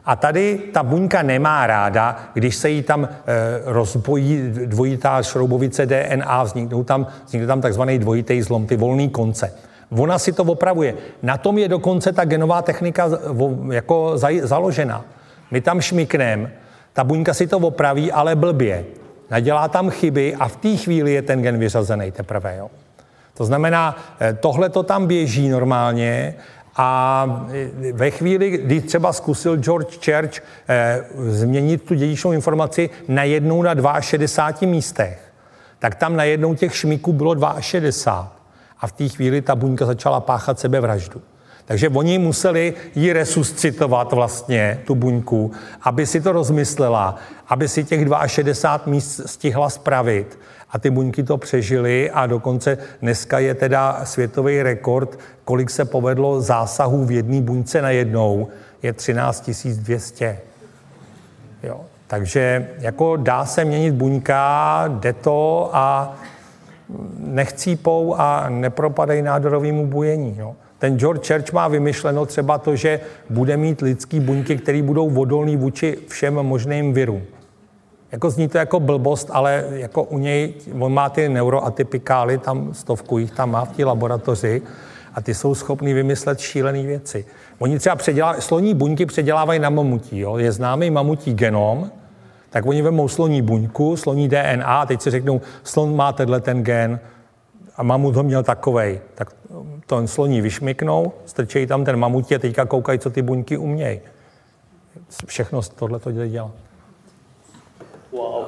A tady ta buňka nemá ráda, když se jí tam e, rozbojí dvojitá šroubovice D N A, vzniknou tam, vznikne tam takzvaný dvojitý zlom, ty volný konce. Ona si to opravuje. Na tom je dokonce ta genová technika jako založena. My tam šmikneme, ta buňka si to opraví, ale blbě. Nadělá tam chyby a v té chvíli je ten gen vyřazený teprve. Jo. To znamená, tohle to tam běží normálně a ve chvíli, kdy třeba zkusil George Church eh, změnit tu dědičnou informaci najednou na šedesát dva místech, tak tam najednou těch šmiků bylo šedesát dva. A v té chvíli ta buňka začala páchat sebevraždu. Takže oni museli ji resuscitovat vlastně, tu buňku, aby si to rozmyslela, aby si těch šedesát dva míst stihla spravit. A ty buňky to přežily a dokonce dneska je teda světový rekord, kolik se povedlo zásahů v jedné buňce najednou, je třináct tisíc dvě stě. Jo. Takže jako dá se měnit buňka, jde to a nechcípou a nepropadají nádorovému bujení. Jo. Ten George Church má vymyšleno třeba to, že bude mít lidský buňky, které budou odolný vůči všem možným virům. Jako zní to jako blbost, ale jako u něj, on má ty neuroatypikály, tam stovku jich tam má v té laboratoři a ty jsou schopný vymyslet šílené věci. Oni třeba předělávají, sloní buňky předělávají na mamutí, jo. Je známý mamutí genom, tak oni vemou sloní buňku, sloní D N A, teď si řeknou, slon má tenhle ten gen a mamut ho měl takovej. Tak to sloní vyšmyknou, strčejí tam ten mamutí a teďka koukají, co ty buňky umějí. Všechno tohle to dělá. Wow.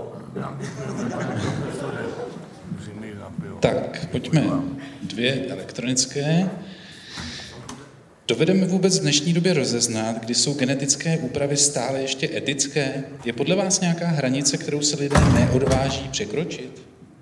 Tak, pojďme dvě elektronické. Dovedeme vůbec v dnešní době rozeznat, kdy jsou genetické úpravy stále ještě etické? Je podle vás nějaká hranice, kterou se lidé neodváží překročit?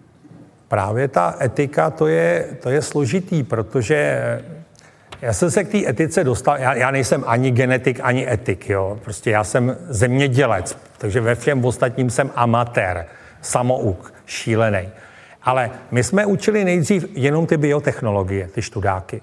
Právě ta etika, to je, to je složitý, protože já jsem se k té etice dostal, já, já nejsem ani genetik, ani etik, jo. Prostě já jsem zemědělec, takže ve všem ostatním jsem amatér, samouk, šílenej. Ale my jsme učili nejdřív jenom ty biotechnologie, ty študáky.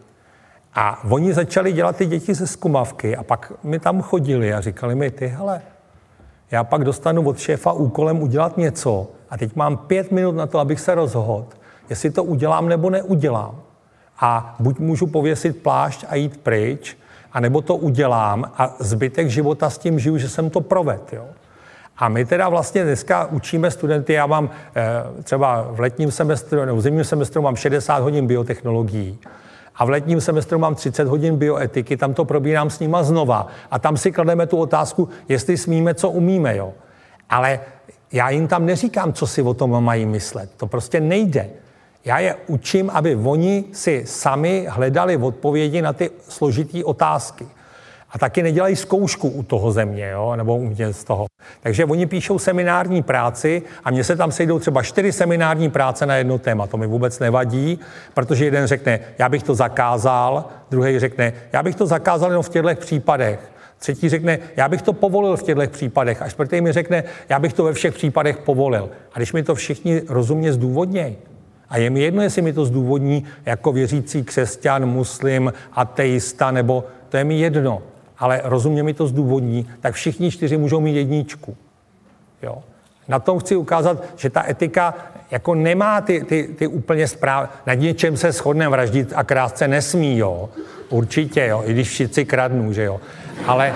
A oni začali dělat ty děti ze zkumavky a pak mi tam chodili a říkali mi, ty hele, já pak dostanu od šéfa úkolem udělat něco a teď mám pět minut na to, abych se rozhodl, jestli to udělám nebo neudělám. A buď můžu pověsit plášť a jít pryč, anebo to udělám a zbytek života s tím žiju, že jsem to provedl. Jo? A my teda vlastně dneska učíme studenty, já mám e, třeba v letním semestru, nebo v zimním semestru mám šedesát hodin biotechnologií a v letním semestru mám třicet hodin bioetiky, tam to probírám s nima znova a tam si klademe tu otázku, jestli smíme, co umíme. Jo? Ale já jim tam neříkám, co si o tom mají myslet. To prostě nejde. Já je učím, aby oni si sami hledali odpovědi na ty složitý otázky. A taky nedělají zkoušku u toho země, jo? Nebo u mě z toho. Takže oni píšou seminární práci a mně se tam sejdou třeba čtyři seminární práce na jedno téma. To mi vůbec nevadí, protože jeden řekne, já bych to zakázal, druhý řekne, já bych to zakázal jenom v těchto případech. Třetí řekne, já bych to povolil v těchto případech. A čtvrtý mi řekne, já bych to ve všech případech povolil. A když mi to všichni rozumně zdůvodnějí, a je mi jedno, jestli mi to zdůvodní jako věřící křesťan, muslim, ateista, nebo to je mi jedno, ale rozumně mi to zdůvodní, tak všichni čtyři můžou mít jedničku. Jo. Na tom chci ukázat, že ta etika jako nemá ty, ty, ty úplně správné. Nad něčem se shodneme, vraždit a krást se nesmí, jo. Určitě, jo, i když všichni kradnou, že jo. Ale...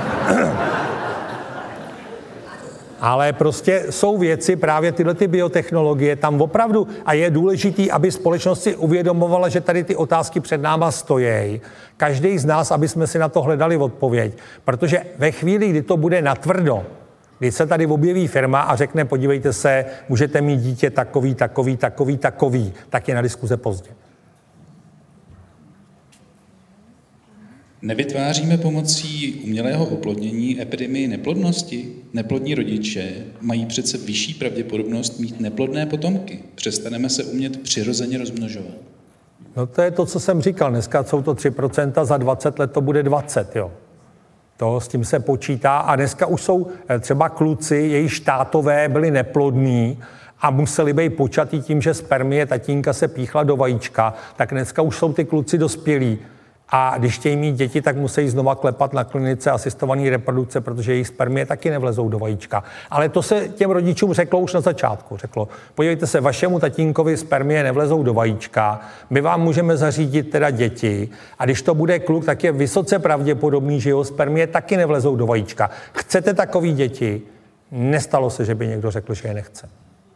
Ale prostě jsou věci, právě tyhle ty biotechnologie, tam opravdu, a je důležitý, aby společnost si uvědomovala, že tady ty otázky před náma stojí. Každý z nás, aby jsme si na to hledali odpověď. Protože ve chvíli, kdy to bude natvrdo, kdy se tady objeví firma a řekne, podívejte se, můžete mít dítě takový, takový, takový, takový, tak je na diskuze pozdě. Nevytváříme pomocí umělého oplodnění epidemii neplodnosti? Neplodní rodiče mají přece vyšší pravděpodobnost mít neplodné potomky. Přestaneme se umět přirozeně rozmnožovat. No to je to, co jsem říkal. Dneska jsou to tři procenta, za dvacet let to bude dvacet, jo. To s tím se počítá a dneska už jsou třeba kluci, jejich tátové byli neplodní a museli být počatý tím, že spermie tatínka se píchla do vajíčka, tak dneska už jsou ty kluci dospělí. A když chtějí mít děti, tak musí znova klepat na klinice asistované reprodukce, protože jejich spermie taky nevlezou do vajíčka. Ale to se těm rodičům řeklo už na začátku. Řeklo, podívejte se, vašemu tatínkovi spermie nevlezou do vajíčka, my vám můžeme zařídit teda děti a když to bude kluk, tak je vysoce pravděpodobný, že jeho spermie taky nevlezou do vajíčka. Chcete takový děti? Nestalo se, že by někdo řekl, že je nechce.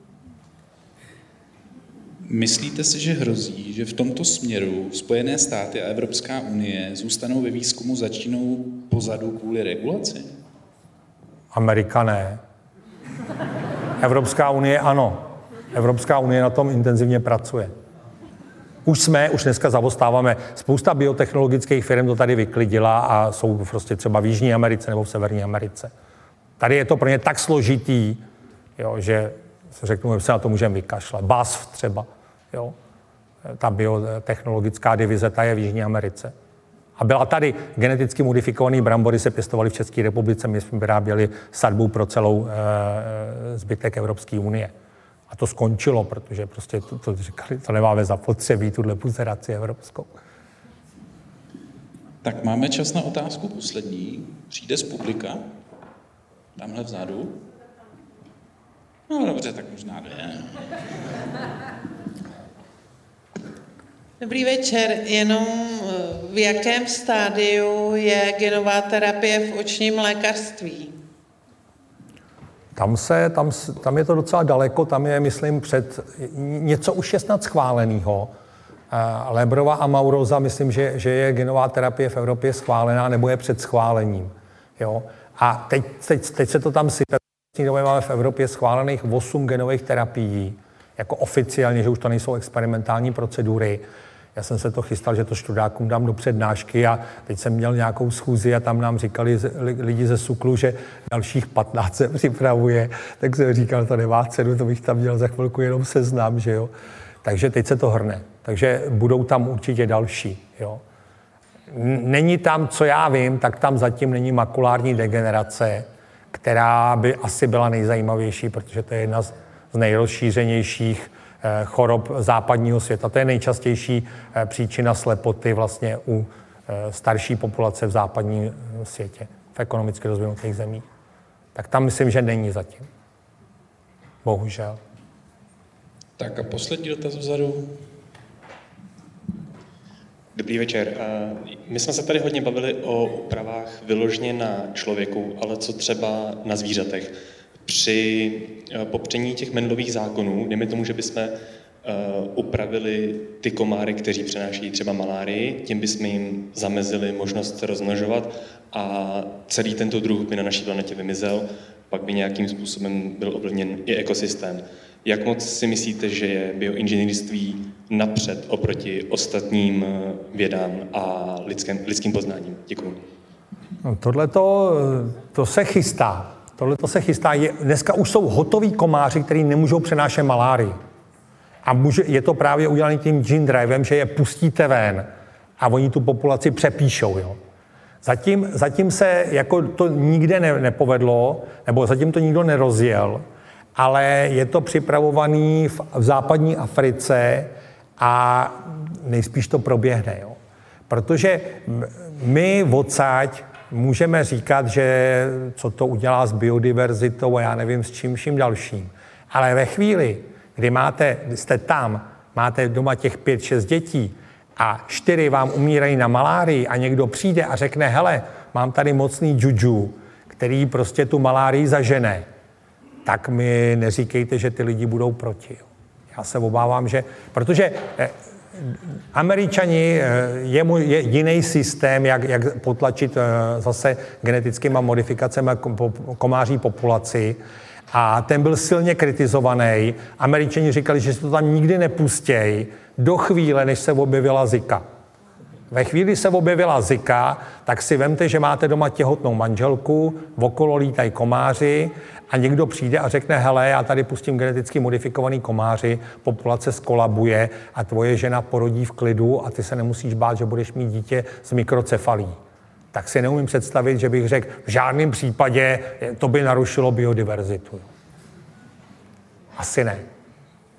Myslíte si, že hrozí, že v tomto směru Spojené státy a Evropská unie zůstanou ve výzkumu za Čínou pozadu kvůli regulaci? Amerika ne. Evropská unie ano. Evropská unie na tom intenzivně pracuje. Už jsme, už dneska zaostáváme. Spousta biotechnologických firm to tady vyklidila a jsou prostě třeba v Jižní Americe nebo v Severní Americe. Tady je to pro ně tak složitý, jo, že se řeknu, že se na to můžeme vykašlat. B A S F třeba. Jo. Ta biotechnologická divize, ta je v Jižní Americe. A byla tady geneticky modifikovaný brambory, se pěstovaly v České republice, my jsme vyráběli sadbu pro celou e, zbytek Evropské unie. A to skončilo, protože prostě to, to říkali, to nemáme zapotřebí, tuhle buzeraci evropskou. Tak máme čas na otázku poslední. Přijde z publika. Tamhle vzadu. No dobře, tak možná dvě. Dobrý večer, jenom v jakém stádiu je genová terapie v očním lékařství? Tam, se, tam, tam je to docela daleko, tam je, myslím, před, něco už je snad schválenýho. Lebrova a Mauroza, myslím, že, že je genová terapie v Evropě schválená, nebo je před schválením. Jo? A teď, teď, teď se to tam sype. Máme v Evropě schválených osm genových terapií, jako oficiálně, že už to nejsou experimentální procedury. Já jsem se to chystal, že to študákům dám do přednášky a teď jsem měl nějakou schůzi a tam nám říkali lidi ze SÚKLu, že dalších patnáct se připravuje, tak jsem říkal, to nemá cenu, to bych tam měl za chvilku jenom seznam, že jo. Takže teď se to hrne. Takže budou tam určitě další, jo. Není tam, co já vím, tak tam zatím není makulární degenerace, která by asi byla nejzajímavější, protože to je jedna z nejrozšířenějších chorob západního světa. To je nejčastější příčina slepoty vlastně u starší populace v západním světě, v ekonomicky rozvinutých zemích. Tak tam myslím, že není zatím. Bohužel. Tak a poslední dotaz vzadu. Dobrý večer. My jsme se tady hodně bavili o úpravách vyloženě na člověku, ale co třeba na zvířatech. Při popření těch Mendelových zákonů, dejme tomu, že bychom upravili ty komáry, kteří přenášejí třeba malárii, tím bychom jim zamezili možnost se rozmnožovat a celý tento druh by na naší planetě vymizel, pak by nějakým způsobem byl ovlivněn i ekosystém. Jak moc si myslíte, že je bioinženýrství napřed oproti ostatním vědám a lidským, lidským poznáním? Děkuji. No, tohle to se chystá. Tohle to se chystá. Je, dneska už jsou hotoví komáři, kteří nemůžou přenášet malárii. A může, je to právě udělané tím gene drivem, že je pustíte ven a oni tu populaci přepíšou. Jo. Zatím, zatím se jako to nikde ne, nepovedlo, nebo zatím to nikdo nerozjel, ale je to připravovaný v, v západní Africe a nejspíš to proběhne. Jo. Protože my odsaď můžeme říkat, že co to udělá s biodiverzitou a já nevím s čím vším dalším. Ale ve chvíli, kdy máte, jste tam, máte doma těch pět, šest dětí a čtyři vám umírají na malárii a někdo přijde a řekne, hele, mám tady mocný juju, který prostě tu malárii zažene, tak mi neříkejte, že ty lidi budou proti. Já se obávám, že... Protože Američani je, je jiný systém, jak, jak potlačit zase genetickými modifikacemi komáří populaci. A ten byl silně kritizovaný. Američani říkali, že se to tam nikdy nepustějí do chvíle, než se objevila Zika. Ve chvíli se objevila Zika, tak si vemte, že máte doma těhotnou manželku, okolo lítají komáři a někdo přijde a řekne, hele, já tady pustím geneticky modifikovaný komáři, populace skolabuje a tvoje žena porodí v klidu a ty se nemusíš bát, že budeš mít dítě s mikrocefalí. Tak si neumím představit, že bych řekl, v žádném případě to by narušilo biodiverzitu. Asi ne.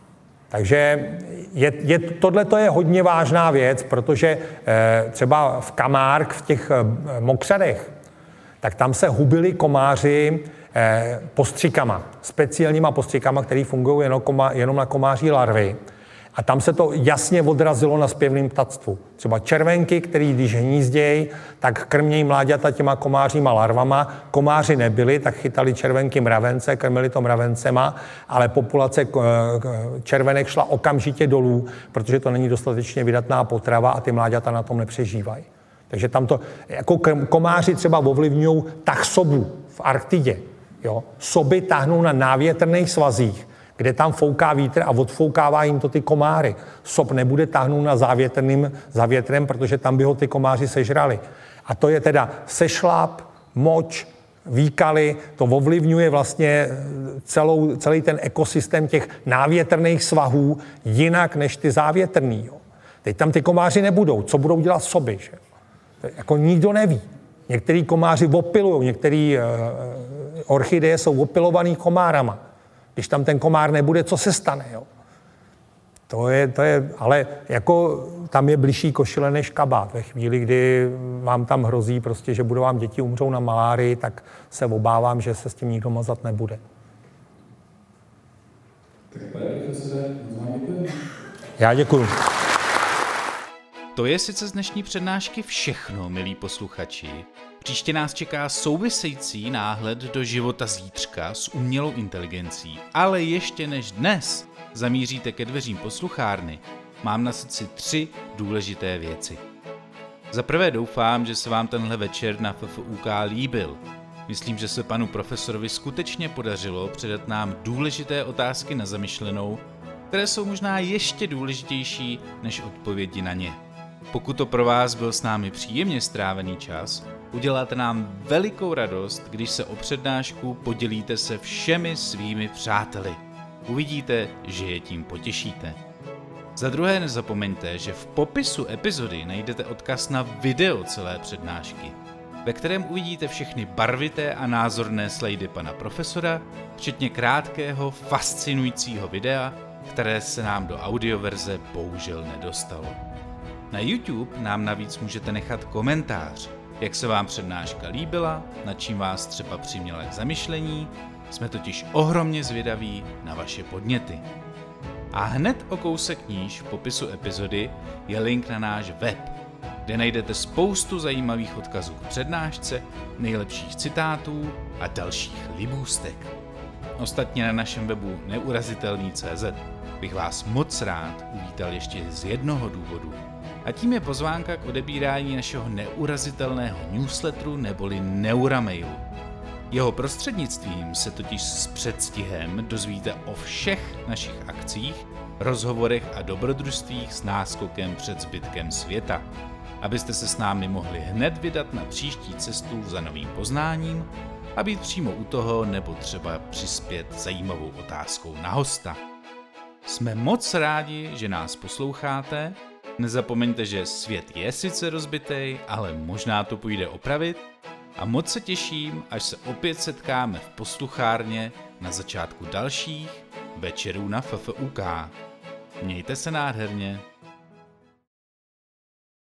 Takže je, je, tohle je hodně vážná věc, protože eh, třeba v Kamárk, v těch eh, mokřadech, tak tam se hubili komáři eh, postřikama, speciálníma postřikama, které fungují jenom, koma, jenom na komáří larvy. A tam se to jasně odrazilo na zpěvném ptactvu. Třeba červenky, který když hnízdějí, tak krmějí mláďata těma komáříma larvama. Komáři nebyli, tak chytali červenky mravence, krmili to mravencema, ale populace červenek šla okamžitě dolů, protože to není dostatečně vydatná potrava a ty mláďata na tom nepřežívají. Takže tam to, jako komáři třeba ovlivňují tah sobu v Arktidě. Jo? Soby tahnou na návětrných svazích, kde tam fouká vítr a odfoukává jim to ty komáry. Sob nebude táhnout na závětrným, závětrem, protože tam by ho ty komáři sežrali. A to je teda sešlap, moč, výkaly, to ovlivňuje vlastně celou, celý ten ekosystém těch návětrných svahů jinak než ty závětrný. Jo. Teď tam ty komáři nebudou. Co budou dělat soby? Že? To jako nikdo neví. Některý komáři opilují, některé uh, orchideje jsou opilovaný komárama. Když tam ten komár nebude, co se stane, jo? To je, to je, ale jako tam je bližší košile než kabát. Ve chvíli, kdy vám tam hrozí prostě, že budou vám děti umřou na malárii, tak se obávám, že se s tím nikdo mazat nebude. Já děkuju. To je sice z dnešní přednášky všechno, milí posluchači. Příště nás čeká související náhled do života zítřka s umělou inteligencí, ale ještě než dnes zamíříte ke dveřím posluchárny, mám na srdci tři důležité věci. Za prvé doufám, že se vám tenhle večer na F F U K líbil. Myslím, že se panu profesorovi skutečně podařilo předat nám důležité otázky na zamyšlenou, které jsou možná ještě důležitější než odpovědi na ně. Pokud to pro vás byl s námi příjemně strávený čas, uděláte nám velikou radost, když se o přednášku podělíte se všemi svými přáteli. Uvidíte, že je tím potěšíte. Za druhé nezapomeňte, že v popisu epizody najdete odkaz na video celé přednášky, ve kterém uvidíte všechny barvité a názorné slajdy pana profesora, včetně krátkého, fascinujícího videa, které se nám do audioverze bohužel nedostalo. Na YouTube nám navíc můžete nechat komentář, jak se vám přednáška líbila, nad čím vás třeba přiměla k zamyšlení, jsme totiž ohromně zvědaví na vaše podněty. A hned o kousek níž v popisu epizody je link na náš web, kde najdete spoustu zajímavých odkazů k přednášce, nejlepších citátů a dalších libůstek. Ostatně na našem webu neurazitelný tečka cé zet bych vás moc rád uvítal ještě z jednoho důvodu. A tím je pozvánka k odebírání našeho neurazitelného newsletteru neboli Neuramailu. Jeho prostřednictvím se totiž s předstihem dozvíte o všech našich akcích, rozhovorech a dobrodružstvích s náskokem před zbytkem světa, abyste se s námi mohli hned vydat na příští cestu za novým poznáním a být přímo u toho nebo třeba přispět zajímavou otázkou na hosta. Jsme moc rádi, že nás posloucháte. Nezapomeňte, že svět je sice rozbitej, ale možná to půjde opravit. A moc se těším, až se opět setkáme v posluchárně na začátku dalších večerů na F F U K. Mějte se nádherně.